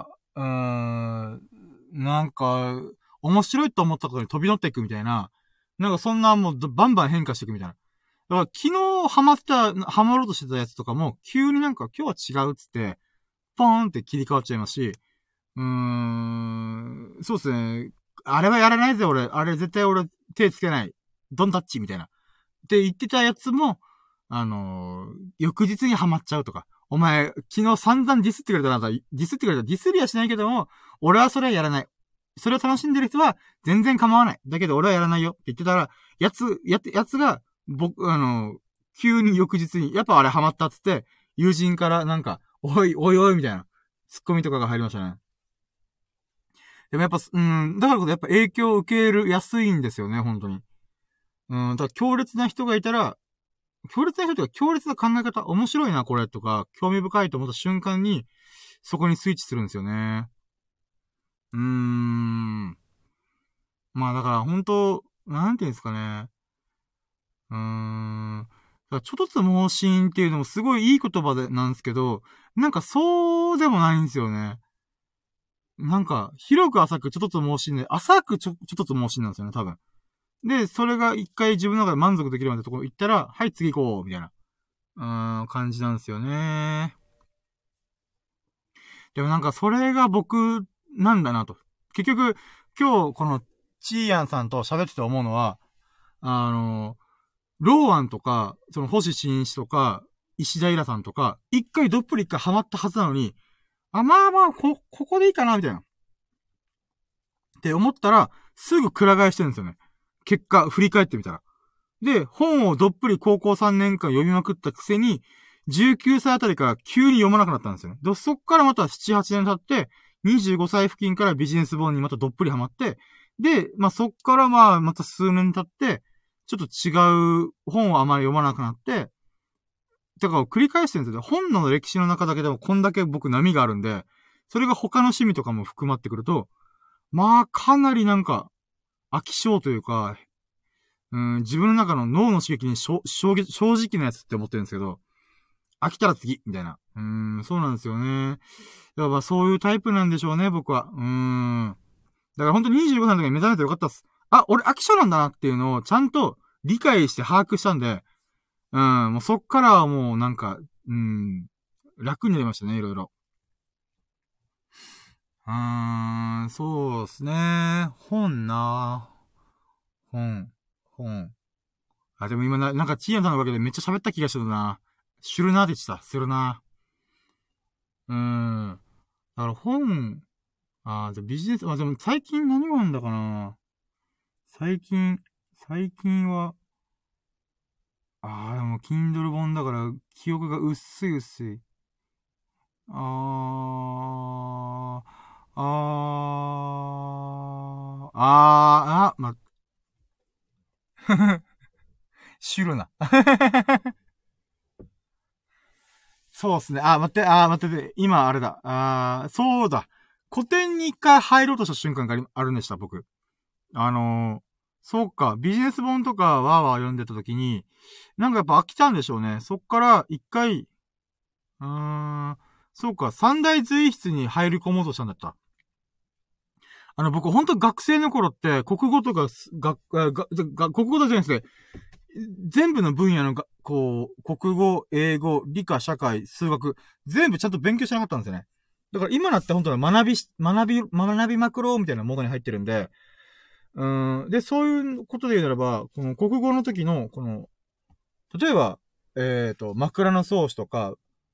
なんか、面白いと思ったことに飛び乗っていくみたいな。なんかそんなもうバンバン変化していくみたいな。だから昨日ハマろうとしてたやつとかも、急になんか今日は違うっつって、ポーンって切り替わっちゃいますし、そうですね。あれはやらないぜ俺。あれ絶対俺手つけない。ドンタッチみたいな。って言ってたやつも、翌日にハマっちゃうとか。お前、昨日散々ディスってくれたな、ディスりはしないけども、俺はそれはやらない。 それを楽しんでる人は全然構わない。だけど俺はやらないよって言ってたら、やつが、急に翌日に、やっぱあれハマったっつって、友人からなんか、おいおいおいみたいな、ツッコミとかが入りましたね。でもやっぱ、だからこそやっぱ影響を受けやすいんですよね、本当に。だから強烈な人がいたら、強烈な人というか強烈な考え方、面白いな、これとか、興味深いと思った瞬間に、そこにスイッチするんですよね。まあだから本当、なんていうんですかね。だからちょっとつ盲信っていうのもすごいいい言葉なんですけど、なんかそうでもないんですよね。なんか、広く浅くちょっとつ盲信で、浅くちょっとつ盲信なんですよね、多分。で、それが一回自分の中で満足できるまでところ行ったら、はい、次行こう、みたいな、感じなんですよね。でもなんかそれが僕なんだなと。結局、今日このチーヤンさんと喋ってて思うのは、ローアンとか、その星新一とか、石田イラさんとか、どっぷり一回ハマったはずなのに、まあまあ、ここでいいかな、みたいな。って思ったら、すぐくら替えしてるんですよね。結果、振り返ってみたら。で、本をどっぷり高校3年間読みまくったくせに、19歳あたりから急に読まなくなったんですよね。で、そっからまた7、8年経って、25歳付近からビジネス本にまたどっぷりハマって、で、まあ、そっからまた数年経って、ちょっと違う本をあまり読まなくなって、だから繰り返してるんですよ。本の歴史の中だけでもこんだけ僕波があるんで、それが他の趣味とかも含まってくると、まあ、かなりなんか、飽き性というか、自分の中の脳の刺激に正直なやつって思ってるんですけど、飽きたら次みたいな。そうなんですよね。だからまあそういうタイプなんでしょうね、僕は。だから本当に25歳の時に目覚めてよかったっす。俺飽き性なんだなっていうのをちゃんと理解して把握したんで、もうそっからはもうなんか、楽になりましたね、いろいろ。そうですね。本な本。でも今なんかチーヤンさんのおかげでめっちゃ喋った気がしてるな。知るなって言ってた。するな。だから本、じゃあビジネス、でも最近何があるんだかな。最近は、でも Kindle 本だから記憶が薄い。あー、あー、知るな。そうっすね。待って、今あれだ。そうだ。古典に一回入ろうとした瞬間があるんでした、僕。そうか、ビジネス本とかわーわー読んでた時に、なんかやっぱ飽きたんでしょうね。そっから一回、そうか、三大随筆に入り込もうとしたんだった。僕ほんと学生の頃って、国語とか、国語だけじゃないですね。全部の分野の国語、英語、理科、社会、数学、全部ちゃんと勉強しなかったんですよね。だから今なって本当に学びまくろうみたいなモードに入ってるんで、で、そういうことで言うならば、この国語の時の、例えば、枕草子とか、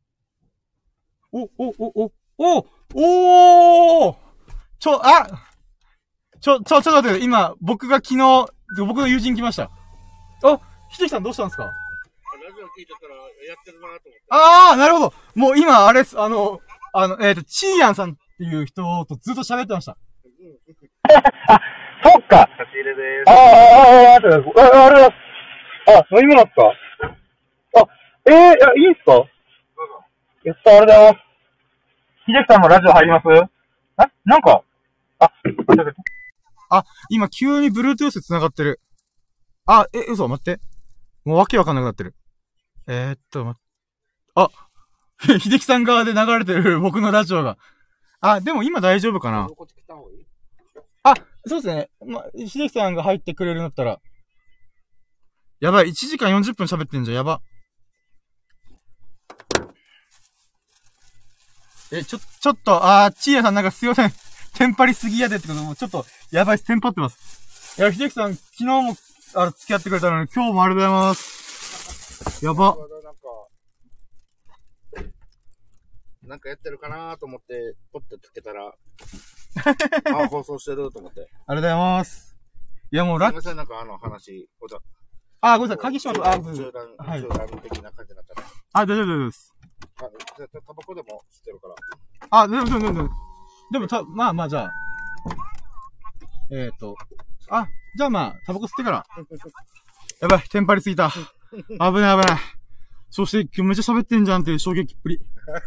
ちょっと待って、今、僕の友人来ました。ひできさんどうしたんですか？ラジオ聞いてたらやってるなと思って。なるほど。もう今、あれです。チーヤンさんっていう人とずっと喋ってました。 そっか。差し入れです。あれだ。飲み物っすか？いいっすか？どうぞ。やった、あれだよ。ひできさんもラジオ入ります？なんか、 今急に Bluetooth 繋がってる。嘘、待って。もうわけわかんなくなってる。ひできさん側で流れてる僕のラジオが。でも今大丈夫かな？そうですね。ひできさんが入ってくれるんだったら。やばい、1時間40分喋ってんじゃん、やば。ちょっと、チーヤさんなんかすいません。テンパりすぎやでってことも、ちょっと、やばい、テンパってます。いや、ひできさん、昨日も、付き合ってくれたのに、今日もありがとうございます。やば。 なんかやってるかなと思って、ポッとつけたら、 あ、放送してると思って。 ありがとうございます。いや、もうすいません、なんか話、 あ、ごめんなさい、鍵しまった。 中断的な感じになったね。 あ、大丈夫です。 絶対タバコでも吸ってるから。 あ、でも、まあ、じゃあ。じゃあまあ、タバコ吸ってから。やばい、テンパりすぎた。危ない。そして今日めっちゃ喋ってんじゃんっていう衝撃っぷり。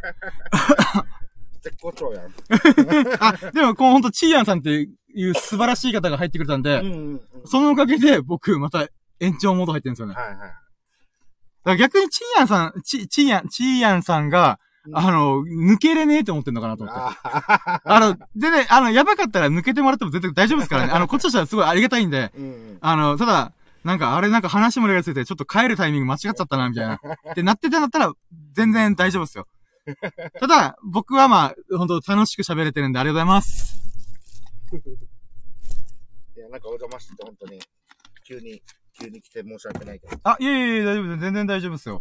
絶好調やん。 でも、ほんと、チーヤンさんっていう素晴らしい方が入ってくれたんで、そのおかげで僕、また延長モード入ってるんですよね。はい。だから逆にチーヤンさんが、抜けれねえって思ってんのかなと思って。でね、やばかったら抜けてもらっても全然大丈夫ですからね。こっちとしてはすごいありがたいんで、ただ、なんか話盛り上がってて、ちょっと帰るタイミング間違っちゃったな、みたいな。ってなってたんだったら、全然大丈夫ですよ。ただ、僕はまあ、本当楽しく喋れてるんでありがとうございます。 いや、なんかお邪魔してて本当に、急に来て申し訳ないけど。 いえ、大丈夫です。全然大丈夫ですよ。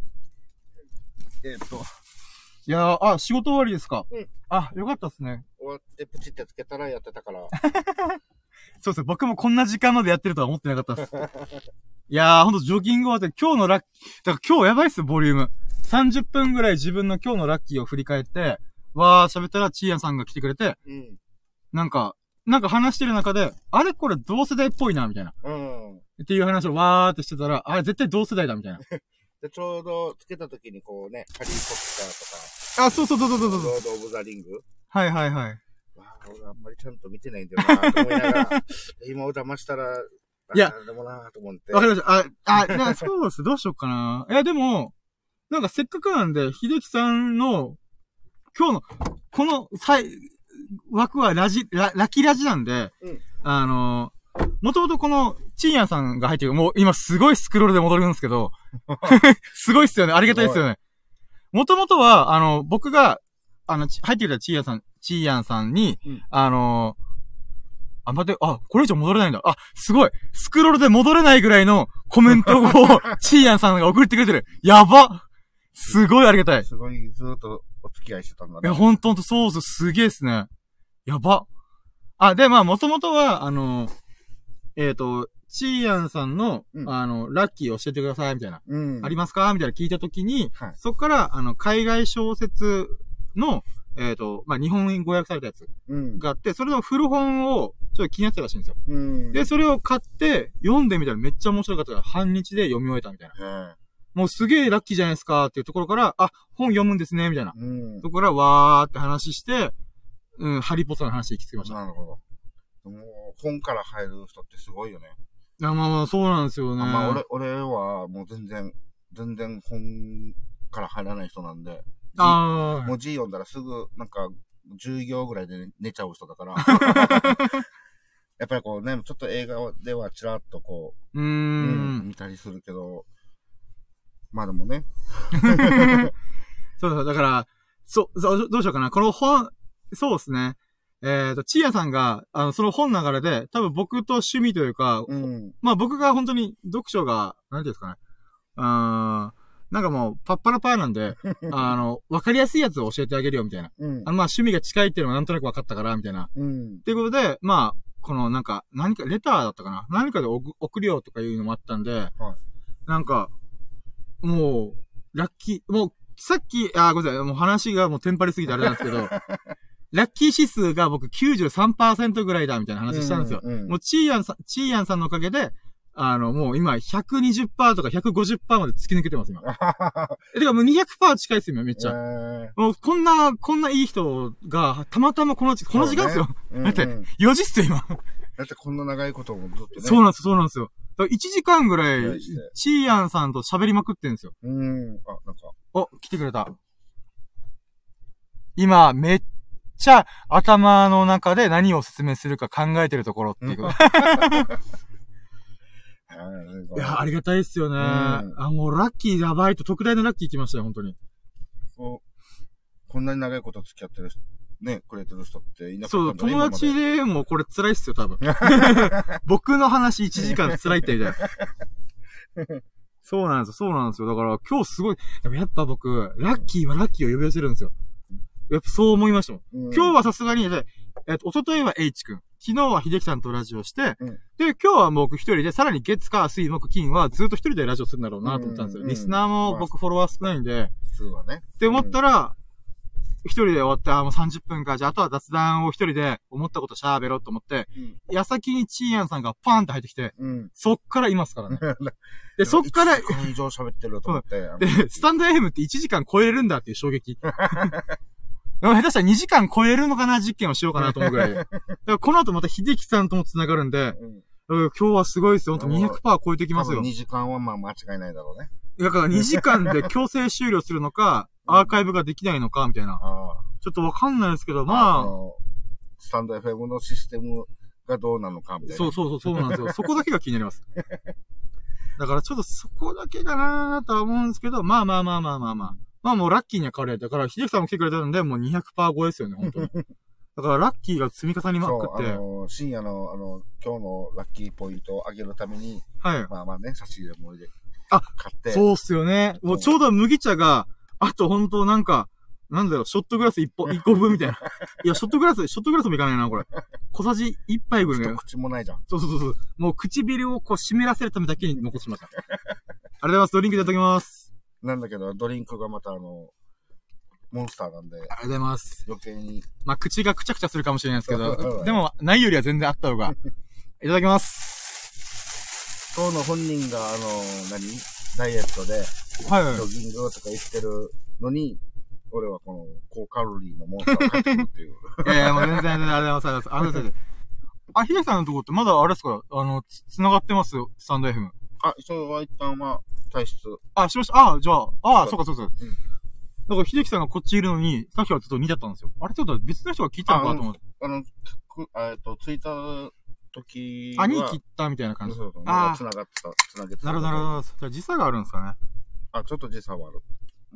いやー、仕事終わりですか？よかったっすね。 終わってプチってつけたらやってたから。 そうですね。僕もこんな時間までやってるとは思ってなかったです。いやー、ほんとジョギング終わって、今日のだから今日やばいっすよ、ボリューム。30分ぐらい自分の今日のラッキーを振り返って、喋ったらチーヤンさんが来てくれて、なんか話してる中で、あれこれ同世代っぽいな、みたいな。っていう話をわーってしてたら、あれ絶対同世代だ、みたいな。 で、ちょうどつけた時にこうね、ハリーポッターとか。 そう。ロード・オブ・ザ・リング。 はい。 俺あんまりちゃんと見てないんだよなと思いながら、今お邪魔したら、 いや、 でもなと思って。 わかりました。いや、そうです。どうしようかな。いや、でも、なんかせっかくなんで、秀樹さんの、今日の、この、枠はラキラジなんで、もともとこの、チーヤンさんが入ってる、もう今すごいスクロールで戻るんですけど、すごいっすよね。ありがたいっすよね。もともとは、僕が、入ってきたチーヤンさんに、待って、これ以上戻れないんだ。すごい。スクロールで戻れないぐらいのコメントを、チーヤンさんが送ってくれてる。やば！すごいありがたい。 すごい、ずっとお付き合いしてたんだね。 いや、ほんとそう、すげえっすね。やば。で、まあ、もともとは、チーヤンさんの、ラッキー教えてください、みたいな。ありますかみたいな聞いたときに、そこから、海外小説の、まあ、日本語訳されたやつがあって、それの古本を、ちょっと気になってたらしいんですよ。で、それを買って、読んでみたらめっちゃ面白かったから、半日で読み終えたみたいな。もうすげえラッキーじゃないですかっていうところから、本読むんですね、みたいな。そこからわーって話して、ハリーポッターの話行き着きました。 なるほど。もう、本から入る人ってすごいよね。 いや、まあ、そうなんですよね。 俺はもう全然本から入らない人なんで。もう字読んだらすぐ、なんか、10行ぐらいで寝ちゃう人だから。やっぱりこうね、ちょっと映画ではちらっとこう、見たりするけど、まあでもね。 そうだから、どうしようかな。この本、そうですね。チーヤさんが、その本流れで、多分僕と趣味というか、まあ僕が本当に読書が、なんていうんですかね。なんかもう、パッパラパーなんで、わかりやすいやつを教えてあげるよ、みたいな。まあ趣味が近いっていうのがなんとなく分かったから、みたいな。っていうことで、まあ、このなんか、何か、レターだったかな何かで送るよとかいうのもあったんで、なんか、もう、ラッキー、もう、さっき、ごめんなさい、もう話がもうテンパりすぎてあれなんですけど、ラッキー指数が僕 93% ぐらいだみたいな話したんですよ。もうチーヤンさんのおかげで、もう今120%とか150%まで突き抜けてます、今。てかもう200%近いですよ、めっちゃ。もうこんないい人が、たまたまこの時間ですよ。だって、4時っすよ、今。 だってこんな長いこともずっとね。 そうなんですよ。1時間ぐらい、チーヤンさんと喋りまくってんですよ。 なんか。 来てくれた。今、めっちゃ頭の中で何を説明するか考えてるところっていうこと。いや、ありがたいっすよね。もうラッキーやばいと特大のラッキー来ましたよ、本当に。 こんなに長いこと付き合ってる人、ね、くれてる人っていなかったんだ。 そう、友達でもこれ辛いっすよ、多分。僕の話1時間辛いってみたいな。そうなんですよ。だから今日すごい、やっぱ僕、ラッキーはラッキーを呼び寄せるんですよ。やっぱそう思いましたもん。今日はさすがに、 一昨日は H 君。昨日は秀樹さんとラジオして、で、今日は僕一人で、さらに月、火、水、木、金はずっと一人でラジオするんだろうなと思ったんですよ。リスナーも僕フォロワー少ないんで。 普通はね。 って思ったら、一人で終わって、もう30分か。じゃあ、あとは雑談を一人で思ったこと喋ろうと思って、矢先にチーヤンさんがパーンって入ってきて、そっからいますからね。で、そっから、1時間以上喋ってると思って。 で、スタンド FM って1時間超えれるんだっていう衝撃。下手したら2時間超えるのかな実験をしようかなと思うぐらい。だからこの後また秀樹さんとも繋がるんで、今日はすごいですよ。ほんと 200% 超えてきますよ。 2時間はまあ間違いないだろうね。 だから2時間で強制終了するのか、アーカイブができないのか、みたいな。ちょっとわかんないですけど、まあ。 スタンド FM のシステムがどうなのか、みたいな。 そうなんですよ。そこだけが気になります。だからちょっとそこだけかなとは思うんですけど、まあもうラッキーには変われ。だから、秀樹さんも来てくれたんで、もう 200% 超えですよね、本当に。だから、ラッキーが積み重ねまくって。 深夜の、今日のラッキーポイントを上げるために、 はい。 まあね、差し入れもで。買って。 そうっすよね。もうちょうど麦茶が、あと本当なんだろう、ショットグラス1個分みたいな。いや、ショットグラスもいかないな、これ。小さじ1杯ぐらい。 一口もないじゃん。 そう。もう唇をこう湿らせるためだけに残しました。ありがとうございます。ドリンクいただきます。 なんだけど、ドリンクがまたモンスターなんで。 ありがとうございます。 余計に。 まあ、口がくちゃくちゃするかもしれないですけど、でも、ないよりは全然あった方が。いただきます。 今日の本人が、ダイエットで、 はい。 ジョギングとか言ってるのに、俺はこの、高カロリーのモンスターを買ってるっていう。 いや、もう全然、ありがとうございます。ありがとうございます。秀樹さんのとこってまだあれですか繋がってますスタンド FM。 それは一旦は、退出。 しました。じゃあ、そうか。だから、秀樹さんがこっちいるのに、さっきはちょっと見ちゃったんですよ。あれちょっと別の人が聞いたのかなと思って。 ツイッター時は。に切ったみたいな感じ。 繋げてた。 なるほど。じゃあ時差があるんですかね。 ちょっと時差はある。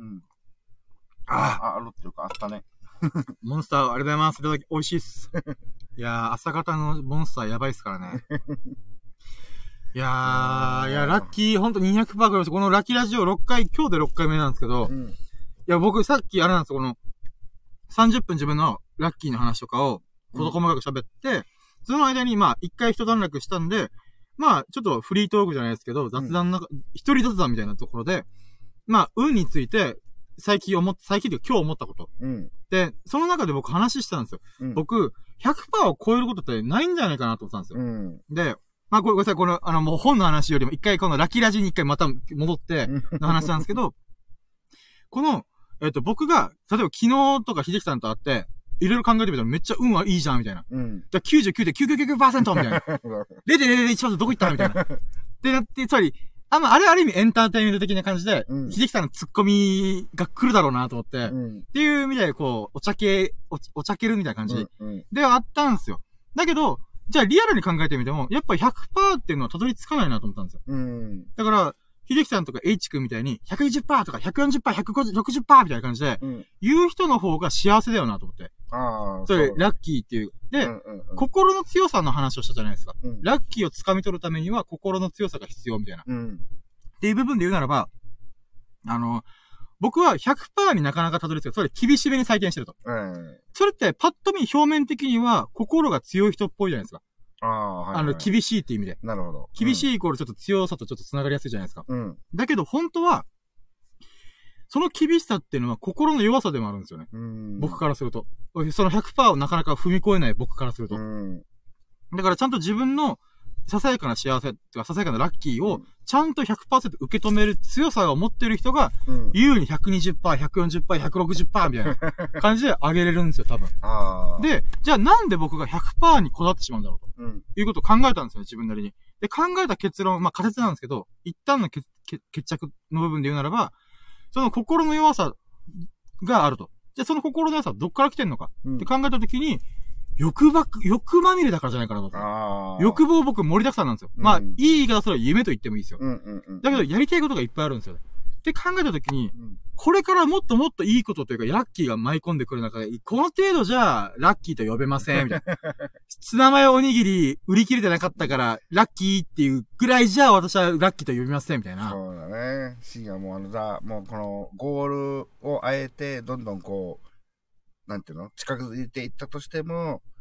あるっていうか、あったね。 モンスター、ありがとうございます。いただき、美味しいっす。いやー、朝方のモンスターやばいっすからね。いや、ラッキー、ほんと 200% ぐらい。このラッキーラジオ6回、今日で6回目なんですけど、いや、僕さっきあれなんですよ、この、30分自分のラッキーの話とかを、細かく喋って、その間に、まあ、一回一段落したんで、まあ、ちょっとフリートークじゃないですけど、雑談の中、一人雑談みたいなところで、まあ、運について、最近というか今日思ったこと。で、その中で僕話したんですよ。僕、100% を超えることってないんじゃないかなと思ったんですよ。で、まあ、ごめんなさい、もう本の話よりも一回このラッキーラジに一回また戻っての話なんですけど、この、僕が、例えば昨日とか秀樹さんと会って、いろいろ考えてみたらめっちゃ運はいいじゃん、みたいな。じゃあ 99.999% みたいな。0.001% どこ行ったみたいな。で、なって、つまり、ある意味エンターテインメント的な感じで、秀樹さんのツッコミが来るだろうなと思って、っていう意味で、こう、お茶けるみたいな感じではあったんですよ。だけど、じゃあリアルに考えてみても、やっぱ 100% っていうのはたどり着かないなと思ったんですよ。だから、秀樹さんとか H 君みたいに、120% とか 140%、160% みたいな感じで、言う人の方が幸せだよなと思って。それ、ラッキーっていう。で、心の強さの話をしたじゃないですか。ラッキーを掴み取るためには心の強さが必要みたいな。っていう部分で言うならば、僕は 100% になかなかたどり着く。それ厳しめに採点してると。それってパッと見表面的には心が強い人っぽいじゃないですか。厳しいっていう意味で。 なるほど。 厳しいイコールちょっと強さとちょっと繋がりやすいじゃないですか。だけど本当は、その厳しさっていうのは心の弱さでもあるんですよね。僕からすると。その 100% をなかなか踏み越えない僕からすると。だからちゃんと自分のささやかな幸せ、ささやかなラッキーを、ちゃんと 100% 受け止める強さを持ってる人が、優に 120%、140%、160% みたいな感じで上げれるんですよ、多分。で、じゃあなんで僕が 100% にこだわってしまうんだろうと。いうことを考えたんですよ、自分なりに。で、考えた結論、まあ仮説なんですけど、一旦の決着の部分で言うならば、その心の弱さがあると。じゃあその心の弱さはどっから来てんのかって考えたときに、欲まみれだからじゃないかなと。欲望僕盛りだくさんなんですよ。まあ、いい言い方すれば夢と言ってもいいですよ。だけど、やりたいことがいっぱいあるんですよね。って考えたときに、これからもっともっといいことというか、ラッキーが舞い込んでくる中で、この程度じゃ、ラッキーと呼べません、みたいな。ツナマヨおにぎり売り切れてなかったから、ラッキーっていうぐらいじゃ、私はラッキーと呼びません、みたいな。 そうだね。深夜ももうこのゴールをあえて、どんどんこう、なんていうの近づいていったとしても、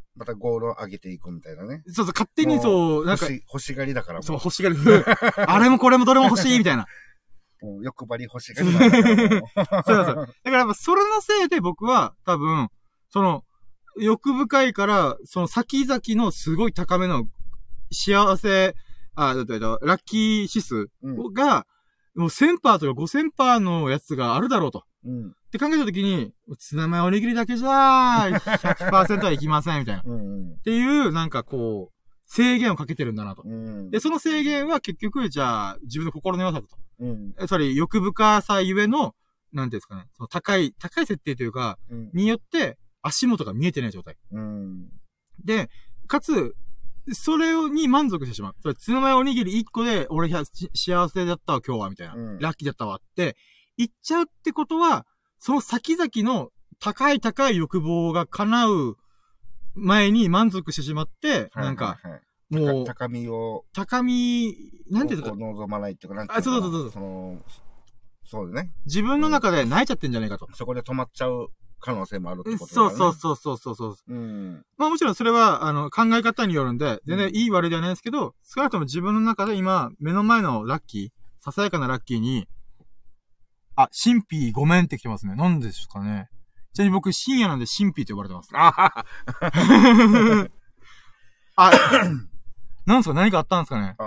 またゴールを上げていくみたいなね。 そうそう、勝手にそう、なんか。 欲しがりだから。 そう、欲しがり。あれもこれもどれも欲しいみたいな。 欲張り欲しがりだから。 そうそう。だからやっぱそれのせいで僕は多分、欲深いから、先々のすごい高めの幸せ、ラッキー指数が、もう1000%とか5000%のやつがあるだろうと。って考えたときに、ツナマヨおにぎりだけじゃ、100% はいきません、みたいな。っていう、なんかこう、制限をかけてるんだなと。で、その制限は結局、じゃあ、自分の心の良さだと。やっぱり欲深さゆえの、なんていうんですかね、高い設定というか、によって、足元が見えてない状態。で、かつ、それに満足してしまう。それ、ツナマヨおにぎり1個で、俺幸せだったわ、今日は、みたいな。ラッキーだったわって、言っちゃうってことは、その先々の高い欲望が叶う前に満足してしまって、なんか、もう、 高み、 なんていうか、 望まないっていうか、なんていうか、そう。 そうだね。 自分の中で泣いちゃってんじゃないかと。 そこで止まっちゃう可能性もあるってことだね。そう。まあもちろんそれは、考え方によるんで、全然いい悪いではないですけど、少なくとも自分の中で今、目の前のラッキー、ささやかなラッキーに、神秘ごめんって来てますね。なんですかね。ちなみに僕、深夜なんで神秘って呼ばれてます。なんすか何かあったんですかね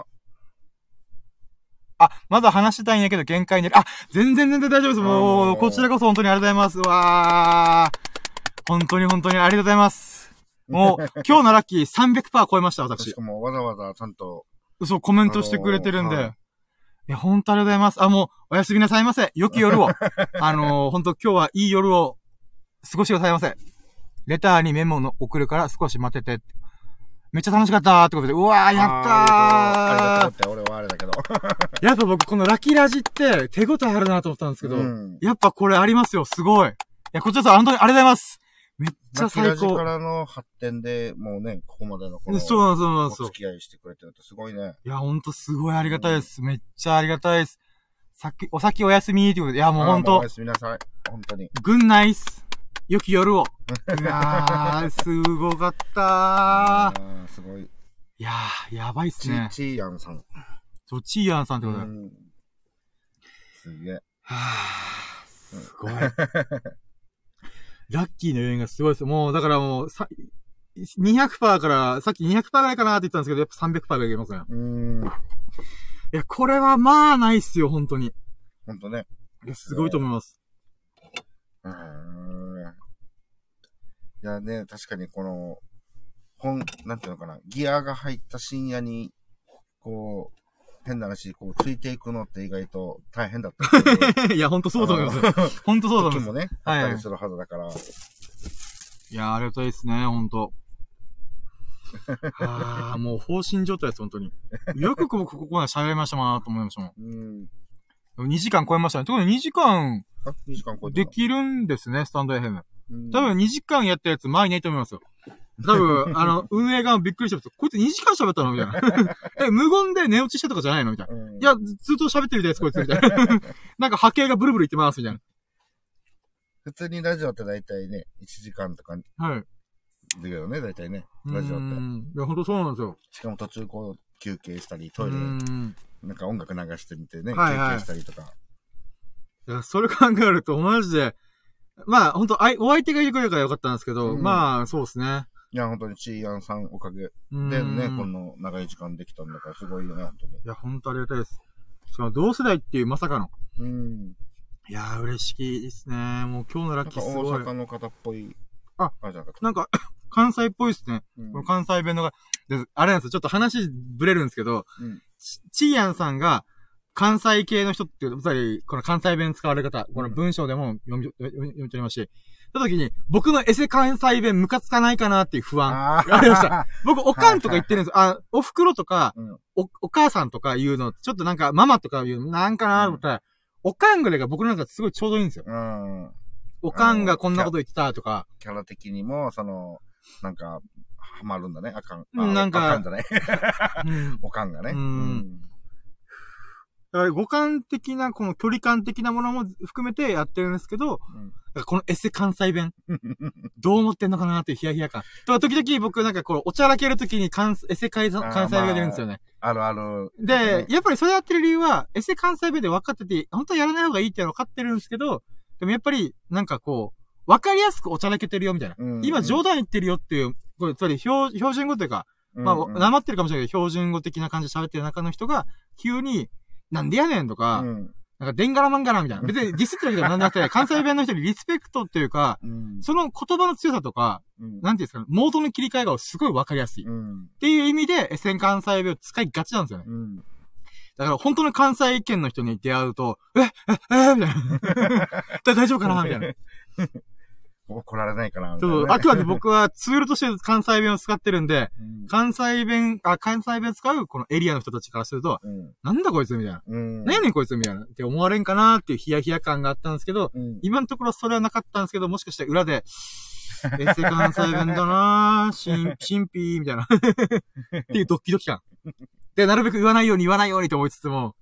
まだ話したいんやけど限界になる。全然大丈夫です。もう、こちらこそ本当にありがとうございます。わー。本当にありがとうございます。もう、今日のラッキー300% 超えました、私。 しかもわざわざちゃんと。 そう、コメントしてくれてるんで。いや、本当ありがとうございます。もう、おやすみなさいませ。良き夜を。本当今日はいい夜を過ごしてくださいませ。レターにメモの送るから少し待ってて。めっちゃ楽しかったーってことで、うわー、やったーありがとうって俺はあれだけど。 やっぱ僕このラキラジって手応えあるなと思ったんですけど、やっぱこれありますよ、すごい。いや、こちらさん、本当にありがとうございます。めっちゃ最高。ラキラジからの発展で、もうね、ここまでのこの、そう。お付き合いしてくれてるってすごいね。 いや、ほんとすごいありがたいです。めっちゃありがたいです。お先おやすみってことで、いや、もうほんと。 おやすみなさい。本当に。 グンナイス。良き夜を。いやー、すごかったー。 すごい。 いやー、やばいっすね。 チーヤンさん。 そう、チーヤンさんってことだ。 すげえ。 すごい。ラッキーの要因がすごいです。もう、だからもう、200% から、さっき200% ぐらいかなって言ったんですけど、やっぱ300% がいけますね。いや、これはまあないっすよ、本当に。 本当ね。 いや、すごいと思います。 いやね、確かにこの、なんていうのかな、ギアが入った深夜に、こう、変な話、こう、ついていくのって意外と大変だった。 いや、ほんとそうと思います。ほんとそうと思います。 時もね、あったりするはずだから。 いや、ありがたいですね、ほんと。もう放心状態です、ほんとに。よくここまで喋りましたなと思いましたもん。2時間超えましたね。ところで2時間できるんですね、スタンドFM。多分2時間やったやつ前にないと思いますよ。多分、運営側もびっくりしてます。こいつ2時間喋ったのみたいな。無言で寝落ちしたとかじゃないのみたいな。いや、ずっと喋ってるです、こいつ、みたいな。なんか波形がブルブルいってます、みたいな。 普通にラジオって大体ね、1時間とか。 はい。 だけどね、大体ね。ラジオって。 いや、ほんとそうなんですよ。 しかも途中こう、休憩したり、トイレ、なんか音楽流してみてね、休憩したりとか。 いや、それ考えると、マジで、まあ、ほんと、お相手がいてくれるからよかったんですけど、まあ、そうですね。 いや、本当にチーヤンさんおかげでね、この長い時間できたんだから、すごいよね、本当に。いや、本当ありがたいです。しかも、同世代っていうまさかの。いやー、嬉しいですね。もう今日のラッキーすごい。 大阪の方っぽい。 なんか、関西っぽいですね。この関西弁のが、あれなんですよ、ちょっと話ぶれるんですけど、チーヤンさんが、関西系の人っていう、つまり、この関西弁使われ方、この文章でも読み取りまして、た時に、僕のエセ関西弁ムカつかないかなっていう不安がありました。僕、おかんとか言ってるんですよ。お袋とか、お母さんとか言うの、ちょっとなんか、ママとか言うの、なんかなと思ったら、おかんぐらいが僕なんかすごいちょうどいいんですよ。おかんがこんなこと言ってたとか。 キャラ的にも、なんか、ハマるんだね、なんか。 なんか。 おかんだね。おかんがね。 だから五感的な、この距離感的なものも含めてやってるんですけど、このエセ関西弁、どう思ってんのかなっていうヒヤヒヤ感。とか、時々僕なんかこう、おちゃらけるときにエセ関西弁が出るんですよね。 ある。 で、やっぱりそれやってる理由は、エセ関西弁で分かってて、本当はやらない方がいいって分かってるんですけど、でもやっぱり、なんかこう、分かりやすくおちゃらけてるよみたいな。今冗談言ってるよっていう、これ、つまり標準語というか、まあ、なまってるかもしれないけど、標準語的な感じで喋ってる中の人が、急に、なんでやねんとか、なんか、でんがらまんがらみたいな。別にディスってるわけじゃなんなくて、関西弁の人にリスペクトっていうか、その言葉の強さとか、なんていうんですかね、モードの切り替えがすごいわかりやすい。っていう意味で、エセ関西弁を使いがちなんですよね。だから本当の関西圏の人に出会うと、みたいな。大丈夫かなみたいな。 怒られないかな、 そう、あくまで僕はツールとして関西弁を使ってるんで、関西弁使うこのエリアの人たちからすると、なんだこいつみたいな。何やねんこいつみたいな。って思われんかなっていうヒヤヒヤ感があったんですけど、今のところそれはなかったんですけど、もしかして裏で、エセ関西弁だなぁ、神秘みたいな。っていうドキドキ感。で、なるべく言わないようにと思いつつも、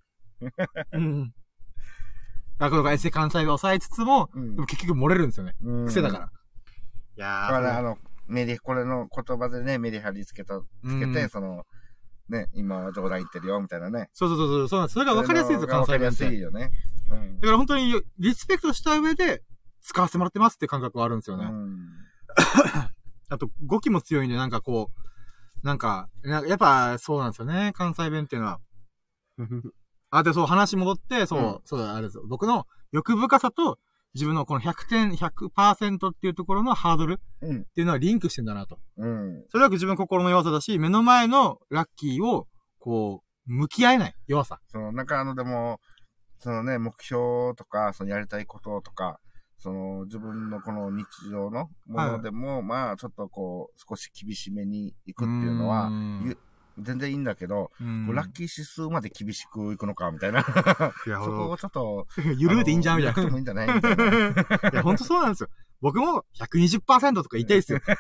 このエセ関西弁を抑えつつも、でも結局漏れるんですよね。癖だから。いやー。 だからこれの言葉でね、メリハリつけて、ね、今は冗談言ってるよ、みたいなね。 そうなんです。それが分かりやすいですよ、関西弁って。 分かりやすいよね。 だから本当に、リスペクトした上で、使わせてもらってますって感覚はあるんですよね。あと、語気も強いんで、なんかこう、やっぱそうなんですよね、関西弁っていうのは。で、そう、話戻って、あれですよ。僕の欲深さと、自分のこの100% っていうところのハードルっていうのはリンクしてんだなと。それは自分の心の弱さだし、目の前のラッキーを、こう、向き合えない弱さ。 なんかでも、目標とか、やりたいこととか、自分のこの日常のものでも、まあ、ちょっとこう、少し厳しめに行くっていうのは、全然いいんだけど、ラッキー指数まで厳しくいくのか、みたいな。そこをちょっと、 ゆるーでいいんじゃんみたいな。 いいんじゃないみたいな。いや、ほんとそうなんですよ。僕も 120% とか言いたいですよ。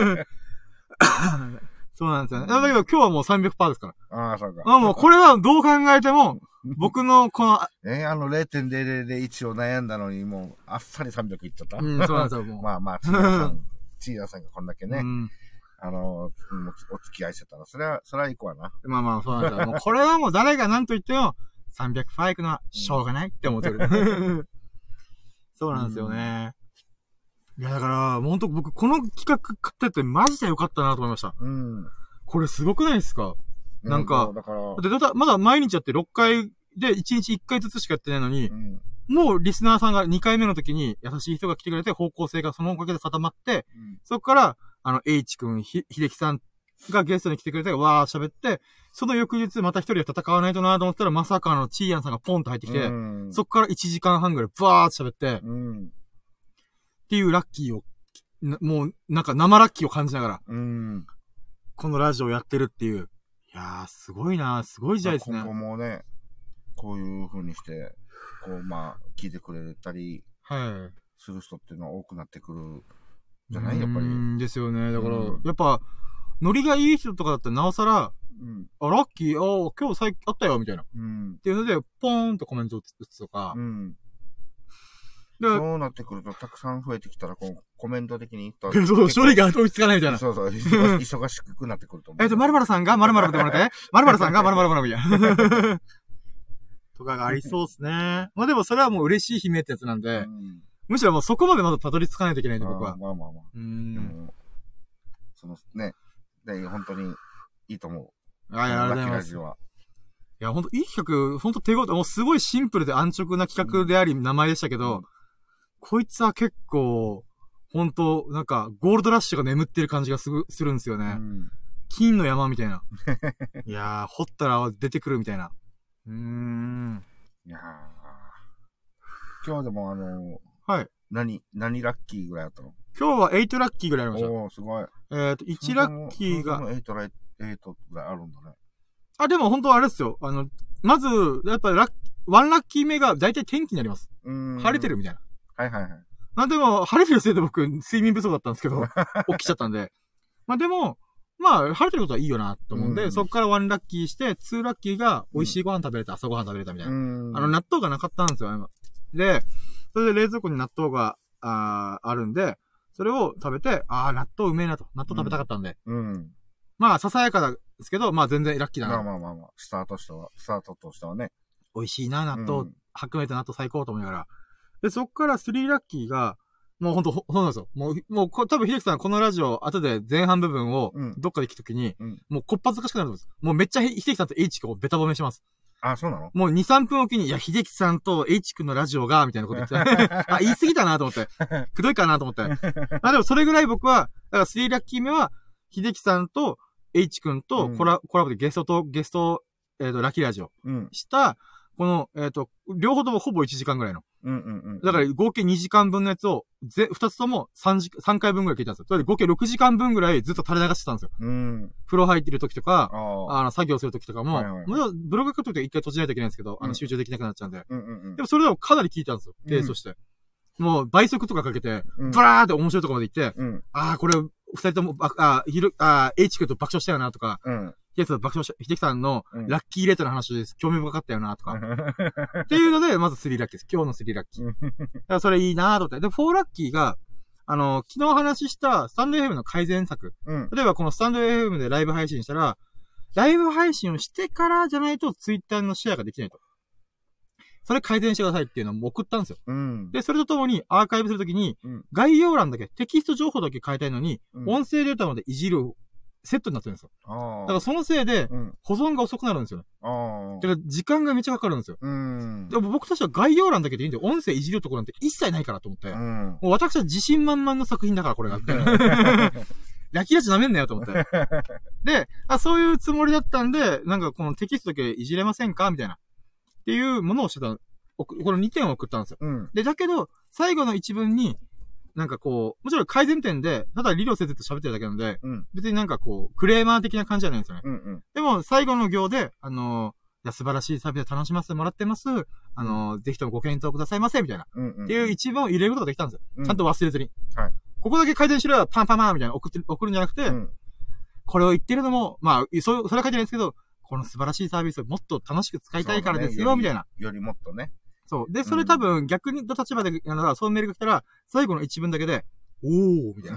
そうなんですよね。だけど今日はもう 300% ですから。 ああ、そうか。 もうこれはどう考えても、僕のこの、 0.0001 を悩んだのに、もう、あっさり300いっちゃった。 そうなんですよ、もう。 まあ、チーヤさんがこんだけね。お付き合いしてたら、それは行くわな。 まあ、そうなんですよ。もうこれはもう誰が何と言っても、300% 行くのはしょうがないって思ってる。そうなんですよね。いや、だから、ほんと僕、この企画買っててマジで良かったなと思いました。これすごくないですか？なんか、まだ毎日やって6回で1日1回ずつしかやってないのに、もうリスナーさんが2回目の時に優しい人が来てくれて方向性がそのおかげで定まって、そこから、H 君、秀樹さんがゲストに来てくれて、わー喋って、その翌日また一人で戦わないとなと思ったら、まさかのチーヤンさんがポンと入ってきて、そこから1時間半ぐらいブワーって喋って、っていうラッキーを、もうなんか生ラッキーを感じながら、このラジオやってるっていう。いやー、すごいなー、すごい時代ですね。 今後もね、こういう風にして、こう、まあ、聞いてくれたり、する人っていうのは多くなってくる。じゃないやっぱり。 ですよね。だから、やっぱ、ノリがいい人とかだったらなおさら、ラッキー、今日最近あったよ、みたいな。っていうので、ポーンとコメントを打つとか。 そうなってくると、たくさん増えてきたら、こう、コメント的に。 そう、処理が追いつかないみたいな。 そう、忙しくなってくると思う。 〇〇さんが〇〇ってもらって、〇〇さんが〇〇みたいな。とかがありそうですね。まあでもそれはもう嬉しい悲鳴ってやつなんで、むしろもうそこまでまだたどり着かないといけないんで、僕は。 まあ。でも、ね、本当にいいと思う。 ありがとうございます。いや、本当いい企画、本当手応え、もうすごいシンプルで安直な企画であり、名前でしたけど、こいつは結構、本当なんか、ゴールドラッシュが眠ってる感じがするんですよね。金の山みたいな。いやー、掘ったら出てくるみたいな。いやー。今日でもはい。 何ラッキーぐらいあったの？ 今日は8ラッキーぐらいありました。 おー、すごい。 1ラッキーが。 8ぐらいあるんだね。 でも本当はあれですよ。まず、やっぱり1ラッキー目が大体天気になります。晴れてるみたいな。 はい。 でも、晴れてるせいで僕、睡眠不足だったんですけど、起きちゃったんで。でも、 まあ、晴れてることはいいよな、と思うんで、そっから1ラッキーして、2ラッキーが美味しいご飯食べれた、朝ご飯食べれたみたいな。納豆がなかったんですよ、で、それで冷蔵庫に納豆が、あるんで、それを食べて、納豆うめえなと。納豆食べたかったんで。まあ、ささやかですけど、まあ全然ラッキーだな。 まあ。スタートとしてはね。 美味しいな、納豆。白米と納豆最高と思いながら。で、そっから3ラッキーが、もうほんと、そうなんですよ。もう、多分、秀樹さんこのラジオ、後で前半部分を、どっかで聞くときに、もうこっぱずかしくなるんです。もうめっちゃ秀樹さんと H 君をベタ褒めします。 そうなの？ もう2、3分おきに、いや、秀樹さんと H 君のラジオが、みたいなこと言って、言い過ぎたなと思って。くどいかなと思って。でもそれぐらい僕は、だから3ラッキー目は、秀樹さんと H 君とコラボでゲスト、ラッキーラジオした、この、両方ともほぼ1時間ぐらいの。だから合計2時間分のやつを、2つとも3回分ぐらい聞いたんですよ。それで合計6時間分ぐらいずっと垂れ流してたんですよ。風呂入ってる時とか、作業する時とかも、もちろんブログ書く時は一回閉じないといけないんですけど、集中できなくなっちゃうんで。でもそれでもかなり聞いたんですよ。ペースとして。もう倍速とかかけて、ブラーって面白いところまで行って、これ、二人とも、H 君と爆笑したよなとか、秀樹さんのラッキーレートの話です。興味深かったよなとか。っていうので、まず3ラッキーです。今日の3ラッキー。だからそれいいなと思って。で、4ラッキーが、昨日話したスタンド FM の改善策。例えばこのスタンド FM でライブ配信したら、ライブ配信をしてからじゃないとツイッターのシェアができないと。それ改善してくださいっていうのを送ったんですよ。で、それとともにアーカイブするときに、概要欄だけ、テキスト情報だけ変えたいのに、音声データまでいじるセットになってるんですよ。だからそのせいで、保存が遅くなるんですよね。だから時間がめっちゃかかるんですよ。でも僕としては概要欄だけでいいんで、音声いじるところなんて一切ないからと思って、もう私は自信満々の作品だからこれが。ラキラチ舐めんなよと思って。で、そういうつもりだったんで、なんかこのテキストだけいじれませんかみたいな。っていうものをしてた。この2点を送ったんですよ。で、だけど、最後の一文に、なんかこう、もちろん改善点で、ただ理論先生と喋ってるだけなので、別になんかこう、クレーマー的な感じじゃないんですよね。でも、最後の行で、いや、素晴らしいサービス楽しませてもらってます。ぜひともご検討くださいませ、みたいな。っていう一文を入れることができたんですよ。ちゃんと忘れずに。ここだけ改善しろよ、パンパンパンみたいな送るんじゃなくて、これを言ってるのも、まあ、それは書いてないんですけど、この素晴らしいサービスをもっと楽しく使いたいからですよ、みたいな。 よりもっとね。 そう。で、それ多分逆にの立場で、そういうメールが来たら、最後の一文だけで、おー、みたいな。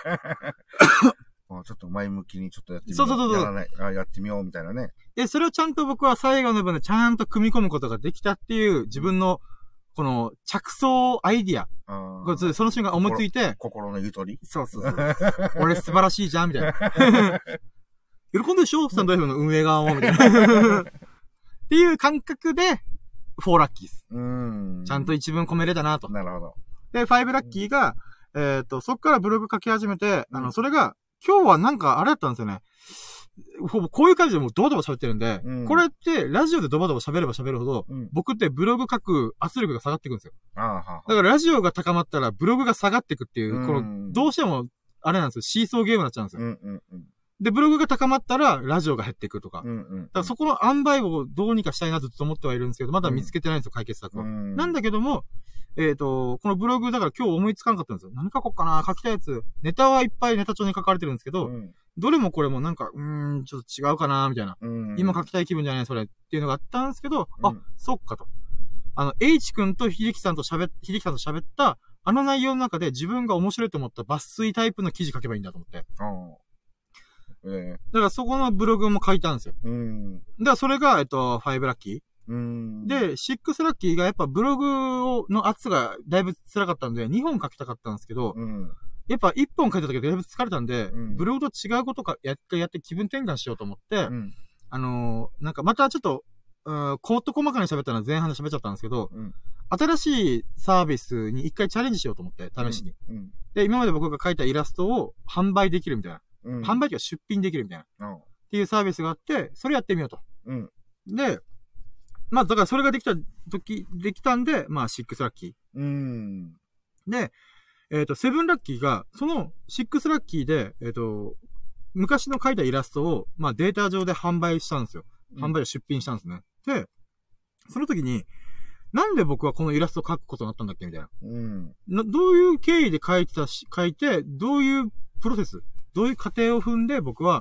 ちょっと前向きにちょっとやってみよう。そう。やってみよう、みたいなね。 で、それをちゃんと僕は最後の文でちゃんと組み込むことができたっていう自分の、この着想アイディア。その瞬間思いついて。 心のゆとり。 そう。俺素晴らしいじゃん、みたいな。喜んででしょスタンド FM の運営側も、みたいな。っていう感覚で、4ラッキーです。ちゃんと一文込めれたなと。 なるほど。 で、5ラッキーが、そっからブログ書き始めて、それが、今日はなんかあれだったんですよね。こういう感じでもうドバドバ喋ってるんで、これってラジオでドバドバ喋れば喋るほど、僕ってブログ書く圧力が下がっていくんですよ。だからラジオが高まったらブログが下がっていくっていう、この、どうしても、あれなんですよ、シーソーゲームになっちゃうんですよ。で、ブログが高まったら、ラジオが減っていくとか。だからそこの塩梅をどうにかしたいなずっと思ってはいるんですけど、まだ見つけてないんですよ、解決策は。なんだけども、このブログだから今日思いつかなかったんですよ。何書こうかな、書きたいやつ。ネタはいっぱいネタ帳に書かれてるんですけど、どれもこれもなんか、ちょっと違うかな、みたいな。今書きたい気分じゃない、それっていうのがあったんですけど、そっかと。H 君と秀樹さんと喋った、内容の中で自分が面白いと思った抜粋タイプの記事書けばいいんだと思って。だからそこのブログも書いたんですよ。だからそれが、5ラッキー。で、6ラッキーがやっぱブログの圧がだいぶ辛かったんで、2本書きたかったんですけど、やっぱ1本書いた時はだいぶ疲れたんで、ブログと違うことかやって気分転換しようと思って、なんかまたちょっと、細かに喋ったのは前半で喋っちゃったんですけど、新しいサービスに一回チャレンジしようと思って、試しに。で、今まで僕が書いたイラストを販売できるみたいな。販売機は出品できるみたいな。っていうサービスがあって、それやってみようと。で、まあ、だからそれができたんで、まあ、6ラッキー。で、7ラッキーが、その6ラッキーで、昔の描いたイラストを、まあ、データ上で販売したんですよ。販売を出品したんですね。で、その時に、なんで僕はこのイラストを描くことになったんだっけみたいな。どういう経緯で描いて、どういうプロセス、どういう過程を踏んで僕は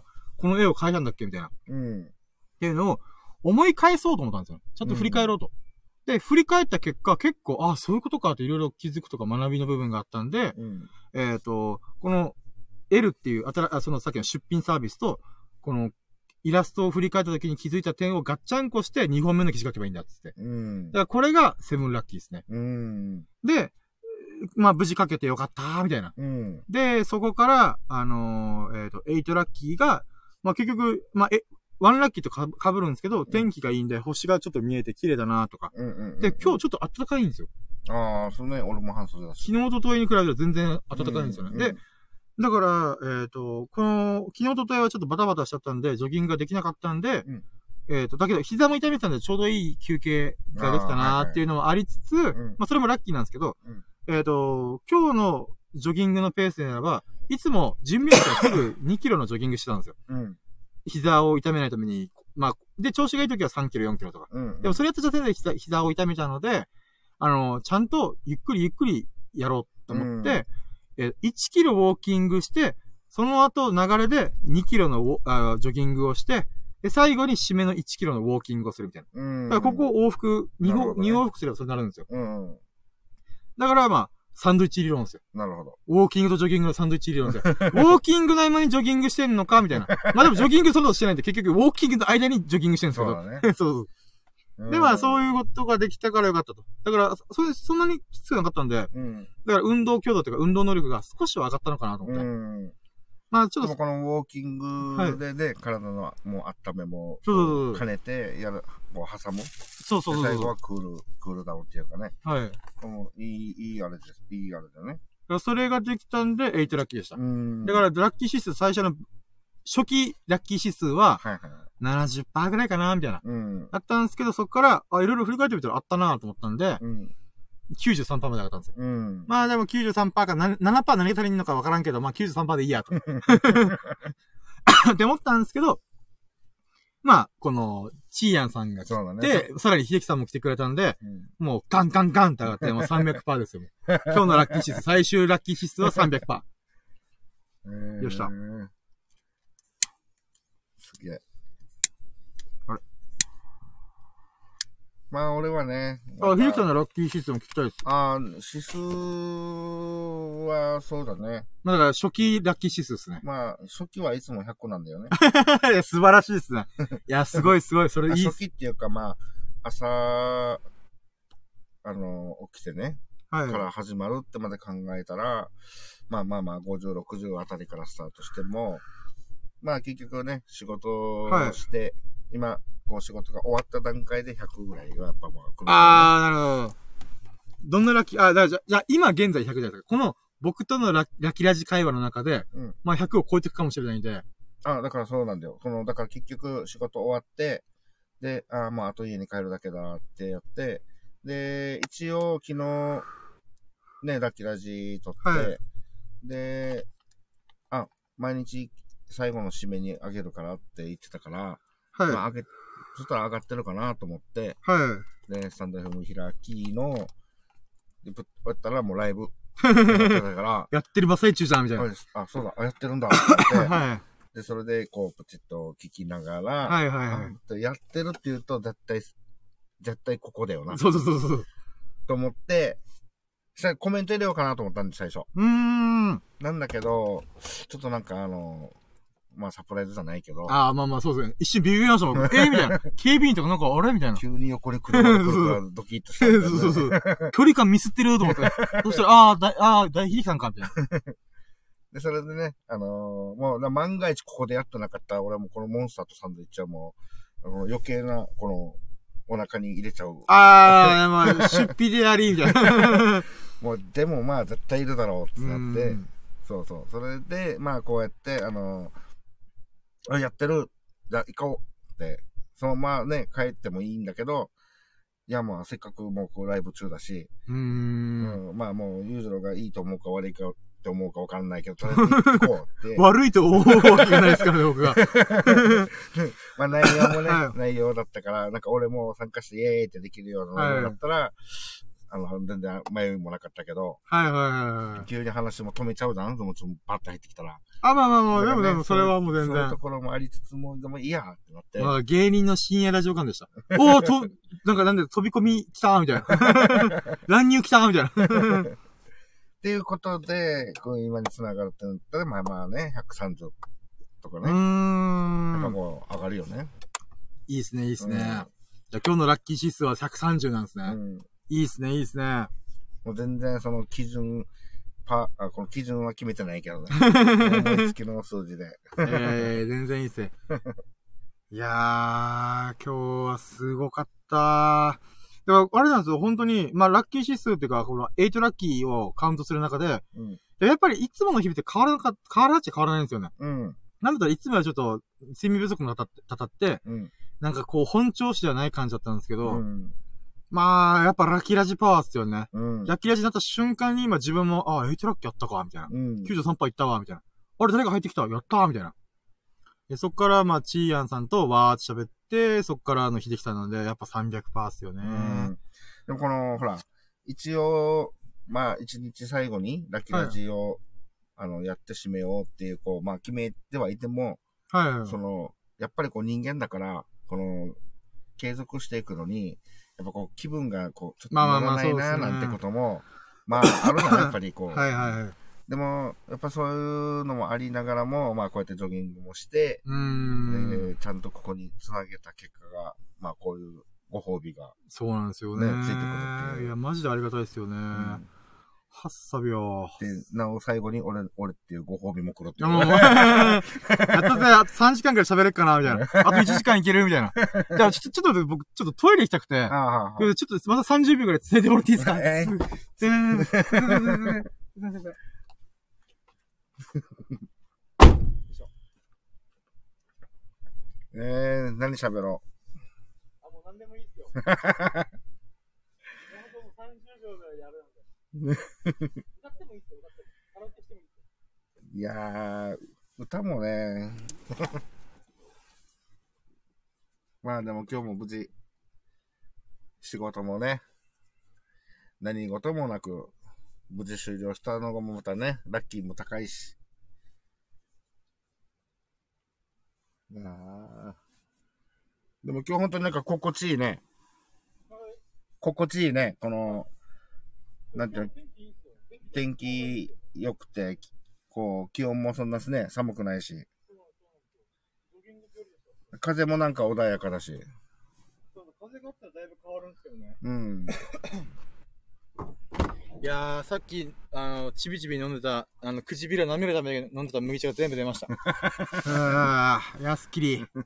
この絵を描いたんだっけみたいな。 うん。 っていうのを思い返そうと思ったんですよ。ちゃんと振り返ろうと。で、振り返った結果、結構、そういうことかっていろいろ気づくとか学びの部分があったんで、この L っていう、そのさっきの出品サービスと、このイラストを振り返った時に気づいた点をガッチャンコして2本目の記事書けばいいんだっつって。だからこれがセブンラッキーですね。で、まあ無事書けてよかったーみたいな。で、そこから、8ラッキーが、まあ結局、まあ、1ラッキーと被るんですけど、天気がいいんで、星がちょっと見えて綺麗だなとか。で、今日ちょっと暖かいんですよ。 ああ、そうね、俺も半袖だし。 昨日とといに比べたら全然暖かいんですよね。で、だから、この、昨日とといはちょっとバタバタしちゃったんで、ジョギングができなかったんで、だけど、膝も痛めてたんで、ちょうどいい休憩ができたなーっていうのもありつつ、まあ、それもラッキーなんですけど、今日のジョギングのペースでならば、いつも準備したらすぐ2キロのジョギングしてたんですよ。膝を痛めないために、まあ、で、調子がいい時は3キロ、4キロとか。でもそれやった時点で膝を痛めたので、ちゃんとゆっくりやろうと思って、1キロウォーキングして、その後流れで2キロのジョギングをして、で、最後に締めの1キロのウォーキングをするみたいな。だからここ往復、2往復すればそれになるんですよ。だからまあ、サンドイッチ理論ですよ。 なるほど。 ウォーキングとジョギングのサンドイッチ理論ですよ。ウォーキングの合間にジョギングしてんのかみたいな。まあでもジョギングそのとしてないんで、結局ウォーキングの間にジョギングしてるんですけど。そうだね。そう。で、まあそういうことができたからよかったと。だから、そんなにきつくなかったんで、だから運動強度というか運動能力が少しは上がったのかなと思って。まあちょっと。 でもこのウォーキングでね、体のもう温めも兼ねてやる、もう挟む。そう。最後はクールダウンっていうかね。はい。いいあれです。いいあれだね。 それができたんで、8ラッキーでした。だからラッキー指数最初の初期ラッキー指数は、70% ぐらいかなみたいな。あったんですけど、そこから、いろいろ振り返ってみたらあったなと思ったんで、93% まで上がったんですよ。まあでも 93% か 7% 何が足りんのかわからんけど、まあ 93% でいいやと。って思ったんですけど、まあ、この、チーヤンさんが来て、さらに秀樹さんも来てくれたんで、もうガンガンガンって上がって、もう 300% ですよ。今日のラッキー指数、最終ラッキー指数は 300%。よっしゃ。 すげえ。あれまあ俺はね。 秀樹さんのラッキー指数も聞きたいです。 指数はそうだね。 まあだから初期ラッキー指数ですね。 まあ初期はいつも100個なんだよね。 いや素晴らしいですね。いやすごい、それいい。 初期っていうかまあ、朝、起きてね。から始まるってまで考えたら、まあ、50、60あたりからスタートしても、まあ結局ね、仕事をして、今、こう仕事が終わった段階で100ぐらいはやっぱまあ来る、ね。 なるほど。どんなラッキー、じゃあ今現在100じゃないですか。この僕とのラキラジ会話の中で、まあ100を超えていくかもしれないんで。 だからそうなんだよ。だから結局仕事終わって、で、まああと家に帰るだけだってやって、で、一応昨日、ね、ラキラジ撮って、で、毎日最後の締めにあげるからって言ってたから、まあそしたら上がってるかなと思って、で、スタンド FM 開きの、で、ぶっやったらもうライブ。やってたからやってる真っ最中じゃん、みたいな。 そうだ、やってるんだ、と思って。で、それで、こう、プチッと聞きながら、やってるって言うと、絶対ここだよな。 そう。 と思って、コメント入れようかなと思ったんで、最初。なんだけど、ちょっとなんかまあサプライズじゃないけど。 まあそうですね。一瞬ビビりましたもん。みたいな。警備員とかなんかあれみたいな。 急に横に車が来るからドキッとした、ね。 そう。距離感ミスってると思って。そしたら、大秀樹さんか、みたいな。 で、それでね、もう、万が一ここでやってなかったら、俺はもうこのモンスターとサンドイッチはもう、余計な、この、お腹に入れちゃう。 まあ、出費でやり、みたいな。 もう、でもまあ、絶対いるだろうってなって、そう。それで、まあ、こうやって、やってる、じゃあ行こうって、そのままね、帰ってもいいんだけど、いやまあ、せっかくもうこうライブ中だし、まあもう、ユージロがいいと思うか悪いかって思うかわかんないけど、とりあえず行こうって。 悪いと思うわけがないですからね、僕が。 まあ内容もね、内容だったから、なんか俺も参加してイエーイってできるような内容だったら、 全然迷いもなかったけど。 はいはいはい。 急に話も止めちゃうじゃん、そのバッと入ってきたら。 まあ、でも、それはもう全然。 そういうところもありつつも、でもいいやってなって。 まあ、芸人の深夜ラジオ感でした。なんで飛び込み来たみたいな。乱入来たみたいな。 っていうことで、今に繋がるって言ったら、まあね、130とかね。やっぱこう、上がるよね。 いいっすね。じゃあ今日のラッキー指数は130なんですね。いいっすね。 もう全然その基準、この基準は決めてないけどね。思いつきの数字で。 全然いいっすね。いやー、今日はすごかったー。だから、あれなんですよ、本当に、まあ、ラッキー指数っていうか、この8ラッキーをカウントする中で、やっぱりいつもの日々って変わらっちゃ変わらないんですよね。なんだったらいつもはちょっと、睡眠不足のたって、なんかこう、本調子ではない感じだったんですけど、まあ、やっぱラッキーラジパワーっすよね。ラッキーラジになった瞬間に今自分も、8ラッキーやったか、みたいな。93% いったわ、みたいな。あれ、誰が入ってきたやったー、みたいな。で、そっから、まあ、チーアンさんとわーって喋って、そっから秀樹さんなんで、やっぱ 300% っすよね。 でもほら、一応、まあ、一日最後にラッキーラジを、やって締めようっていう、まあ、決めてはいても、やっぱり人間だから、継続していくのに、やっぱ気分がちょっと乗らないななんてことも、まあ、あるじゃん、やっぱりでも、やっぱそういうのもありながらも、まあこうやってジョギングもして、ちゃんとここにつなげた結果が、まあこういうご褒美が。 そうなんですよね。 ついてくるっていう。 いや、マジでありがたいですよね。はっさびよ。 で、なお最後に俺っていうご褒美も来るっていう。 やっとね、あと3時間くらい喋れっかな、みたいな。あと1時間いけるみたいな。じゃあ、ちょっと僕、ちょっとトイレ行きたくて。ちょっとまた30秒くらい続いてもらっていいですか何喋ろう。もう何でもいいっすよ。もう30秒ぐらいやるんで。歌ってもいいっすよ、カラオケしてもいいっすよ。 いやー、歌もね。まあでも今日も無事、仕事もね、何事もなく、無事終了したのがまたね、ラッキーも高いし。でも今日本当になんか心地いいね。心地いいね。なんていうの、天気良くて、気温もそんなね、寒くないし。風もなんか穏やかだし。 風があったらだいぶ変わるんですけどね。いやー、さっき、ちびちび飲んでた、唇舐めるために飲んでた麦茶が全部出ました。いや、すっきり。い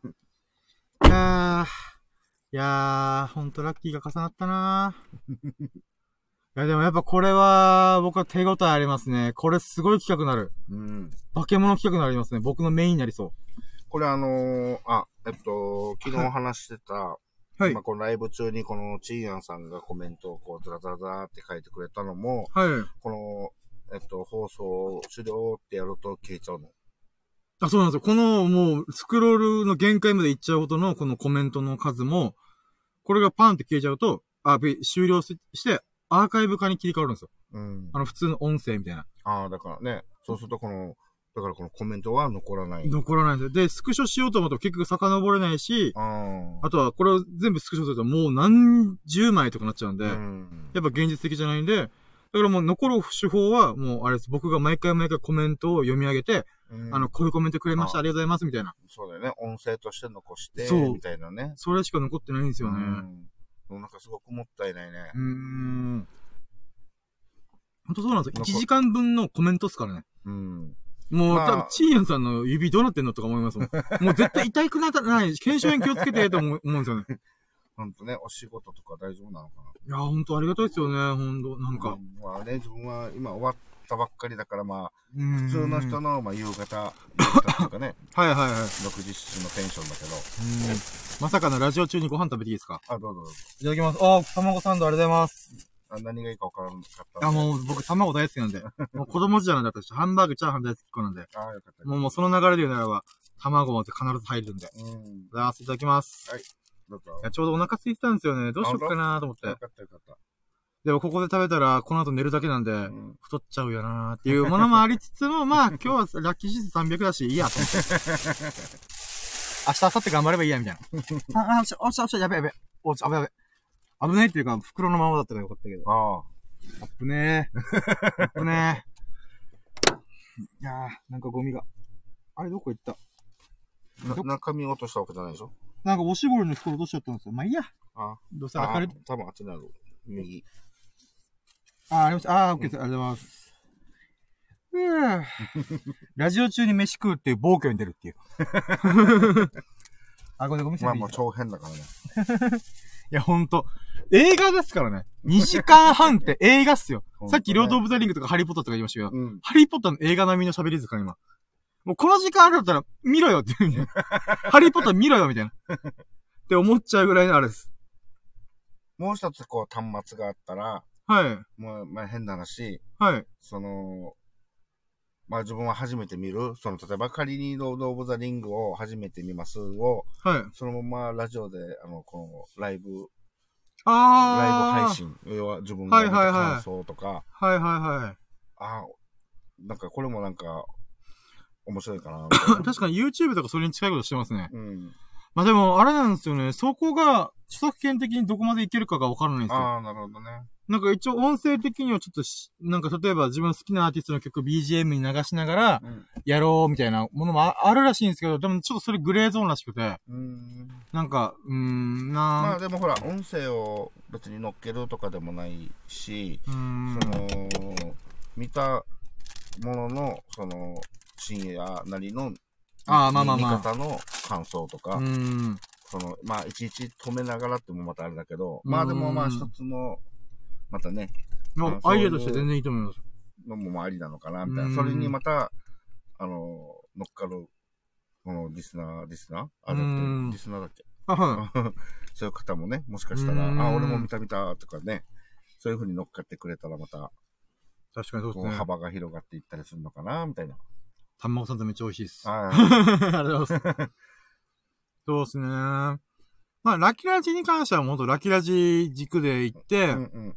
やー、ほんとラッキーが重なったなー。いや、でもやっぱこれは、僕は手応えありますね。これすごい企画になる。化け物企画になりますね。僕のメインになりそう。 これ昨日話してた、まあ、このライブ中にこのチーヤンさんがコメントをザラザラザラって書いてくれたのも、この、放送終了ってやると消えちゃうの。 そうなんですよ。このもうスクロールの限界までいっちゃうほどのこのコメントの数も、これがパンって消えちゃうと、終了して、アーカイブ化に切り替わるんですよ。普通の音声みたいな。 だからね、そうするとこのコメントは残らない。 残らないんですよ。で、スクショしようと思うと結局遡れないし、あとはこれを全部スクショするともう何十枚とかなっちゃうんで、やっぱ現実的じゃないんで、だからもう残る手法はもうあれです。僕が毎回コメントを読み上げて、こういうコメントくれました、ありがとうございます、みたいな。 そうだよね。音声として残して、みたいなね。 それしか残ってないんですよね。 なんかすごくもったいないね。 ほんとそうなんですよ。1時間分のコメントっすからね。もう、多分、チーヤンさんの指どうなってんのとか思いますもん。もう絶対痛くならない。検証炎気をつけてと思うんですよね。 ほんとね、お仕事とか大丈夫なのかな。 いや、ほんとありがたいですよね、ほんと。なんか。 まあね、自分は今終わったばっかりだから、まあ、普通の人の、まあ、夕方とかね。6時7時のテンションだけど。 まさかのラジオ中にご飯食べていいですか？ どうぞ。 いただきます。卵サンドありがとうございます。 何がいいか分からなかった。 もう僕卵大好きなんで。もう子供時代なんだったし、ハンバーグ、チャーハン大好きっ子なんで。 よかった。 もうその流れで言うならば、卵も必ず入るんで。いただきます。 はい。どうぞ。 ちょうどお腹空いてたんですよね。どうしよっかなと思って。 よかった。 でもここで食べたら、この後寝るだけなんで、太っちゃうよなーっていうものもありつつも、まあ、今日はラッキーシス300だし、いいや、と思って。明日、明後日頑張ればいいや、みたいな。おっしゃ、やべやべ。おっしゃ、やべ。危ないっていうか、袋のままだったらよかったけど。危ねー。危ねー。いやー、なんかゴミが。あれ、どこ行った中身落としたわけじゃないでしょ。 なんかおしぼりの袋落としちゃったんですよ。まあいいや。どうせ明るい。 多分あっちなの。右。 ありました。オッケーです。ありがとうございます。ラジオ中に飯食うっていう暴挙に出るっていう。これごめんなさい。 まあもう超変だからね。 いや、ほんと。映画ですからね。2時間半って映画っすよ。さっきロード・オブ・ザ・リングとかハリー・ポッターとか言いましたけど、ハリー・ポッターの映画並みの喋りですから今。もうこの時間あるだったら見ろよって言うんで。ハリー・ポッター見ろよみたいな。って思っちゃうぐらいのあれです。 もう一つこう端末があったら、 はい。 もう、まあ変な話。 はい。 まあ自分は初めて見る、例えば仮にロード・オブ・ザ・リングを初めて見ますを、 はい。 そのままラジオで、このライブ配信、要は自分が見た感想とか、なんかこれもなんか、面白いかな。 確かに YouTube とかそれに近いことしてますね。まあでも、あれなんですよね。そこが、著作権的にどこまでいけるかがわからないんですよ。 なるほどね。 なんか一応音声的にはちょっとなんか例えば自分好きなアーティストの曲 BGM に流しながら、やろうみたいなものもあるらしいんですけど、でもちょっとそれグレーゾーンらしくて。なんか、 まあでもほら、音声を別に乗っけるとかでもないし、見たものの、深夜なりの、見方の感想とか、まあ、いちいち止めながらってもまたあれだけど、まあでもまあ一つの、またね。 アイデアとして全然いいと思います。 のもありなのかな、みたいな。それにまた、乗っかる、このリスナーリスナーだっけそういう方もね、もしかしたら、俺も見たとかね、そういう風に乗っかってくれたらまた、 確かにそうですね。 幅が広がっていったりするのかな、みたいな。 卵さんとめっちゃ美味しいです。ありがとうございます。そうですね。まあ、ラキラジに関してはもっとラキラジ軸で行って、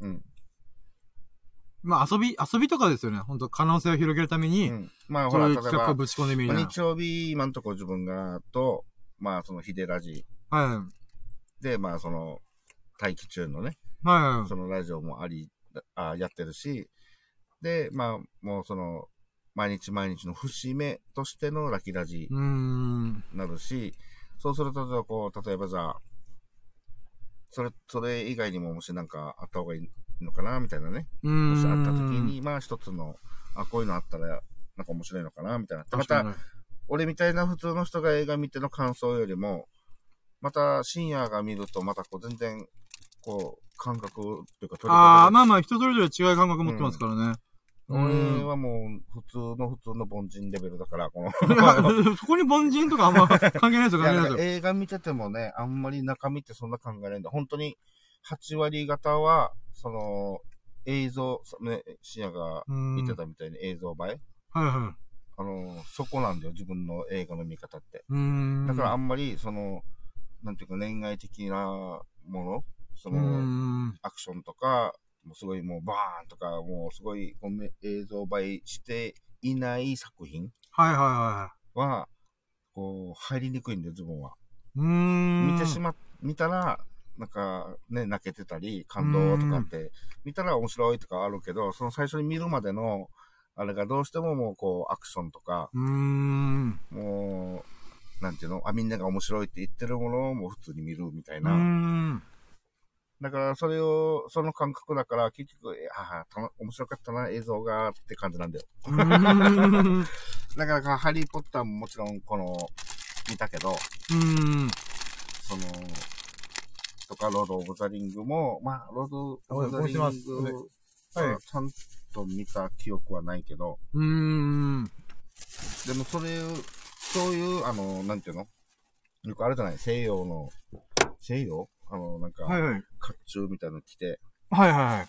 まあ、遊びとかですよね。本当可能性を広げるために、 まあ、ほら、例え企画をぶち込んでみる。 日曜日、今んとこ自分がまあ、ヒデラジ。で、まあ、待機中のね。そのラジオもやってるし、で、まあ、もう毎日の節目としてのラキラジになるし、そうすると、例えばじゃあ、それ以外にももしなんかあった方がいいのかな、みたいなね。もしあった時に、まあ一つの、こういうのあったら、なんか面白いのかな、みたいな。また、俺みたいな普通の人が映画見ての感想よりも、また深夜が見ると、また全然、感覚っていうか、 まあ、人それぞれ違い感覚持ってますからね。 俺はもう、普通の凡人レベルだから、 そこに凡人とかあんま関係ないですよ、 映画見ててもね、あんまり中身ってそんな考えないんだ。本当に、8割方は、映像、ね、深夜が見てたみたいに映像映えそこなんだよ、自分の映画の見方って。だからあんまり、なんていうか恋愛的なもの、アクションとか、もうすごいもうバーンとか、もうすごい映像映えしていない作品は、入りにくいんだよ、自分は。見たら、なんかね、泣けてたり、感動とかって、見たら面白いとかあるけど、その最初に見るまでの、あれがどうしてももうアクションとか、もう、なんていうの、みんなが面白いって言ってるものをもう普通に見るみたいな。だからその感覚だから結局、面白かったな、映像がって感じなんだよ。だからハリーポッターももちろん見たけど、とかロード・オブ・ザ・リングも、まあ、ロード・オブ・ザ・リングはちゃんと見た記憶はないけど、でもそういう、なんていうのよくあるじゃない西洋なんか、甲冑みたいなの着て、わー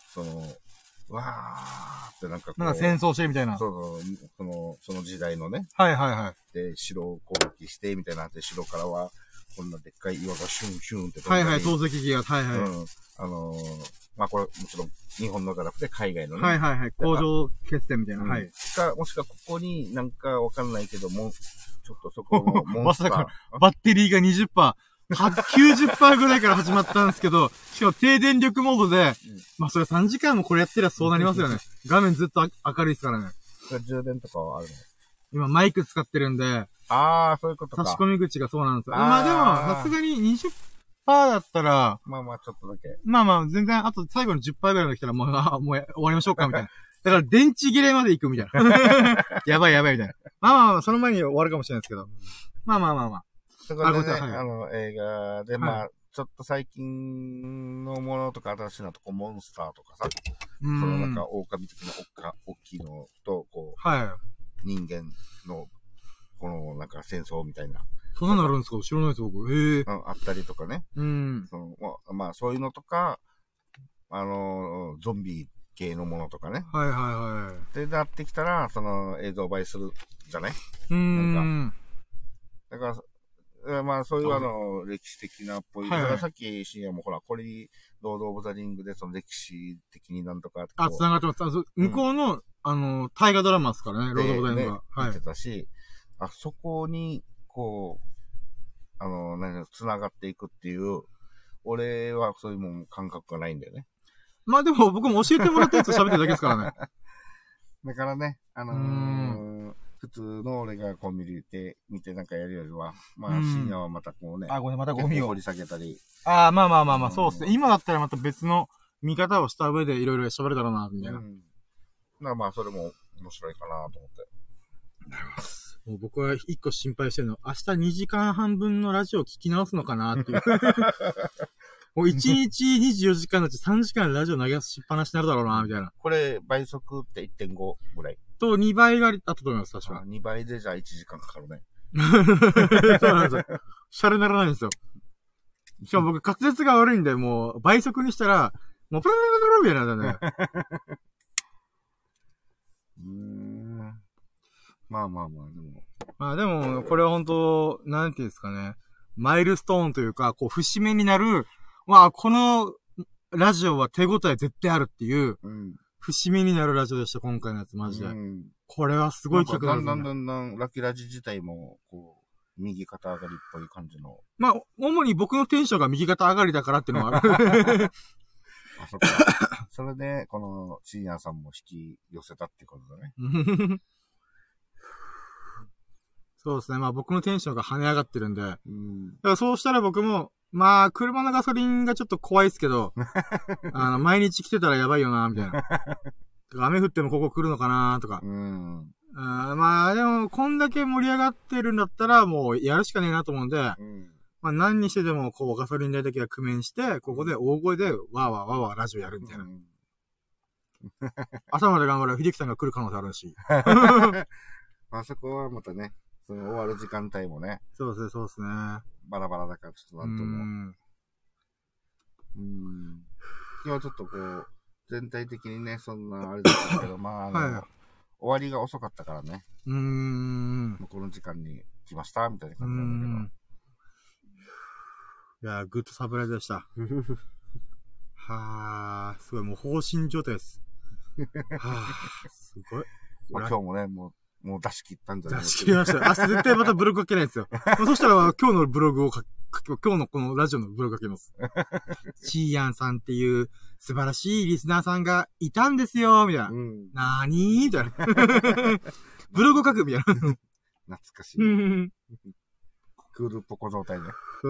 ってなんか戦争してみたいな。 その時代のね。で、城を攻撃して、みたいなって、城からは、 こんなでっかい岩がシュンシュンって飛んだり。はいはい、透析機が、はいはい。 まあこれもちろん日本のじゃなくて海外のね。 はいはいはい。工場決戦みたいな。はい。 もしくはここになんかわかんないけども、ちょっとそこのモンスター。まさか、 バッテリーが20%、90% ぐらいから始まったんですけど、しかも低電力モードで、まあそれ3時間もこれやってりゃそうなりますよね。画面ずっと明るいですからね。 充電とかはあるの？ 今マイク使ってるんで、 そういうことか。 差し込み口がそうなんですよ。まあでも、さすがに20%だったら、 まあまあちょっとだけ。 まあまあ全然、あと最後の10%ぐらいまで来たらもう終わりましょうかみたいな。だから電池切れまで行くみたいな。やばいみたいな。まあ、その前に終わるかもしれないですけど。まあ。 そこでね、映画で、まあ、ちょっと最近のものとか新しいのと、モンスターとかさ、そのなんか狼的な大きいのと、人間の、このなんか戦争みたいな。 そんなのあるんですか？知らないです僕。 あったりとかね。まあそういうのとか、ゾンビ系のものとかね。で、なってきたら、その映像映えするじゃない？だから、まあそういう歴史的なっぽい。だからさっき深夜もほら、これ、ロード・オブ・ザ・リングでその歴史的になんとか。 繋がってます。向こうの、大河ドラマですからね、ロード・オブ・ザ・リングが。 言ってたし、そこに、繋がっていくっていう、俺はそういうもん感覚がないんだよね。 まあでも僕も教えてもらったやつ喋ってるだけですからね。 だからね、普通の俺がこう見てなんかやるよりは、まあ深夜はまたこうね、 これまたゴミを掘り下げたり。 まあ、そうですね。今だったらまた別の見方をした上でいろいろ喋るだろうな、みたいな。 まあそれも面白いかなと思って。 なるほど。もう僕は一個心配してるの、明日2時間半分のラジオを聞き直すのかなっていう。もう1日24時間のうち3時間ラジオ投げしっぱなしになるだろうな、みたいな。 これ、倍速って 1.5 ぐらい。 と、2倍があったと思います、確か。 2倍でじゃあ1時間かかるね。 そうなんですよ。シャレならないんですよ。しかも僕滑舌が悪いんで、もう倍速にしたら、もうプルルルルルみたいになったんだよ。 まあ、でも。 まあでも、これは本当なんていうんですかね。マイルストーンというか、節目になる、まあ、このラジオは手応え絶対あるっていう、節目になるラジオでした、今回のやつ、マジで。これはすごい企画だんだん、ラッキーラジ自体も、右肩上がりっぽい感じの。 まあ、主に僕のテンションが右肩上がりだからっていうのはある。 そっか。それで、この、深夜さんも引き寄せたってことだね。 そうですね。まあ僕のテンションが跳ね上がってるんで。だからそうしたら僕も、まあ車のガソリンがちょっと怖いですけど、毎日来てたらやばいよな、みたいな。雨降ってもここ来るのかな、とか。まあでも、こんだけ盛り上がってるんだったら、もうやるしかねえなと思うんで、まあ何にしてでも、ガソリン代だけは工面して、ここで大声で、わーわーラジオやるみたいな。朝まで頑張る秀樹さんが来る可能性あるし。 あそこはまたね、その終わる時間帯もね。 そうですね。 バラバラだからちょっとなんとも。今日ちょっと全体的にね、そんなあれだったけど、まあ終わりが遅かったからね。この時間に来ました、みたいな感じなんだけど。いやー、グッドサプライズでした。はー、すごい、もう放心状態です。はー、すごい。 まあ今日もね、もう出し切ったんじゃない出し切りました。明日絶対またブログ書けないんですよ。そしたら今日のブログを今日のこのラジオのブログ書けます。シーヤンさんっていう素晴らしいリスナーさんがいたんですよ、みたいな。なーにーみたいな。ブログ書くみたいな。 懐かしい。クールポコ状態ね。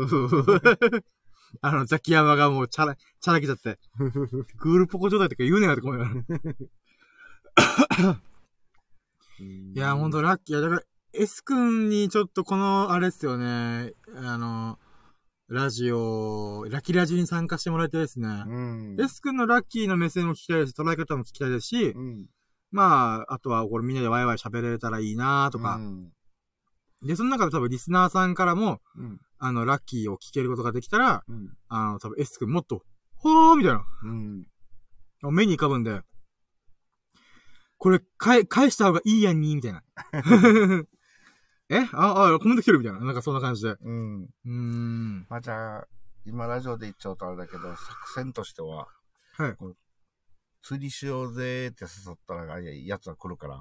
ザキヤマがもうチャラけちゃって。クールポコ状態とか言うねやとか思いながら。いや、ほんとラッキー。だから、S 君にちょっとこの、あれっすよね、ラジオ、ラッキーラジに参加してもらいたいですね。S 君のラッキーの目線も聞きたいですし、捉え方も聞きたいですし、まあ、あとはこれみんなでワイワイ喋れたらいいなとか、で、その中で多分リスナーさんからも、ラッキーを聞けることができたら、多分 S 君もっと、ほーみたいな。目に浮かぶんで、これ、返した方がいいやんにみたいな。 コメント来てるみたいな。なんかそんな感じで。 うん。まあ、じゃあ、今ラジオで言っちゃうとあれだけど、作戦としては、 はい。 釣りしようぜーって誘ったら、やつは来るから。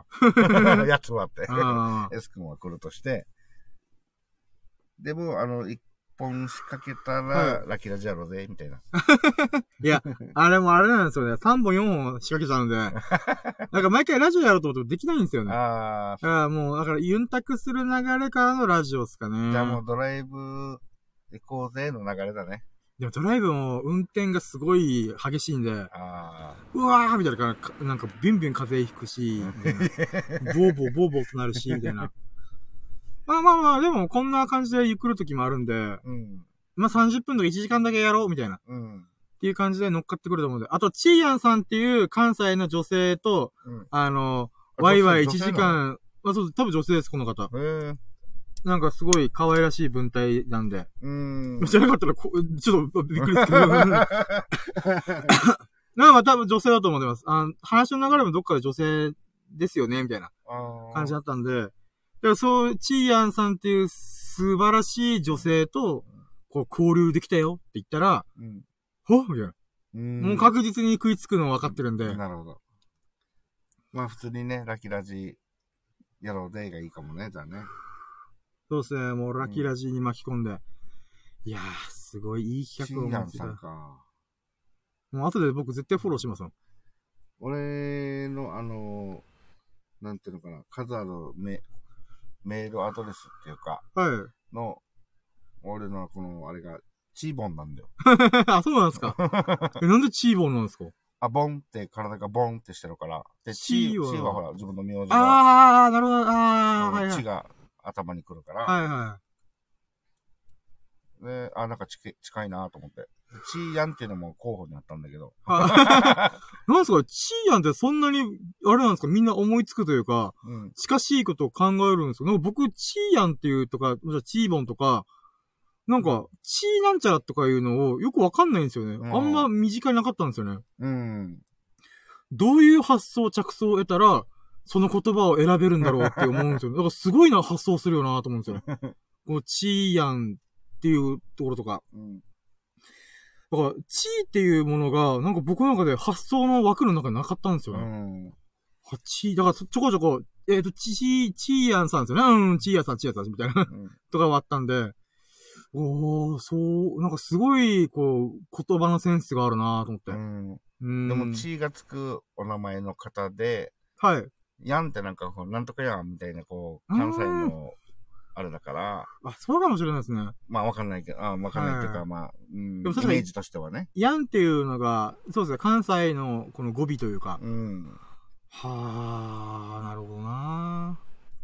やつはって。S 君は来るとして。でも、一本仕掛けたら、ラキラジやろうぜ、みたいな。 いや、あれもあれなんですよね。3本4本仕掛けちゃうんで。なんか毎回ラジオやろうと思ってもできないんですよね。だからもう、だからユンタクする流れからのラジオっすかね。 じゃあもうドライブ行こうぜの流れだね。 でもドライブも運転がすごい激しいんで、うわーみたいな、なんかビュンビュン風邪ひくし、ボーボーボーボーとなるし、みたいな。まあ、でもこんな感じでゆっくり時もあるんで、まあ30分とか1時間だけやろう、みたいな。っていう感じで乗っかってくると思うんで。あと、チーヤンさんっていう関西の女性と、ワイワイ1時間、そう、多分女性です、この方。なんかすごい可愛らしい文体なんで。じゃなかったらちょっとびっくりですけど。なんか多分女性だと思ってます。話の流れもどっかで女性ですよね、みたいな感じだったんで。そう、チーヤンさんっていう素晴らしい女性と、交流できたよって言ったら、ほみたいな。もう確実に食いつくの分かってるんで。 なるほど。まあ普通にね、ラキラジやろうぜがいいかもね、じゃあね。 そうですね、もうラキラジに巻き込んで。いやー、すごいいい企画を思ってた。もう後で僕絶対フォローしますもん。 俺のなんていうのかな、数あるメールアドレスっていうか、俺のあれが、チーボンなんだよ。 あ、そうなんですか。なんでチーボンなんですか？ ボンって体がボンってしてるから。で、チーはほら、自分の名字が。 なるほど。はい。 チが頭に来るから。 はい。 で、なんか近いなと思って。チーヤンっていうのも候補になったんだけど。 なんすか、チーヤンってそんなに、あれなんですか、みんな思いつくというか、近しいことを考えるんですよ。なんか僕、チーヤンっていうとか、チーボンとか、なんか、チーなんちゃらとかいうのをよくわかんないんですよね。あんま身近になかったんですよね。どういう発想、着想を得たら、その言葉を選べるんだろうって思うんですよ。だからすごいな発想するよなと思うんですよね。こう、チーヤンっていうところとか。だから、チーっていうものが、なんか僕の中で発想の枠の中になかったんですよね。チー、だからちょこちょこ、チーヤンさんですよね。チーヤンさん、みたいな。とかはあったんで、なんかすごい、言葉のセンスがあるなと思って。 でも、チーがつくお名前の方で、ヤンってなんか、なんとかヤンみたいな、関西の、あれだから。 そうかもしれないですね。 まあ、わかんないけど、わかんないっていうか、まあ、イメージとしてはね。 ヤンっていうのが、そうですね、関西のこの語尾というか。なるほどな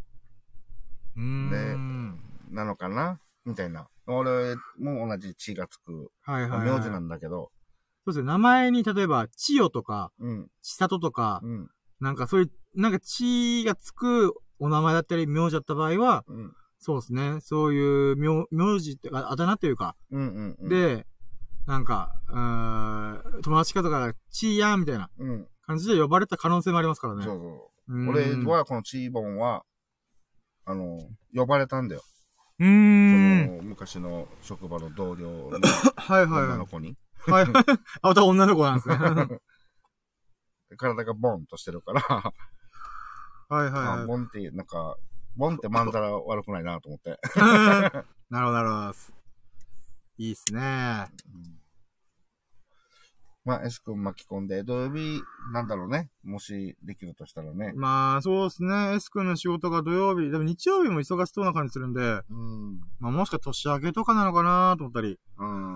なのかなみたいな。俺も同じ血がつく、名字なんだけど。 そうですね、名前に例えば、千代とか、千里とか、なんかそういう、なんか血がつくお名前だったり、名字だった場合は、そうですね、そういう名字ってあだ名というか、で、なんか、友達かとか、チーヤーみたいな感じで呼ばれた可能性もありますからね。 俺はこのチーボンは、呼ばれたんだよ。その昔の職場の同僚の女の子に。 また女の子なんですね。 体がボンとしてるから。ボンって、なんか、ボンってまんざら悪くないなと思って。 なるほど。いいっすね。 まあ、S 君巻き込んで、土曜日、なんだろうね。もしできるとしたらね。 まあ、そうですね。S 君の仕事が土曜日、でも日曜日も忙しそうな感じするんで、まあ、もしか年明けとかなのかなと思ったり。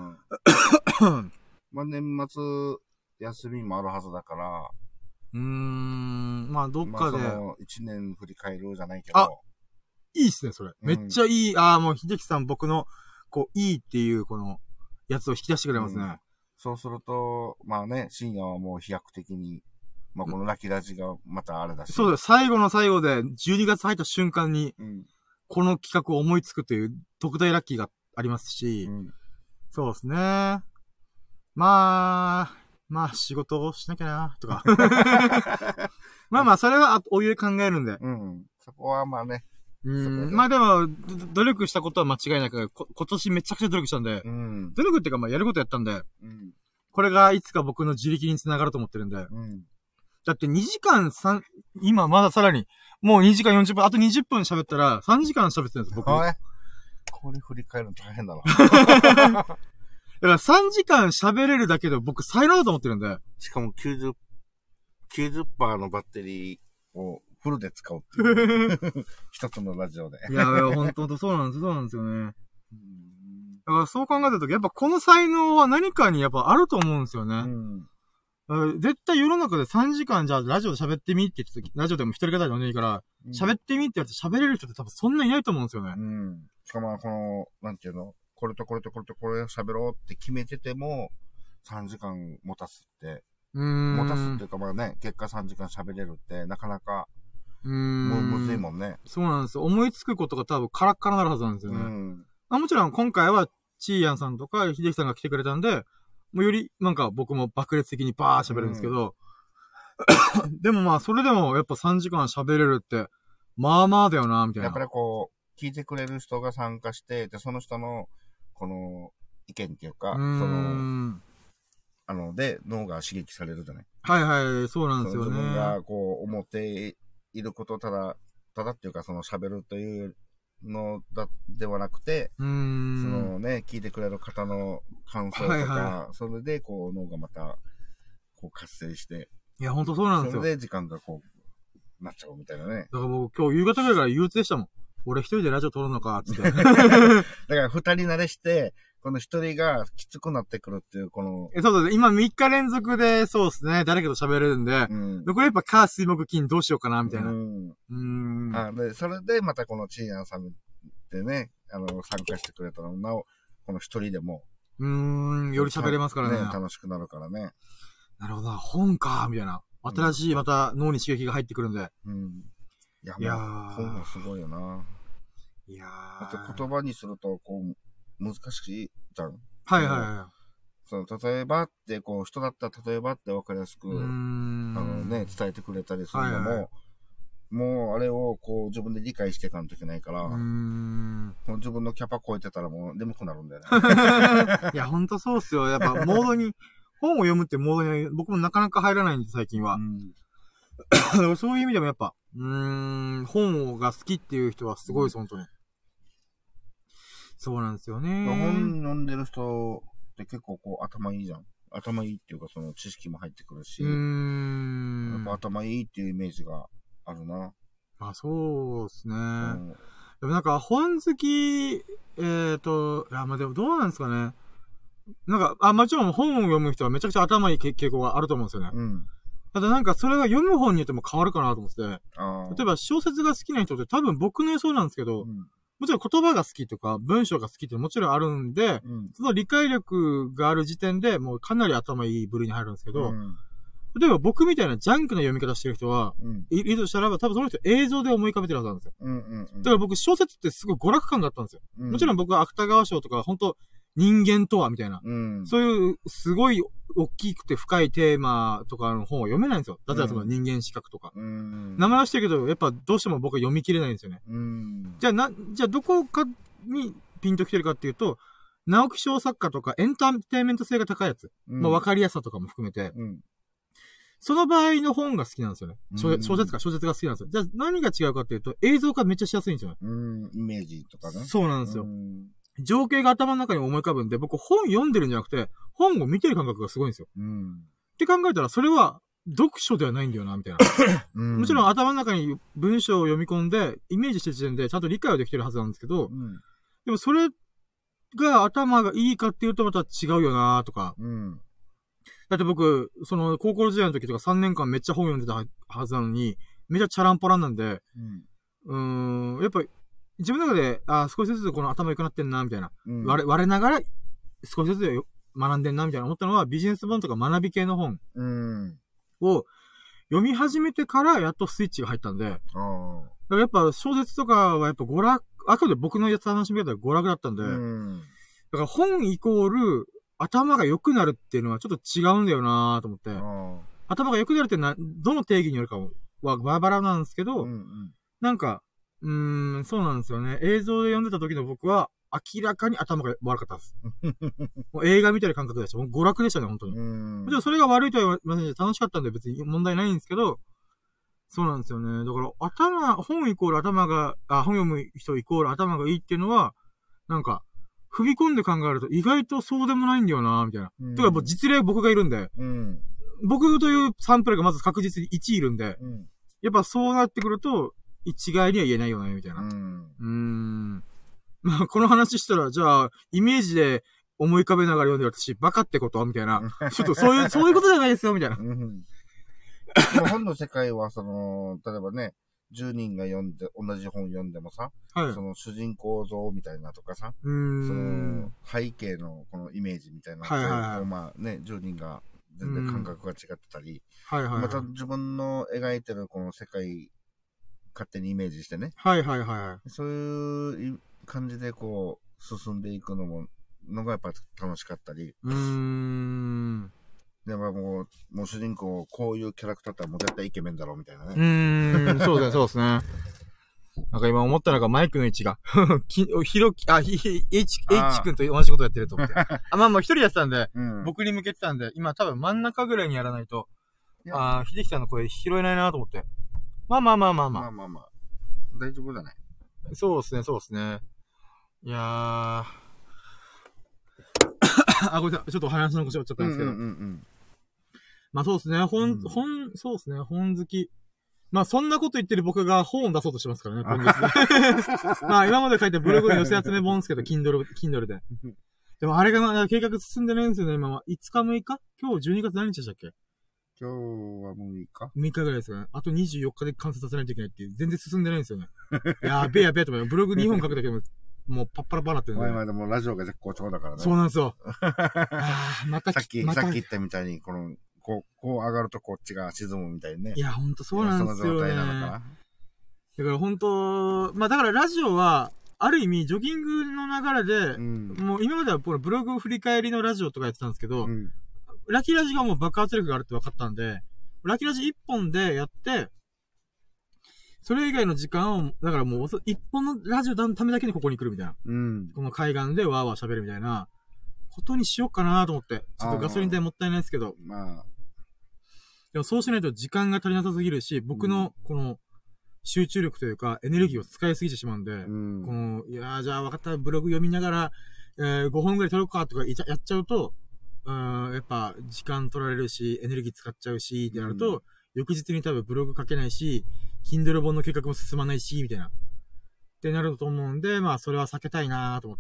まあ、年末、休みもあるはずだから。 まあ、どっかで。 一年振り返るじゃないけど。 いいっすね、それ。めっちゃいい。もう、秀樹さん、僕の、いいっていう、やつを引き出してくれますね。 そうすると、まあね、深夜はもう飛躍的に、まあこのラキラジがまたあれだし。 そうだ、最後の最後で、12月入った瞬間に、この企画を思いつくという特大ラッキーがありますし、そうですね。まあ、仕事をしなきゃな、とか。まあ、それはお湯考えるんで。 そこはまあね、 まあでも、努力したことは間違いなく、今年めちゃくちゃ努力したんで、努力っていうかまあやることやったんで、これがいつか僕の自力につながると思ってるんで、だって2時間今まださらに、もう2時間40分、あと20分喋ったら3時間喋ってるんです、僕。 これ振り返るの大変だな。だから3時間喋れるだけで僕才能だと思ってるんで。 しかも90% のバッテリーをフルで使うっていう。一つのラジオで。 いや、ほんとそうなんですよね。だからそう考えたとき、やっぱこの才能は何かにやっぱあると思うんですよね。絶対世の中で3時間じゃあラジオで喋ってみって言ったとき、ラジオでも一人語りでいいから、喋ってみって言われて喋れる人って多分そんなにいないと思うんですよね。 しかもこの、なんていうの、これとこれとこれとこれ喋ろうって決めてても、3時間持たすって、持たすっていうかまあね、結果3時間喋れるって、なかなか、むずいもんね。 そうなんですよ。思いつくことが多分カラッカラなるはずなんですよね。もちろん今回は、チーヤンさんとか、秀樹さんが来てくれたんで、もうより、なんか僕も爆裂的にバー喋るんですけど、でもまあ、それでもやっぱ3時間喋れるって、まあまあだよな、みたいな。 やっぱりこう、聞いてくれる人が参加して、で、その人の、この、意見っていうか、で、脳が刺激されるじゃない。 はいはい、そうなんですよね。 自分がこう、思っていることをただっていうか、その喋るというのではなくて、そのね、聞いてくれる方の感想とか、それでこう、脳がまた、こう活性して。 いや、ほんとそうなんですよ。 それで時間がこう、なっちゃうみたいなね。 だから僕今日夕方ぐらいから憂鬱でしたもん。俺一人でラジオ撮るのか、つって。だから二人慣れして、この一人がきつくなってくるっていう、この。 そうです。今3日連続で、そうですね。誰かと喋れるんで、これやっぱ火、水、木、金どうしようかな、みたいな。 で、それでまたこのチーヤンさんでね、参加してくれたのなお、この一人でも。 より喋れますからね。 楽しくなるからね。 なるほどな、本か、みたいな。新しいまた脳に刺激が入ってくるんで。 いや本もすごいよな。 いやあと言葉にすると、こう、難しいじゃん。 はいはいはい。 その、例えばって、こう、人だったら例えばって分かりやすく、伝えてくれたりするのも、もう、あれを、こう、自分で理解していかんといけないから、自分のキャパ超えてたらもう眠くなるんだよね。いや、ほんとそうっすよ。やっぱ、モードに、本を読むってモードに、僕もなかなか入らないんで、最近は。そういう意味でもやっぱ、本が好きっていう人はすごいです、本当に。そうなんですよね。 本読んでる人って結構こう頭いいじゃん。頭いいっていうかその知識も入ってくるし。やっぱ頭いいっていうイメージがあるな。 あ、そうですね。でもなんか本好き、いや、まあ、でもどうなんですかね。なんか、もちろん本を読む人はめちゃくちゃ頭いい傾向があると思うんですよね。ただなんかそれが読む本によっても変わるかなと思ってて。例えば小説が好きな人って多分僕の予想なんですけど、もちろん言葉が好きとか文章が好きってもちろんあるんで、その理解力がある時点でもうかなり頭いい部類に入るんですけど、例えば僕みたいなジャンクな読み方してる人は、いるとしたらば多分その人映像で思い浮かべてるはずなんですよ。だから僕小説ってすごい娯楽感があったんですよ。もちろん僕は芥川賞とか本当人間とはみたいな、そういうすごい大きくて深いテーマとかの本は読めないんですよ。例えばその人間資格とか。名前はしてるけど、やっぱどうしても僕は読み切れないんですよね。じゃあどこかにピンときてるかっていうと、直木賞作家とかエンターテインメント性が高いやつ。わかりやすさとかも含めて。その場合の本が好きなんですよね。小説が好きなんですよ。じゃあ何が違うかっていうと、映像化めっちゃしやすいんですよね。 イメージとかね。 そうなんですよ。情景が頭の中に思い浮かぶんで、僕本読んでるんじゃなくて、本を見てる感覚がすごいんですよ。って考えたら、それは読書ではないんだよな、みたいな。もちろん頭の中に文章を読み込んで、イメージしてる時点でちゃんと理解はできてるはずなんですけど、でもそれが頭がいいかっていうとまた違うよな、とか。だって僕、その高校時代の時とか3年間めっちゃ本読んでたはずなのに、めっちゃチャランポランなんで、やっぱり、自分の中で、少しずつこの頭良くなってんな、みたいな。我ながら、少しずつ学んでんな、みたいな思ったのは、ビジネス本とか学び系の本を読み始めてからやっとスイッチが入ったんで、だからやっぱ小説とかはやっぱ娯楽、あくまで僕のやつ楽しみ方は娯楽だったんで、だから本イコール頭が良くなるっていうのはちょっと違うんだよなと思って、頭が良くなるってどの定義によるかはバラバラなんですけど、なんか、 そうなんですよね。映像で読んでた時の僕は、明らかに頭が悪かったです。もう映画みたいな感覚でした。もう娯楽でしたね、本当に。もちろんそれが悪いとは言われませんし、楽しかったんで別に問題ないんですけど、そうなんですよね。だから本イコール本読む人イコール頭がいいっていうのは、なんか、踏み込んで考えると意外とそうでもないんだよな、みたいな。とか、もう実例僕がいるんで、僕というサンプルがまず確実に1いるんで、やっぱそうなってくると、一概には言えないよね、みたいな。まあ、この話したら、じゃあ、イメージで思い浮かべながら読んでる私、バカってことみたいな。ちょっとそういうことじゃないですよ、みたいな。 本の世界は、例えばね、10人が読んで、同じ本読んでもさ、はい、その主人公像みたいなとかさ、その背景のこのイメージみたいな、まあね、10人が全然感覚が違ってたり、また自分の描いてるこの世界、勝手にイメージしてね、そういう感じでこう、進んでいくのがやっぱ楽しかったり、でもう主人公、こういうキャラクターってもう絶対イケメンだろうみたいなね。 そうですね。なんか今思ったのがマイクの位置が、H 君と同じことやってると思って。まあ一人やってたんで、僕に向けてたんで、今多分真ん中ぐらいにやらないと、秀樹さんの声拾えないなと思って。まあ。 大丈夫だね。 そうですね。いやー。ごめんなさい。ちょっと話の腰折っちゃったんですけど。まあそうですね。そうですね。本好き。まあそんなこと言ってる僕が本を出そうとしてますからね、今月。まあ今まで書いたブログの寄せ集め本ですけど、Kindle で。でもあれが計画進んでないんですよね、今は。5日6日今日12月何日でしたっけ？ 今日は6日 ?6 日ぐらいですかね。あと24日で完成させないといけないっていう、全然進んでないんですよね。やべえと思う。ブログ2本書くだけでもうパッパラパラってるんで。 前までもラジオが絶好調だからね。 そうなんですよ。 さっき言ったみたいに、こう上がるとこっちが沈むみたいにね。 いや、ほんとそうなんですよ、ね。 その状態なのかな。 だからほんと、まあだからラジオは、ある意味、ジョギングの流れで、もう今まではブログ振り返りのラジオとかやってたんですけど、ラキラジがもう爆発力があるって分かったんで、ラキラジ1本でやって、それ以外の時間を、だからもう1本のラジオのためだけにここに来るみたいな。この海岸でワーワー喋るみたいなことにしようかなと思って。ちょっとガソリン代もったいないですけど。でもそうしないと時間が足りなさすぎるし、僕のこの集中力というかエネルギーを使いすぎてしまうんで、じゃあ分かった、ブログ読みながら、5本ぐらい撮ろうかとかやっちゃうと、やっぱ時間取られるし、エネルギー使っちゃうし、ってなると、翌日に多分ブログ書けないし、Kindle 本の計画も進まないし、みたいな。ってなると思うんで、まあそれは避けたいなと思って。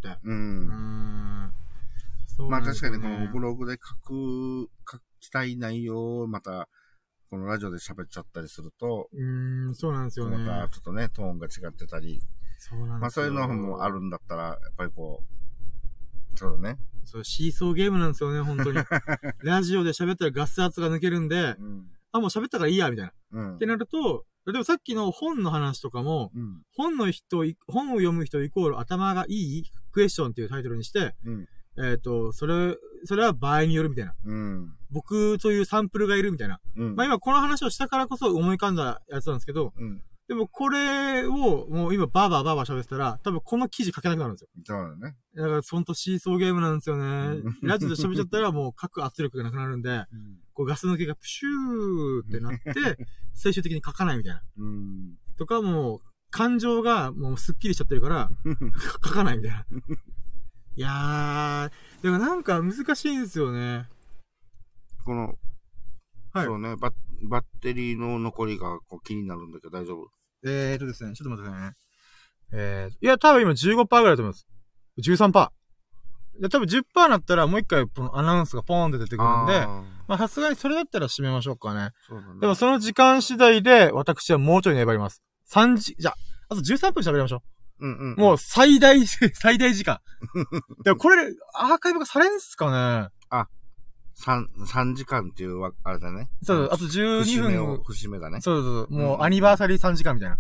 そうまあ確かにこのブログで書きたい内容をまた、このラジオで喋っちゃったりすると、 そうなんですよね。 またちょっとね、トーンが違ってたり。 そうなんですよ。 まあそういうのもあるんだったら、やっぱりそうだね。 そう、シーソーゲームなんですよね、本当に。ラジオで喋ったらガス圧が抜けるんで、もう喋ったからいいや、みたいな。ってなると、例えばさっきの本の話とかも、本を読む人イコール頭がいいクエスチョンっていうタイトルにして、それは場合によるみたいな。僕というサンプルがいるみたいな。まあ今この話をしたからこそ思い浮かんだやつなんですけど、でもこれをもう今バーバー喋ってたら、多分この記事書けなくなるんですよ。 そうだね。 だからほんとシーソーゲームなんですよね。ラジオで喋っちゃったらもう書く圧力がなくなるんで、こうガス抜けがプシューってなって、最終的に書かないみたいな。とかもう、感情がもうスッキリしちゃってるから、書かないみたいな。いやー、でもなんか難しいんですよね。 そうね、バッテリーの残りが気になるんだけど大丈夫？ ですね、ちょっと待ってくださいね。いや、多分今 15% ぐらいだと思います。13%。多分 10% なったらもう一回アナウンスがポーンって出てくるんで、まあさすがにそれだったら締めましょうかね。そうだね。でもその時間次第で私はもうちょい粘ります。じゃあと13分喋りましょう。もう最大時間。でもこれ、アーカイブがされんすかね 3時間っていう、あれだね。 そう、あと12分。 節目だね。 そう。もうアニバーサリー3時間みたいな。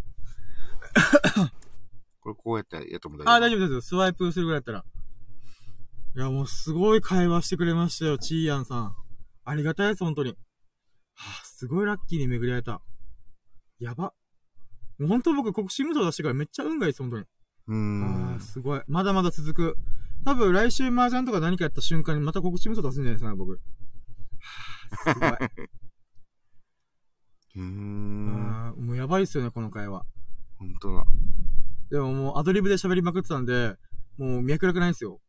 これこうやってやっても大丈夫です。スワイプするぐらいだったら。いや、もうすごい会話してくれましたよ、チーヤンさん。ありがたいです、本当に。すごいラッキーに巡り会えた。やば。 もう本当僕、国士無双出してからめっちゃ運がいいです、本当に。すごい。まだまだ続く。多分来週麻雀とか何かやった瞬間にまた国士無双出すんじゃないですかね、僕。すごい。もうやばいっすよね、この会話。 ほんとだ。 でももうアドリブで喋りまくってたんで、もう脈絡ないんですよ。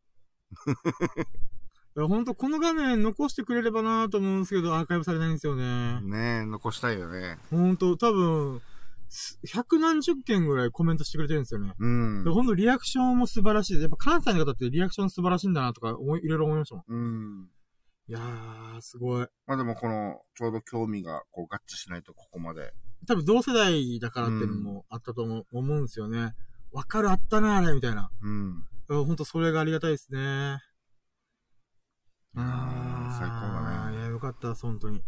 ほんとこの画面残してくれればなぁと思うんですけど、アーカイブされないんですよね。 ねえ、残したいよね。 ほんと、多分、百何十件ぐらいコメントしてくれてるんですよね。ほんとリアクションも素晴らしい。やっぱ関西の方ってリアクション素晴らしいんだなとか、いろいろ思いましたもん。いやー、すごい。 まあでもこの、ちょうど興味がこう合致しないとここまで。 多分同世代だからっていうのもあったと思うんですよね。わかる、あったなーね、みたいな。ほんとそれがありがたいですね。 最高だね。 いや、よかった、本当に。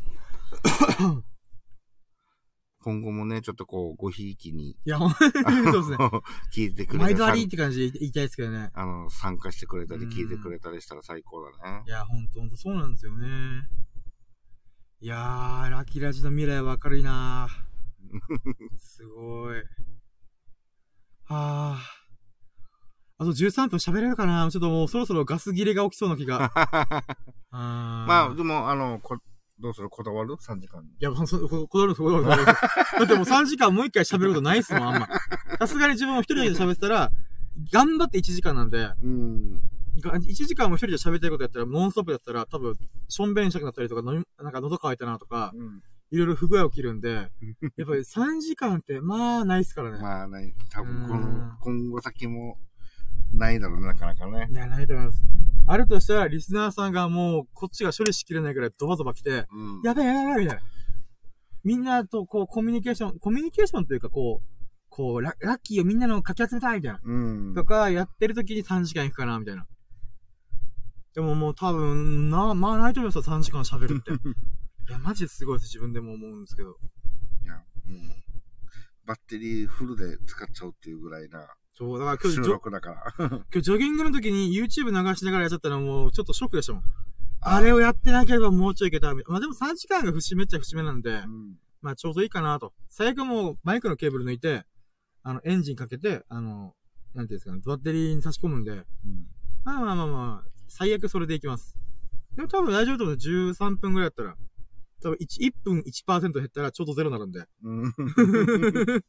今後もね、ちょっとこう、ごひいきに。 いや、そうですね。 聞いてくれた毎度ありって感じで言いたいですけどね。 参加してくれたり、聞いてくれたりしたら最高だね。 いや、ほんとそうなんですよね。いやー、ラキラジの未来は明るいなー。すごい。あと13分喋れるかな？ちょっともうそろそろガス切れが起きそうな気が。 まあ、でも、どうする？こだわる？ 3 時間。 いや、こだわる。だってもう3時間もう一回喋ることないっすもん、あんま。さすがに自分も一人で喋ってたら、頑張って1時間なんで、1時間も一人で喋ってることやったら、ノンストップやったら、多分、しょんべんしたくなったりとか、なんか喉乾いたなとか、いろいろ不具合起きるんで、やっぱり3時間って、まあ、ないっすからね。 まあ、ない。多分、今後先も、ないだろうね、なかなかね。 いや、ないと思います。あるとしたら、リスナーさんがもう、こっちが処理しきれないくらいドバドバ来て、やべえ、みたいな。みんなと、こう、コミュニケーションというか、こう、ラッキーをみんなのかき集めたい、みたいな。とか、やってる時に3時間行くかな、みたいな。でももう多分、まあ、ないと思いますよ、3時間喋るって。いや、マジですごいです、自分でも思うんですけど。 いや、バッテリーフルで使っちゃうっていうぐらいな。 そう、だから今日、 収録だから今日ジョギングの時に YouTube 流しながらやっちゃったのもうちょっとショックでしたもん。あれをやってなければもうちょいいけた。まあでも3時間がめっちゃ節目なんで、まあちょうどいいかなと。最悪もうマイクのケーブル抜いて、エンジンかけて、なんていうんですかね、バッテリーに差し込むんで、まあ、最悪それでいきます。でも多分大丈夫と思う。13分ぐらいだったら、多分1分 1% 減ったらちょうどゼロになるんで。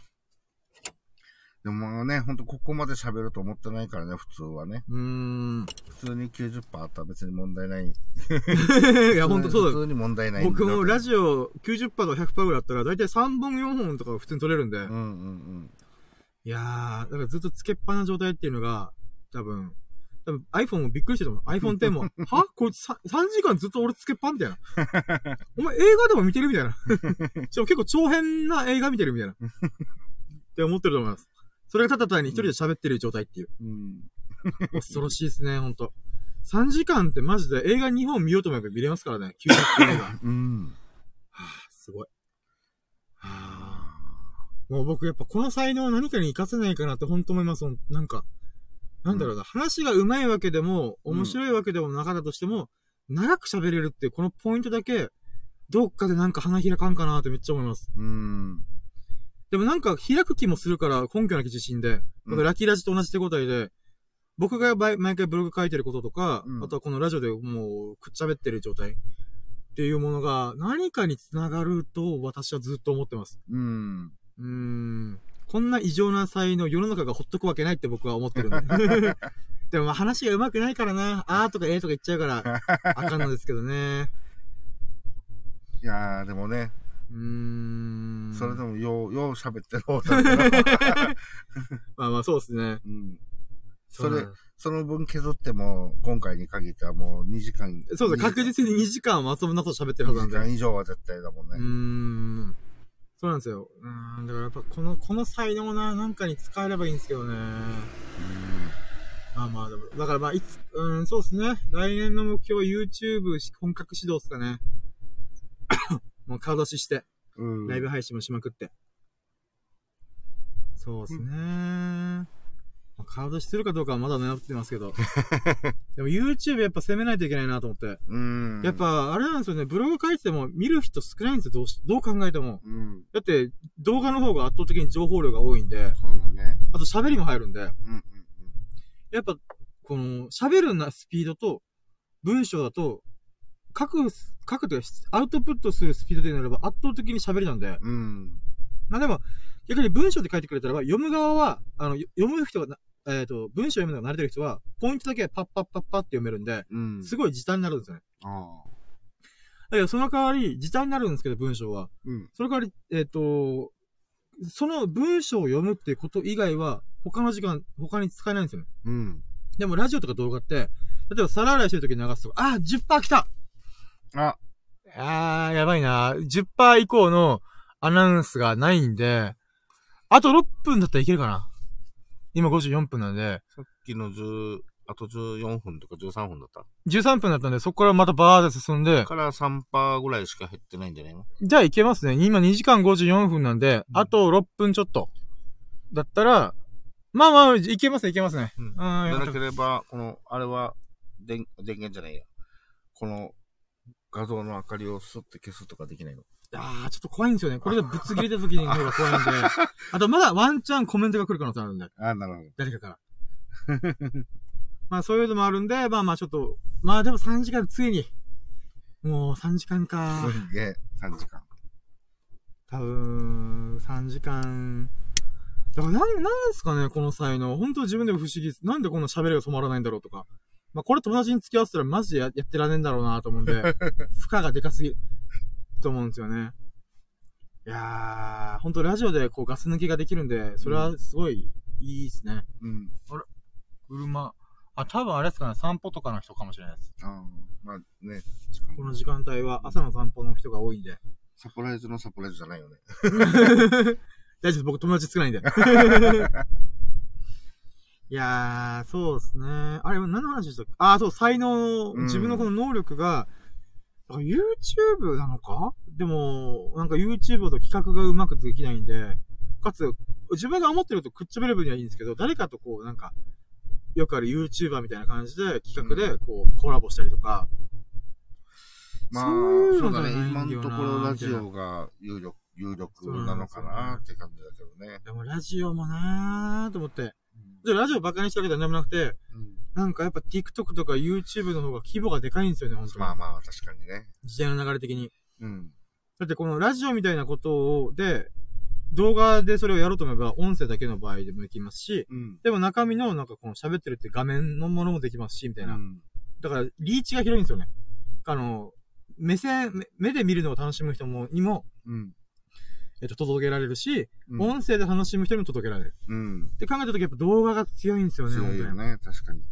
でもね、ほんとここまで喋ると思ってないからね、普通はね。普通に 90% あったら別に問題ない。 いや、ほんとそうだ。 普通に問題ない。 僕もラジオ 90% とか100% ぐらいあったら、だいたい3本4本とか普通に取れるんで。いやー、だからずっとつけっぱな状態っていうのが、多分 iPhone もびっくりしてたもん。iPhone X も。はこいつ3時間ずっと俺つけっぱみたいな。お前映画でも見てるみたいな。しかも結構長編な映画見てるみたいな。って思ってると思います。それがただ単に一人で喋ってる状態っていう。恐ろしいですね、ほんと。3時間ってマジで映画2本見ようと思えば見れますからね。90分映画。すごい。もう僕やっぱこの才能を何かに活かせないかなってほんと思います。なんか。なんだろうな。話が上手いわけでも、面白いわけでもなかったとしても、長く喋れるっていうこのポイントだけ、どっかでなんか花開かんかなってめっちゃ思います。でもなんか開く気もするから根拠なき自信で、ラキラジと同じ手応えで、僕が毎回ブログ書いてることとか、あとはこのラジオでもうくっちゃべってる状態っていうものが何かにつながると私はずっと思ってます。こんな異常な才能世の中がほっとくわけないって僕は思ってるんで。でもまあ話が上手くないからな、あーとかえーとか言っちゃうから、あかんのですけどね。 いやー、でもね。それでもよう喋ってる方だからまあそうですね。 その分削っても、今回に限ってはもう2時間。 そうですね、確実に2時間は遊ぶなと喋ってるはずなんで。 2時間以上は絶対だもんね。 そうなんですよ。だからやっぱこの才能なんかに使えればいいんですけどね。まあでも、だからまあそうですね。来年の目標は YouTube 本格指導ですかね。もう顔出しして、ライブ配信もしまくって。そうですね。顔出しするかどうかはまだ狙ってますけど。でも YouTube やっぱ攻めないといけないなと思って。やっぱあれなんですよね、ブログ書いてても見る人少ないんですよ、どう考えても。だって動画の方が圧倒的に情報量が多いんで、 そうだね。 あと喋りも入るんで、 うんうんうん。 やっぱ、この、喋るなスピードと、文章だと、書くというか、アウトプットするスピードでなれば圧倒的に喋りなんで、 うん。 まあでも、逆に文章で書いてくれたらば、読む側は、読む人が文章読むのが慣れてる人は、ポイントだけパッパッパッパって読めるんで、 うん。 すごい時短になるんですよね。 ああ。 だけど、その代わり、時短になるんですけど、文章は。 うん。 その代わり、その文章を読むっていうこと以外は、他に使えないんですよね。 うん。 でも、ラジオとか動画って、例えば皿洗いしてる時に流すと、10% 来たやばいな。10% 以降のアナウンスがないんで、あと6分だったらいけるかな。今54分なんで。 さっきのあと14分とか13分だった ?13 分だったんで、そこからまたバーで進んで。 から 3% ぐらいしか減ってないんじゃないの？ じゃあいけますね。今2時間54分なんで、あと6分ちょっと。だったら、まあ、いけますね。 うん。じゃなければ、あれは、電源じゃないや。この画像の明かりをスッて消すとかできないの？ ちょっと怖いんですよね。これでぶつ切れた時の方が怖いんで。あと、まだワンチャンコメントが来る可能性あるんで。 なるほど。 誰かから。まあ、そういうのもあるんで、まあちょっと、でも3時間ついに。もう3時間か。 すげえ、3時間。 多分、3時間。だからなんですかね、この才能。本当自分でも不思議です。なんでこんな喋りが止まらないんだろうとか。まあ、これ友達に付き合わせたらマジでやってられんだろうなと思うんで、負荷がでかすぎと思うんですよね。いやー、本当ラジオでこうガス抜きができるんで、それはすごいいいですね。 うん。 あれ車。多分あれですかね、散歩とかの人かもしれないです。 まあね。 この時間帯は朝の散歩の人が多いんで。 サプライズのサプライズじゃないよね。 大丈夫、僕友達少ないんで。いやー、そうですね。あれ、何の話でしたっけ？そう、才能、自分のこの能力が、YouTube なのか？でも、なんか YouTube と企画がうまくできないんで、かつ、自分が思ってるとくっちゃべる分にはいいんですけど、誰かとこう、なんか、よくある YouTuber みたいな感じで企画でこう、コラボしたりとか。 まあ、そうだね。今のところラジオが有力なのかなって感じだけどね。 でもラジオもなーと思って。ラジオバカにしたわけじゃなくて、なんかやっぱ TikTok とか YouTube の方が規模がでかいんですよね、本当に。 まあ、確かにね。 時代の流れ的に。 うん。 だってこのラジオみたいなことで、動画でそれをやろうと思えば音声だけの場合でもできますし、でも中身のなんかこの喋ってるって画面のものもできますし、みたいな。だからリーチが広いんですよね。目で見るのを楽しむ人にも、届けられるし、音声で楽しむ人にも届けられる。って考えたときやっぱ動画が強いんですよね、 強いよね、確かに。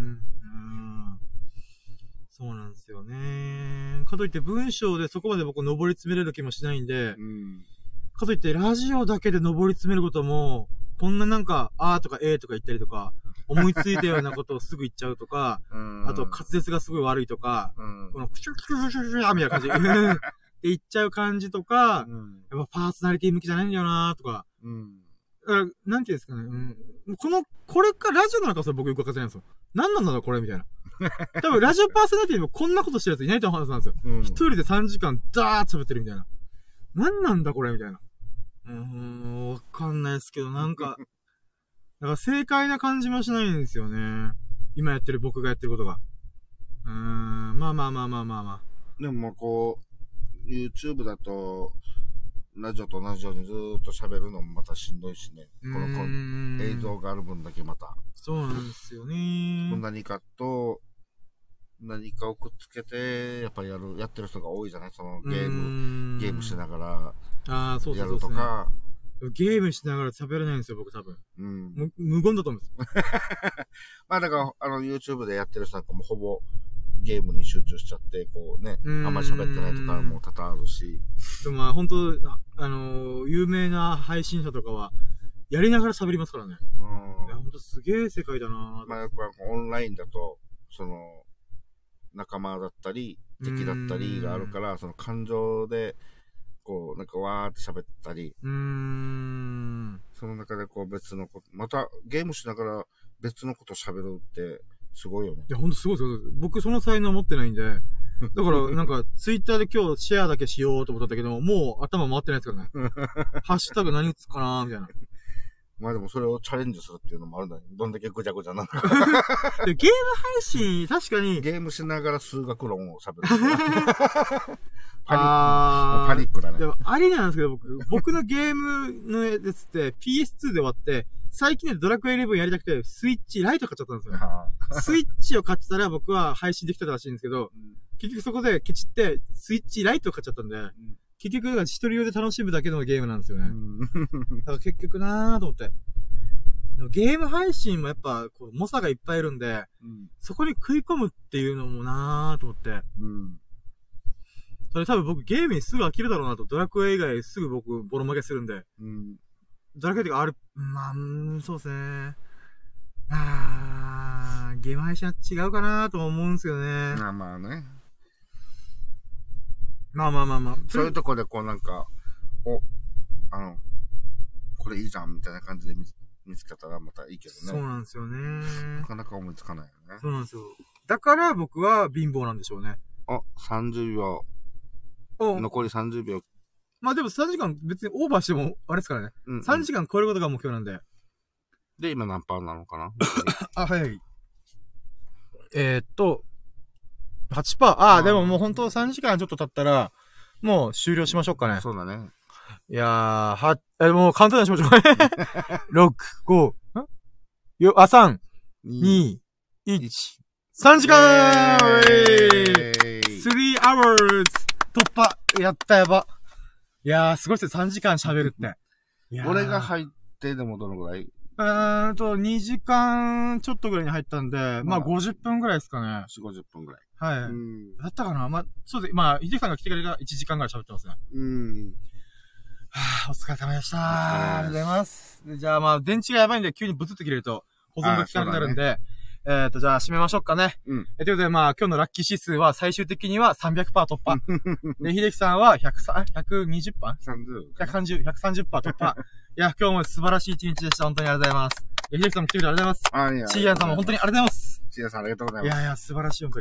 そうなんですよね。かといって文章でそこまで僕上り詰めれる気もしないんで、かといってラジオだけで上り詰めることも、こんななんか、とかとか言ったりとか、思いついたようなことをすぐ言っちゃうとか、あと滑舌がすごい悪いとか、このクシュクシュクシュクシュみたいな感じで言っちゃう感じとか、やっぱパーソナリティ向きじゃないんだよなとか、だからなんていうんですかね、これかラジオなのかそれ僕よくわかってないんですよ。何なんだろうこれみたいな。多分ラジオパーソナリティでもこんなことしてるやついないと思うんですよ。一人で3時間ダーッと喋ってるみたいな。何なんだこれみたいな。わかんないですけど、なんか、だから正解な感じもしないんですよね。今やってる僕がやってることが。まあ。 でもこう、YouTube だと、ラジオと同じようにずーっと喋るのもまたしんどいしね。この映像がある分だけまた。 そうなんですよね。 何かをくっつけて、やっぱりやってる人が多いじゃない？そのゲームしながら、やるとか。 ゲームしながら喋れないんですよ、僕多分。無言だと思うんです。 まあだから、YouTube でやってる人なんかもほぼゲームに集中しちゃって、こうね、あんまり喋ってないとかも多々あるし。 でもまあ本当有名な配信者とかは、やりながら喋りますからね。いや、本当すげえ世界だなまあよくオンラインだと、仲間だったり、敵だったりがあるから、その感情で、こう、なんかわーって喋ったり。その中でこう別のこと、またゲームしながら別のこと喋るってすごいよね。 いや、ほんとすごいですよ。僕その才能持ってないんで、 だから、なんか、ツイッターで今日シェアだけしようと思ったんだけど、もう頭回ってないですからね。ハッシュタグ何打つかなーみたいな。 まあでもそれをチャレンジするっていうのもあるんだよ。どんだけぐちゃぐちゃなのか。 ゲーム配信、確かに。 ゲームしながら数学論を喋る。パニックだね。 でも、ありなんですけど、僕のゲームのやつって PS2 で終わって、最近でドラクエ11やりたくて、スイッチライト買っちゃったんですよ。スイッチを買ってたら僕は配信できたらしいんですけど、結局そこでケチって、スイッチライトを買っちゃったんで、結局、一人用で楽しむだけのゲームなんですよね。だから結局なーと思って。でもゲーム配信もやっぱ、こう、猛者がいっぱいいるんで、そこに食い込むっていうのもなーと思って。それ多分僕ゲームにすぐ飽きるだろうなと。ドラクエ以外すぐ僕ボロ負けするんで。ドラクエってかまあ、そうですね。ゲーム配信は違うかなーと思うんですけどね。 まあね。 まあ。 そういうとこでこうなんか、これいいじゃんみたいな感じで見つけたらまたいいけどね。 そうなんですよね。 なかなか思いつかないよね。 そうなんですよ。だから僕は貧乏なんでしょうね。 30秒。残り30秒。 まあでも3時間別にオーバーしても、あれですからね。3時間超えることが目標なんで。 で、今何パーなのかなはい。8%。でももう本当3時間ちょっと経ったら、もう終了しましょうかね。 そうだね。 いやー、もう簡単にしましょう。6、5、3、2、1。3時間!3 hours! 突破やったやば。いやー、すごいっすよ、3時間喋るって。 俺が入ってでもどのぐらい 2時間ちょっとぐらいに入ったんで、まあ50分ぐらいですかね。 4、50分ぐらい。 はい。だったかなそうです。まあ、ヒデさんが来てくれたら1時間ぐらい喋ってますね。お疲れ様でした。ありがとうございます。じゃあまあ、電池がやばいんで急にブツッと切れると保存が効かなくなるんで、じゃあ締めましょうかね。ということでまあ、今日のラッキー指数は最終的には 300% 突破。で、秀樹さんは120%？ 130% 突破。いや、今日も素晴らしい一日でした。本当にありがとうございます。秀樹さんも来てくれてありがとうございます。シーヤンさんも本当にありがとうございます。 シーヤンさんありがとうございます。 いや、素晴らしい、本当に。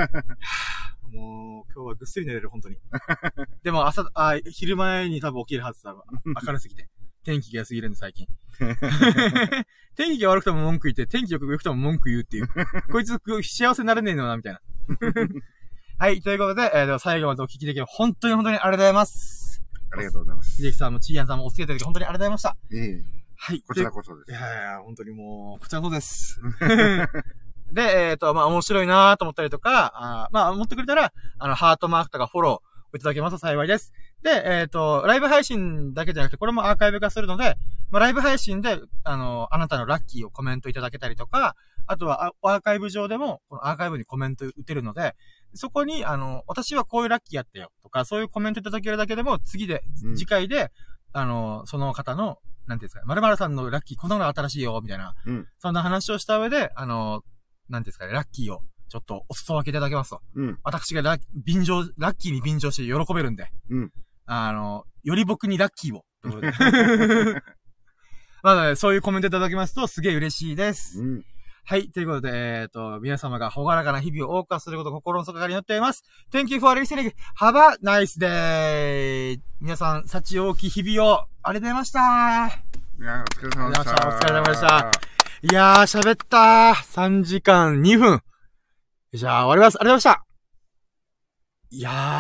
もう、今日はぐっすり寝れる、本当に。でも昼前に多分起きるはずだわ。明るすぎて。天気が良すぎるんで、最近。天気が悪くても文句言って、天気良くても文句言うっていう。こいつ、幸せになれねえのな、みたいな。はい、ということで、最後までお聞きできる本当にありがとうございます。 ありがとうございます。 秀樹さんもチーヤンさんもお付き合いいただき本当にありがとうございました。はい。 こちらこそです。 いや、本当にもう、こちらこそです。で、まあ、面白いなと思ったりとか、まあ、思ってくれたら、ハートマークとかフォローいただけますと幸いです。で、ライブ配信だけじゃなくて、これもアーカイブ化するので、まあ、ライブ配信で、あなたのラッキーをコメントいただけたりとか、あとは、アーカイブ上でも、このアーカイブにコメント打てるので、そこに、私はこういうラッキーやったよ、とか、そういうコメントいただけるだけでも、次回で、その方の、なんていうんですか、〇〇さんのラッキーこんなの新しいよ、みたいな、そんな話をした上で、なんていうんですかね、ラッキーを、ちょっとお裾分けいただけますと。私がラッキーに便乗して喜べるんで。より僕にラッキーを。ということでまあ、そういうコメントいただきますと、すげえ嬉しいです。はい。ということで、皆様がほがらかな日々を謳歌することを心の底から祈っております。Thank you for listening. Have a nice day. 皆さん、幸多き日々を、ありがとうございました。 いや、お疲れ様でした。 お疲れ様でした。いやー、喋ったー。3時間2分。じゃあ、終わります。ありがとうございました。いやー。